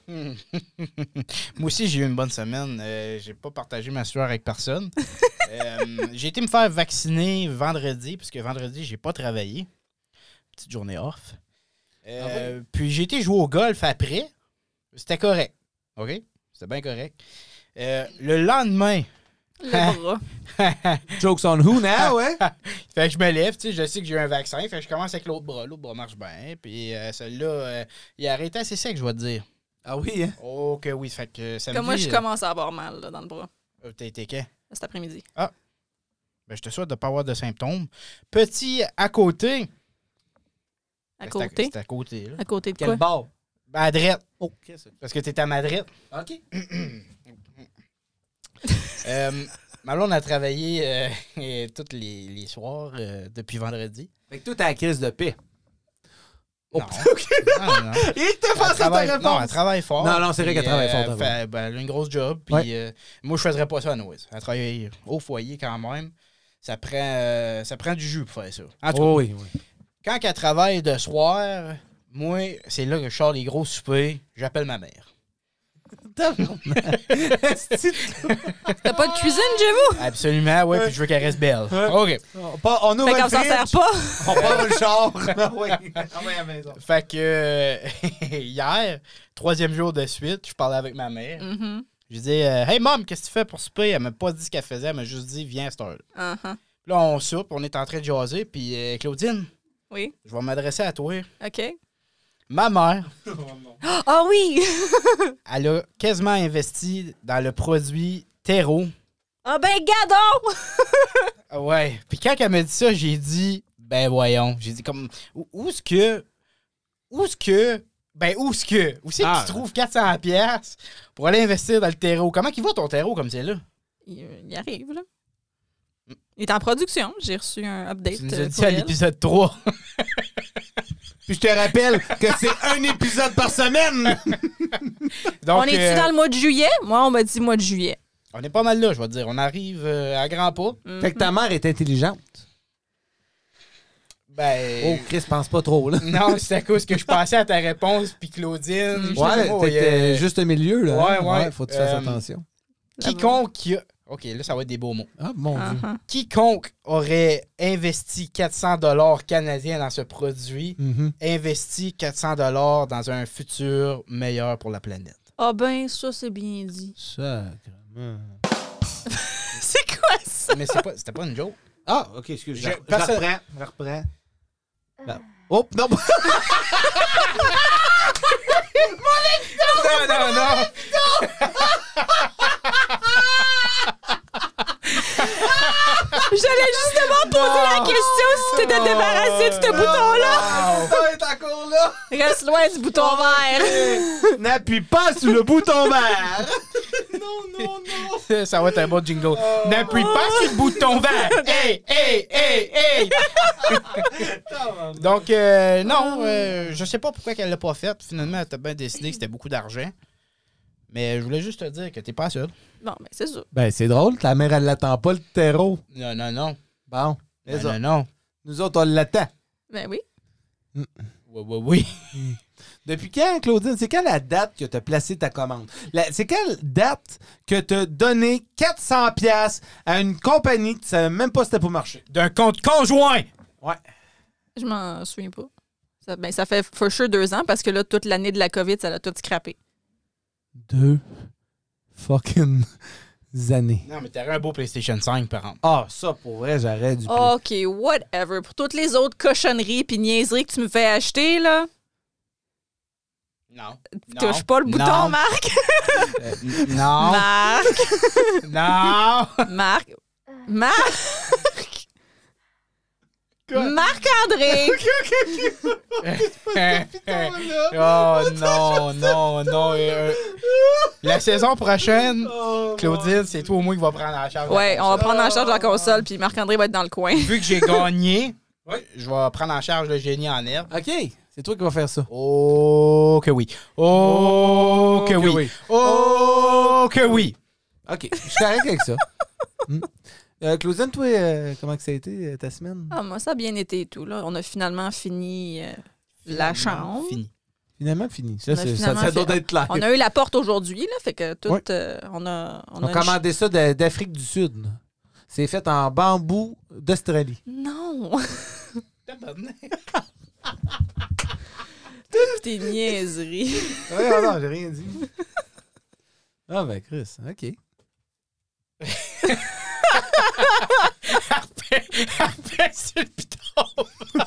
Moi aussi, j'ai eu une bonne semaine. J'ai pas partagé ma sueur avec personne. J'ai été me faire vacciner vendredi, parce que vendredi, j'ai pas travaillé. Petite journée off. Puis j'ai été jouer au golf après. C'était correct. OK? C'était bien correct. Le lendemain... Le bras. Jokes on who now, ouais? Fait que je me lève, tu sais, je sais que j'ai eu un vaccin. Fait que je commence avec l'autre bras. L'autre bras marche bien. Puis celui-là, il a arrêté assez sec, je vais te dire. Ah oui, hein? Oh que oui. Fait que samedi... Comme moi, je commence à avoir mal là, dans le bras T'as été quand? cet après-midi. Ben, je te souhaite de ne pas avoir de symptômes. Petit à côté. À Ben, côté. C'est à côté, là. À côté de Quel quoi? bord? Ben, à droite. Oh, qu'est-ce que Parce que t'es à Madrid. OK. Malon a travaillé tous les soirs depuis vendredi. Fait que toi, t'as la crise de paix. Non. non, non. Il t'a Elle fait ça ta travaille, non, elle réponse! travaille fort. Non, c'est vrai qu'elle Puis, travaille fort, elle a un gros job. Puis Ouais. moi, je faisais pas ça à Noise. Elle travaille au foyer quand même. Ça prend du jus pour faire ça. En tout cas, Oh, oui, oui. quand elle travaille de soir, moi, c'est là que je sors les gros soupers. J'appelle ma mère. T'as pas de cuisine chez vous? Absolument, oui, puis je veux qu'elle reste belle. Ouais. OK. On ouvre Fait le qu'on s'en sert fridge, pas. on part le char. Oui, on va à la maison. Fait que hier, 3e jour de suite, je parlais avec ma mère. Mhm. Je dis Hey, mom, qu'est-ce que tu fais pour souper? Elle m'a pas dit ce qu'elle faisait, elle m'a juste dit Viens à cette heure-là. Uh-huh. Là, on soupe, on est en train de jaser, puis Claudine, Oui. je vais m'adresser à toi. OK. Ma mère, Ah oui! elle a quasiment investi dans le produit terreau. Ah ben, gadon! Ah ouais. Puis quand elle m'a dit ça, j'ai dit, ben voyons. J'ai dit comme, où est-ce que tu trouves 400$ pour aller investir dans le terreau? Comment il va ton terreau comme c'est là? Il arrive, là. Il est en production. J'ai reçu un update. Tu nous as dit pour à elle. l'épisode 3. Puis je te rappelle que c'est un épisode par semaine. Donc, On est-tu dans le mois de juillet? Moi, on m'a dit mois de juillet. on est pas mal là, je vais te dire. On arrive à grands pas. Fait que ta mère est intelligente. Ben... Oh, Chris, pense pas trop, là. Non, c'est à cause que je pensais à ta réponse, puis Claudine. Ouais, t'étais juste au milieu, là. Ouais. Faut que tu fasses attention. Quiconque qui a... OK, là, ça va être des beaux mots. Ah, mon Dieu. Uh-huh. Quiconque aurait investi 400$ canadiens dans ce produit, Mhm. investit 400$ dans un futur meilleur pour la planète. Ah ben, ça, c'est bien dit. Sacrement. C'est quoi ça? Mais c'était pas une joke. Ah, OK, excuse. Je personne- reprends. Ben, oh, non. Non. J'allais justement poser la question si tu t'étais débarrassé de ce bouton-là. Ça est encore là. Reste loin du bouton vert. N'appuie pas sur le bouton vert. Ça va être un bon jingle. N'appuie pas sur le bouton vert. Hey. Donc, non, je sais pas pourquoi qu'elle l'a pas fait. Finalement, elle a bien décidé que c'était beaucoup d'argent. Mais je voulais juste te dire que t'es pas seul. Bon, ben, c'est ça. Ben, c'est drôle. Ta mère, elle l'attend pas, le terreau. Non. Bon. Les autres. Non. Nous autres, on l'attend. Ben oui. Oui. Depuis quand, Claudine? C'est quand la date que tu as placé ta commande? C'est quelle date que tu as donné 400$ à une compagnie que tu savais même pas si c'était pour marcher? D'un compte conjoint. Ouais. Je m'en souviens pas. Ça fait for sure 2 ans parce que là, toute l'année de la COVID, ça l'a tout scrappé. 2 fucking années. Non, mais t'aurais un beau PlayStation 5, par exemple. Ah, ça, pour vrai, j'arrête du OK, whatever. Pour toutes les autres cochonneries puis niaiseries que tu me fais acheter, là, Non. touche pas le bouton, Non. Marc. Non. Marc. Non. Marc. Marc-André. Oh non. La saison prochaine, Claudine, c'est toi au moins qui va prendre en charge. Ouais, la on va console. prendre en charge la console puis Marc-André va être dans le coin. Vu que j'ai gagné, je vais prendre en charge le génie en herbe. OK, c'est toi qui vas faire ça. Oh que oui. Oh que oui. Oh que oui. OK, je suis correct avec ça. Claudine, toi, comment que ça a été ta semaine? Ah, moi, ça a bien été et tout. Là. On a finalement fini la chambre. Fini. Finalement fini. Ça, On a finalement ça doit fait- être clair. On a eu la porte aujourd'hui, là, fait que tout, Ouais. on a On a une commandé ça d'Afrique du Sud. C'est fait en bambou d'Australie. Non! Toutes tes niaiseries. Non, j'ai rien dit. Ah ben Chris, OK. Après, sur le piton.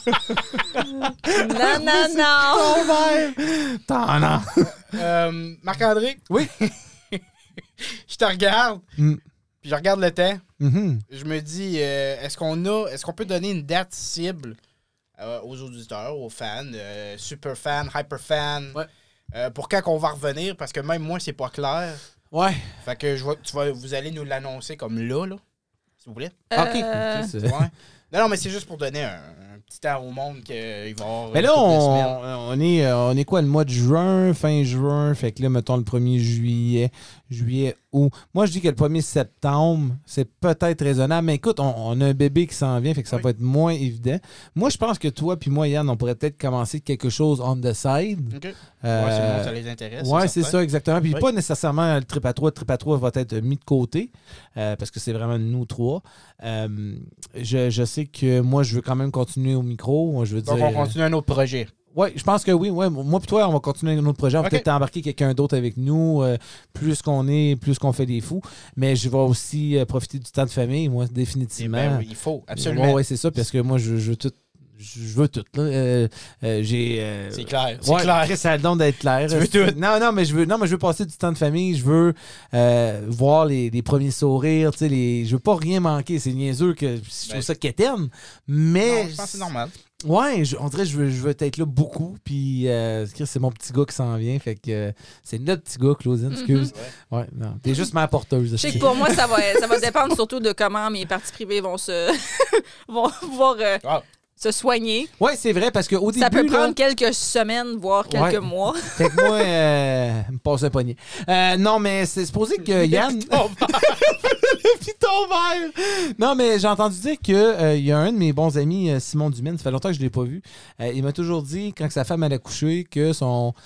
Non. T'en as. Marc-André? Oui. Je te regarde, Mm. puis je regarde le temps. Mhm. Je me dis, est-ce qu'on peut donner une date cible aux auditeurs, aux fans, super fans, hyper fans, pour quand on va revenir? Parce que même moi, c'est pas clair. Ouais. Fait que vous allez nous l'annoncer comme là, s'il vous plaît. OK. Chris, Ouais. Non, mais c'est juste pour donner un petit temps au monde qu'il va y avoir. Mais une là, couple de semaines. on est quoi, le mois de juin, fin juin? Fait que là, mettons le 1er juillet, août. Moi, je dis que le 1er septembre, c'est peut-être raisonnable. Mais écoute, on a un bébé qui s'en vient, fait que ça va être moins évident. Moi, je pense que toi puis moi, Yann, on pourrait peut-être commencer quelque chose on the side. OK. Si le monde, ça les intéresse. Ouais, c'est certain. ça, exactement. Puis Oui. pas nécessairement le trip à 3. Le trip à 3 va être mis de côté parce que c'est vraiment nous 3. Je sais que moi, je veux quand même continuer au micro. Je veux Donc, dire, on continue un autre projet. Oui, je pense que oui. Ouais, moi et toi, on va continuer notre projet. On va peut-être embarquer quelqu'un d'autre avec nous. Plus qu'on fait des fous. Mais je vais aussi profiter du temps de famille, moi, définitivement. Ben oui, il faut, absolument. Oui, c'est ça, parce que moi, je veux tout. Je veux tout, là. C'est clair. C'est ouais, clair. Ça a le don d'être clair. Tu veux tout. Non, mais je veux passer du temps de famille. Je veux voir les premiers sourires. Je veux pas rien manquer. C'est niaiseux que je trouve ça quétaine. Mais. Non, je pense que c'est normal. Ouais, on dirait que je veux être là beaucoup. Puis, c'est mon petit gars qui s'en vient. Fait que c'est notre petit gars, Claudine, excuse. Ouais, non. T'es juste ma porteuse. Je sais que pour moi, ça va dépendre surtout de comment mes parties privées vont vont pouvoir se soigner. Oui, c'est vrai, parce qu'au début... Ça peut prendre quelques semaines, voire quelques mois. Fait que moi, me passe un poignet. Non, mais c'est supposé que Yann... Le piton vert! Non, mais j'ai entendu dire qu'il y a un de mes bons amis, Simon Dumaine, ça fait longtemps que je ne l'ai pas vu. Il m'a toujours dit, quand sa femme allait coucher, que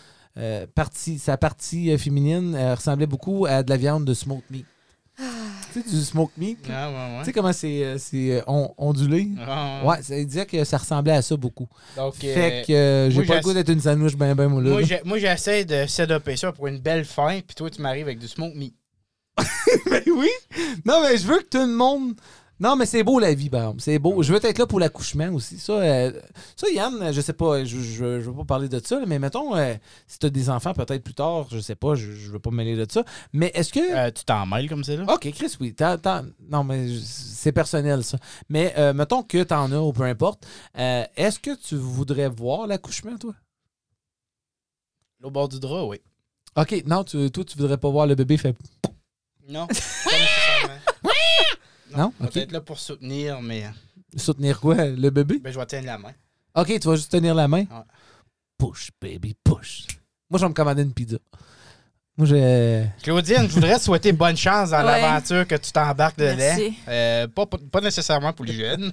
sa partie féminine ressemblait beaucoup à de la viande de smoked meat. Tu sais, du smoked meat. Ah, ouais. Tu sais comment c'est ondulé? Ouais, ça disait que ça ressemblait à ça beaucoup. Donc, fait que j'ai pas le goût d'être une sandwich ben moulée. Moi, j'essaie de setuper ça pour une belle fin, puis toi, tu m'arrives avec du smoked meat. Mais oui! Non, mais je veux que tout le monde... Non, mais c'est beau la vie, par exemple. C'est beau. Je veux être là pour l'accouchement aussi. Ça, Yann, je sais pas, je veux pas parler de ça, mais mettons, si tu as des enfants, peut-être plus tard, je sais pas, je veux pas me mêler de ça. Mais est-ce que... tu t'en mêles comme ça, là? OK, Chris, oui. Non, mais c'est personnel, ça. Mais mettons que t'en as ou peu importe. Est-ce que tu voudrais voir l'accouchement, toi? Au bord du drap, oui. OK, non, toi, tu voudrais pas voir le bébé fait... Non, pas nécessairement. Non? Je vais OK. être là pour soutenir, mais... Soutenir quoi? Le bébé? Ben, je vais tenir la main. OK, tu vas juste tenir la main? Ouais. Push, baby, push. Moi, je vais me commander une pizza. Moi, Claudine, je voudrais te souhaiter bonne chance dans l'aventure que tu t'embarques dedans. Merci. Pas nécessairement pour les jeunes.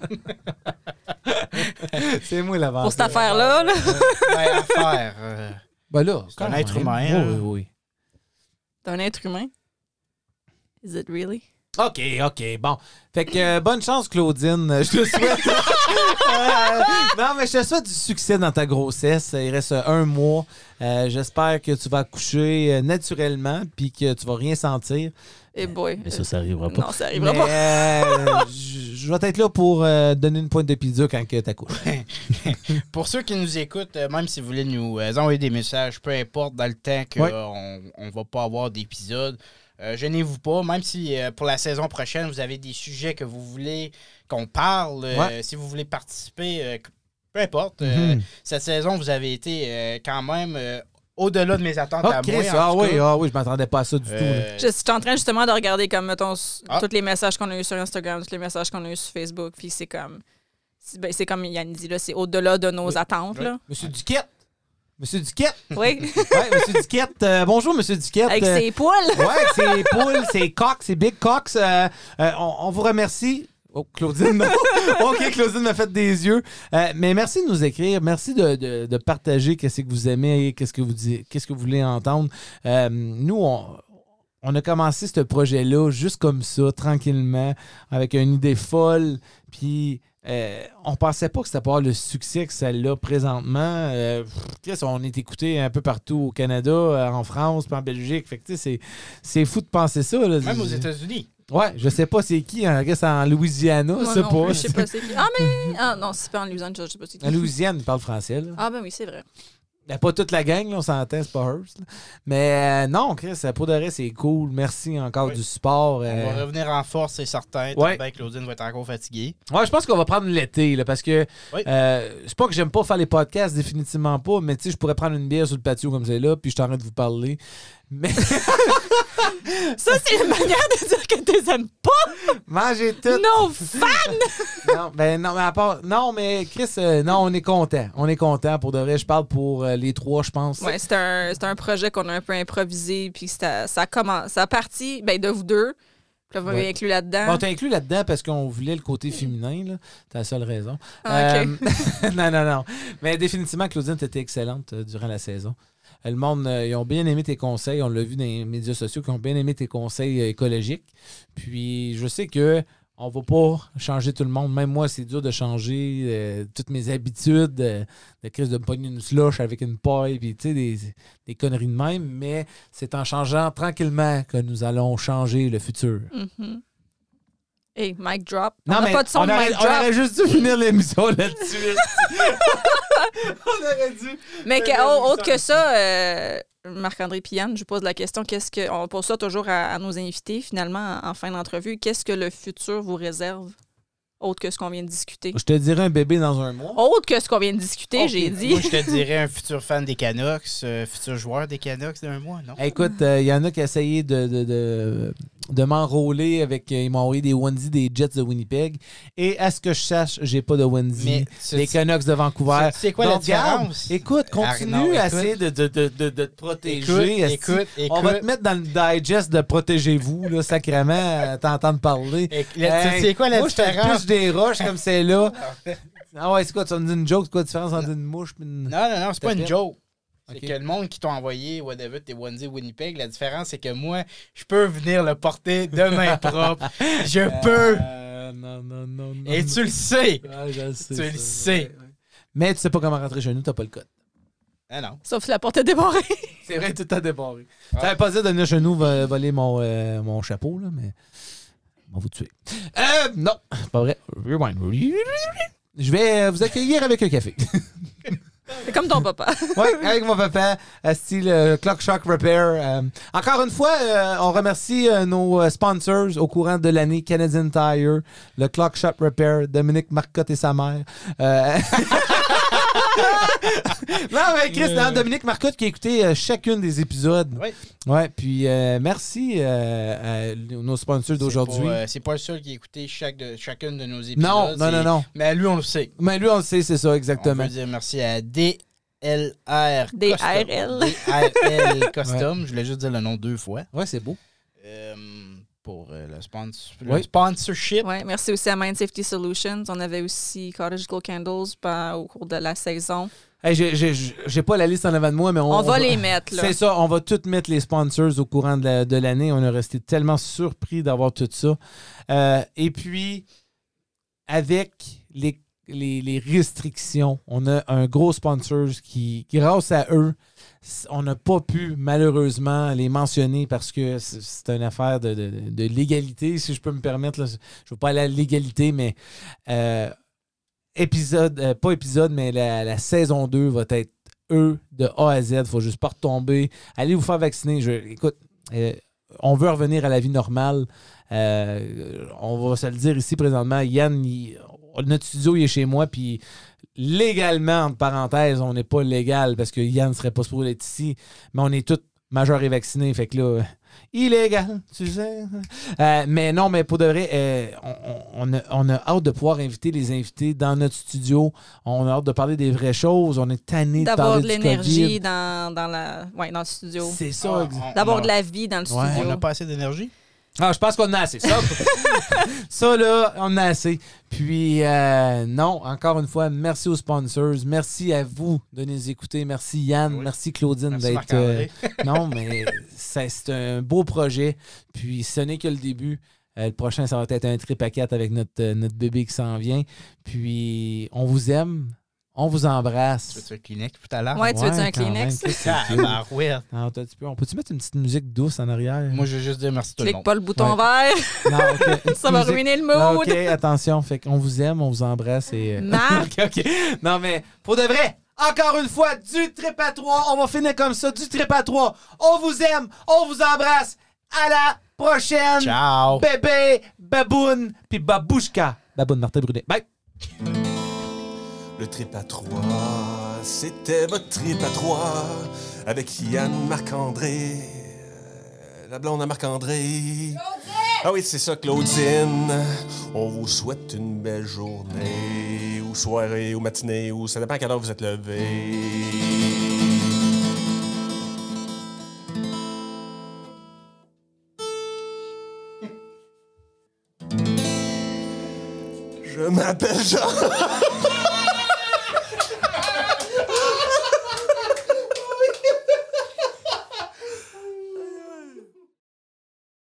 C'est moi l'aventure. Pour cette affaire-là. Ben, affaire. Ben là, c'est un être humain. Oui. T'es un être humain? Is it really? OK, bon. Fait que bonne chance, Claudine. Je te souhaite... non, mais je te souhaite du succès dans ta grossesse. Il reste 1 mois. J'espère que tu vas accoucher naturellement puis que tu vas rien sentir. Eh boy. Mais ça arrivera pas. Non, ça arrivera pas. Je vais être là pour donner une pointe de pizza quand tu accouches. Pour ceux qui nous écoutent, même si vous voulez nous envoyer des messages, peu importe dans le temps qu'on ne va pas avoir d'épisode, gênez-vous pas, même si pour la saison prochaine, vous avez des sujets que vous voulez qu'on parle, si vous voulez participer, peu importe. Cette saison, vous avez été quand même au-delà de mes attentes à moi. Oui, je m'attendais pas à ça du tout. Je suis en train justement de regarder comme, mettons, tous les messages qu'on a eu sur Instagram, tous les messages qu'on a eu sur Facebook, puis c'est comme... C'est comme Yann dit, là, c'est au-delà de nos attentes. Là. Monsieur Duquette! Oui. Monsieur Duquette. Bonjour, Monsieur Duquette. Avec ses poules. Oui, ses poules, ses coqs, ses big coqs. On vous remercie. Oh, Claudine. OK, Claudine m'a fait des yeux. Mais merci de nous écrire. Merci de partager qu'est-ce que vous aimez, qu'est-ce que vous voulez entendre. Nous, on a commencé ce projet-là juste comme ça, tranquillement, avec une idée folle. Puis... on pensait pas que c'était pas le succès que ça l'a présentement. On est écouté un peu partout au Canada, en France, puis en Belgique. Fait que c'est fou de penser ça. Là. Même aux États-Unis. Ouais, je sais pas c'est qui. C'est en Louisiana, Moi c'est non pas. plus, je sais pas c'est qui. Ah, mais... Ah non, c'est pas en Louisiane, je sais pas c'est qui. En Louisiane, ils parlent français. Là. Ah ben oui, c'est vrai. Pas toute la gang, là, on s'entend, c'est pas Hearst. Mais non, Chris, pour de vrai, c'est cool. Merci encore du support. On va revenir en force, c'est certain. Claudine va être encore fatiguée. Ouais, je pense qu'on va prendre l'été, là, parce que c'est pas que j'aime pas faire les podcasts, définitivement pas, mais tu sais, je pourrais prendre une bière sur le patio comme c'est là, puis je t'arrête de vous parler. Mais... Ça, c'est une manière de dire que tu les aimes pas. Manger tout. No fan! mais à part... Non, mais Chris, non, on est content. On est content. Pour de vrai, je parle pour les 3, je pense. Ouais, c'est un projet qu'on a un peu improvisé, puis ça a parti de vous deux. Puis là, vous m'avez inclus là-dedans. Bon, t'as inclus là-dedans parce qu'on voulait le côté féminin, là. C'est la seule raison. Ah, OK. Non. Mais définitivement, Claudine, t'étais excellente durant la saison. Le monde, ils ont bien aimé tes conseils. On l'a vu dans les médias sociaux, qu'ils ont bien aimé tes conseils écologiques. Puis, je sais que on va pas changer tout le monde. Même moi, c'est dur de changer toutes mes habitudes, de crise de me pogner une slush avec une paille, puis tu sais, des conneries de même. Mais c'est en changeant tranquillement que nous allons changer le futur. Mm-hmm. Hey, mic drop. Non, on n'a mais pas de son de mic on drop. aurait juste dû finir l'émission là-dessus. On aurait dû. Mais autre que ça, Marc-André Piane, je pose la question, on pose ça toujours à nos invités, finalement, en fin d'entrevue. Qu'est-ce que le futur vous réserve, autre que ce qu'on vient de discuter? Je te dirais un bébé dans un mois. Autre que ce qu'on vient de discuter, Okay. j'ai dit. Moi, je te dirais un futur fan des Canucks, futur joueur des Canucks d'un mois, non? Écoute, il y en a qui ont essayé de m'enrôler avec... ils m'ont envoyé des onesies des Jets de Winnipeg. Et à ce que je sache, j'ai pas de onesie des Canucks de Vancouver. C'est quoi la différence? Écoute, continue à essayer de te protéger. Écoute. On va te mettre dans le digest de protégez-vous, là, sacrément, t'entendre parler. C'est quoi la moi, différence? Moi, je te touche des roches comme c'est là. Ah ouais, c'est quoi? Tu vas me dire une joke? C'est quoi la différence entre une mouche et une... Non, c'est pas une joke. C'est Okay. que le monde qui t'ont envoyé whatever tes onesie Winnipeg, la différence, c'est que moi, je peux venir le porter de main propre. Je peux. Non. Et tu le sais. Ah, je le sais. Tu le ça. sais. Ouais. Mais tu sais pas comment rentrer chez nous, t'as pas le code. Ah non. Sauf si la porte est débarrée. C'est vrai, tout a débarré. Ça veut pas dire de venir chez nous voler mon chapeau, là, mais on va vous tuer. Non, c'est pas vrai. Rewind. Je vais vous accueillir avec un café. C'est comme ton papa. Oui, avec mon papa, style Clock Shock Repair. Encore une fois, on remercie nos sponsors au courant de l'année, Canadian Tire, le Clock Shop Repair, Dominique Marcotte et sa mère. Non, mais Chris, Dominique Marcotte qui a écouté chacune des épisodes. Oui. Ouais, puis merci à nos sponsors d'aujourd'hui. C'est pas le seul qui a écouté chacune de nos épisodes. Non. Mais lui, on le sait. Mais lui, on le sait, c'est ça, On exactement. veut dire merci à DLR DRL Custom. Ouais. Je voulais juste dire le nom 2 fois. Ouais, c'est beau. Pour le Oui. sponsorship. Ouais, merci aussi à Mind Safety Solutions. On avait aussi Cottage Glow Candles au cours de la saison. Hey, j'ai pas la liste en avant de moi, mais On va les mettre, là. C'est ça, on va tout mettre les sponsors au courant de l'année. On a resté tellement surpris d'avoir tout ça. Et puis, avec les restrictions, on a un gros sponsor qui, grâce à eux, on n'a pas pu malheureusement les mentionner parce que c'est une affaire de légalité, si je peux me permettre. Là. Je ne veux pas aller à la légalité, mais la saison 2 va être eux de A à Z. Il ne faut juste pas retomber. Allez vous faire vacciner. Écoute, on veut revenir à la vie normale. On va se le dire ici présentement. Yann, notre studio, il est chez moi, puis légalement, entre parenthèses, on n'est pas légal parce que Yann ne serait pas supposé être ici, mais on est tous majeurs et vaccinés, fait que là, illégal, tu sais. Mais non, mais pour de vrai, on a hâte de pouvoir inviter les invités dans notre studio. On a hâte de parler des vraies choses. On est tanné de D'avoir parler de du l'énergie COVID. dans le studio. C'est ça. D'avoir de la vie dans le Ouais. studio. On n'a pas assez d'énergie. Ah, je pense qu'on en a assez. Ça, là, on en a assez. Puis, non, encore une fois, merci aux sponsors. Merci à vous de nous écouter. Merci Yann. Oui. Merci Claudine Merci d'être... Marc-André. Non, mais c'est un beau projet. Puis, ce n'est que le début. Le prochain, ça va être un trip à 4 avec notre bébé qui s'en vient. Puis, on vous aime. On vous embrasse. Tu veux-tu un Kleenex tout à l'heure? Ouais, tu veux-tu un quand même, Kleenex? qu'est-ce que c'est cute. Ouais. Non, on peut-tu mettre une petite musique douce en arrière? Moi, je veux juste dire merci tout le Clique monde. pas le bouton Ouais. vert. Non, OK. Une petite Ça va musique. ruiner le Ah, mood. OK, attention. Fait qu'on vous aime, on vous embrasse et... Marc. OK. Non, mais pour de vrai, encore une fois, du trip à 3. On va finir comme ça, du trip à 3. On vous aime, on vous embrasse. À la prochaine. Ciao. Bébé, baboune, puis babouchka. Baboune, Martin Brunet. Bye. Le trip à 3, c'était votre trip à 3 avec Yann, Marc-André, la blonde à Marc-André. Claudine! Ah oui, c'est ça, Claudine. On vous souhaite une belle journée, ou soirée, ou matinée, ou ça dépend à quelle heure vous êtes levé. Je m'appelle Jean.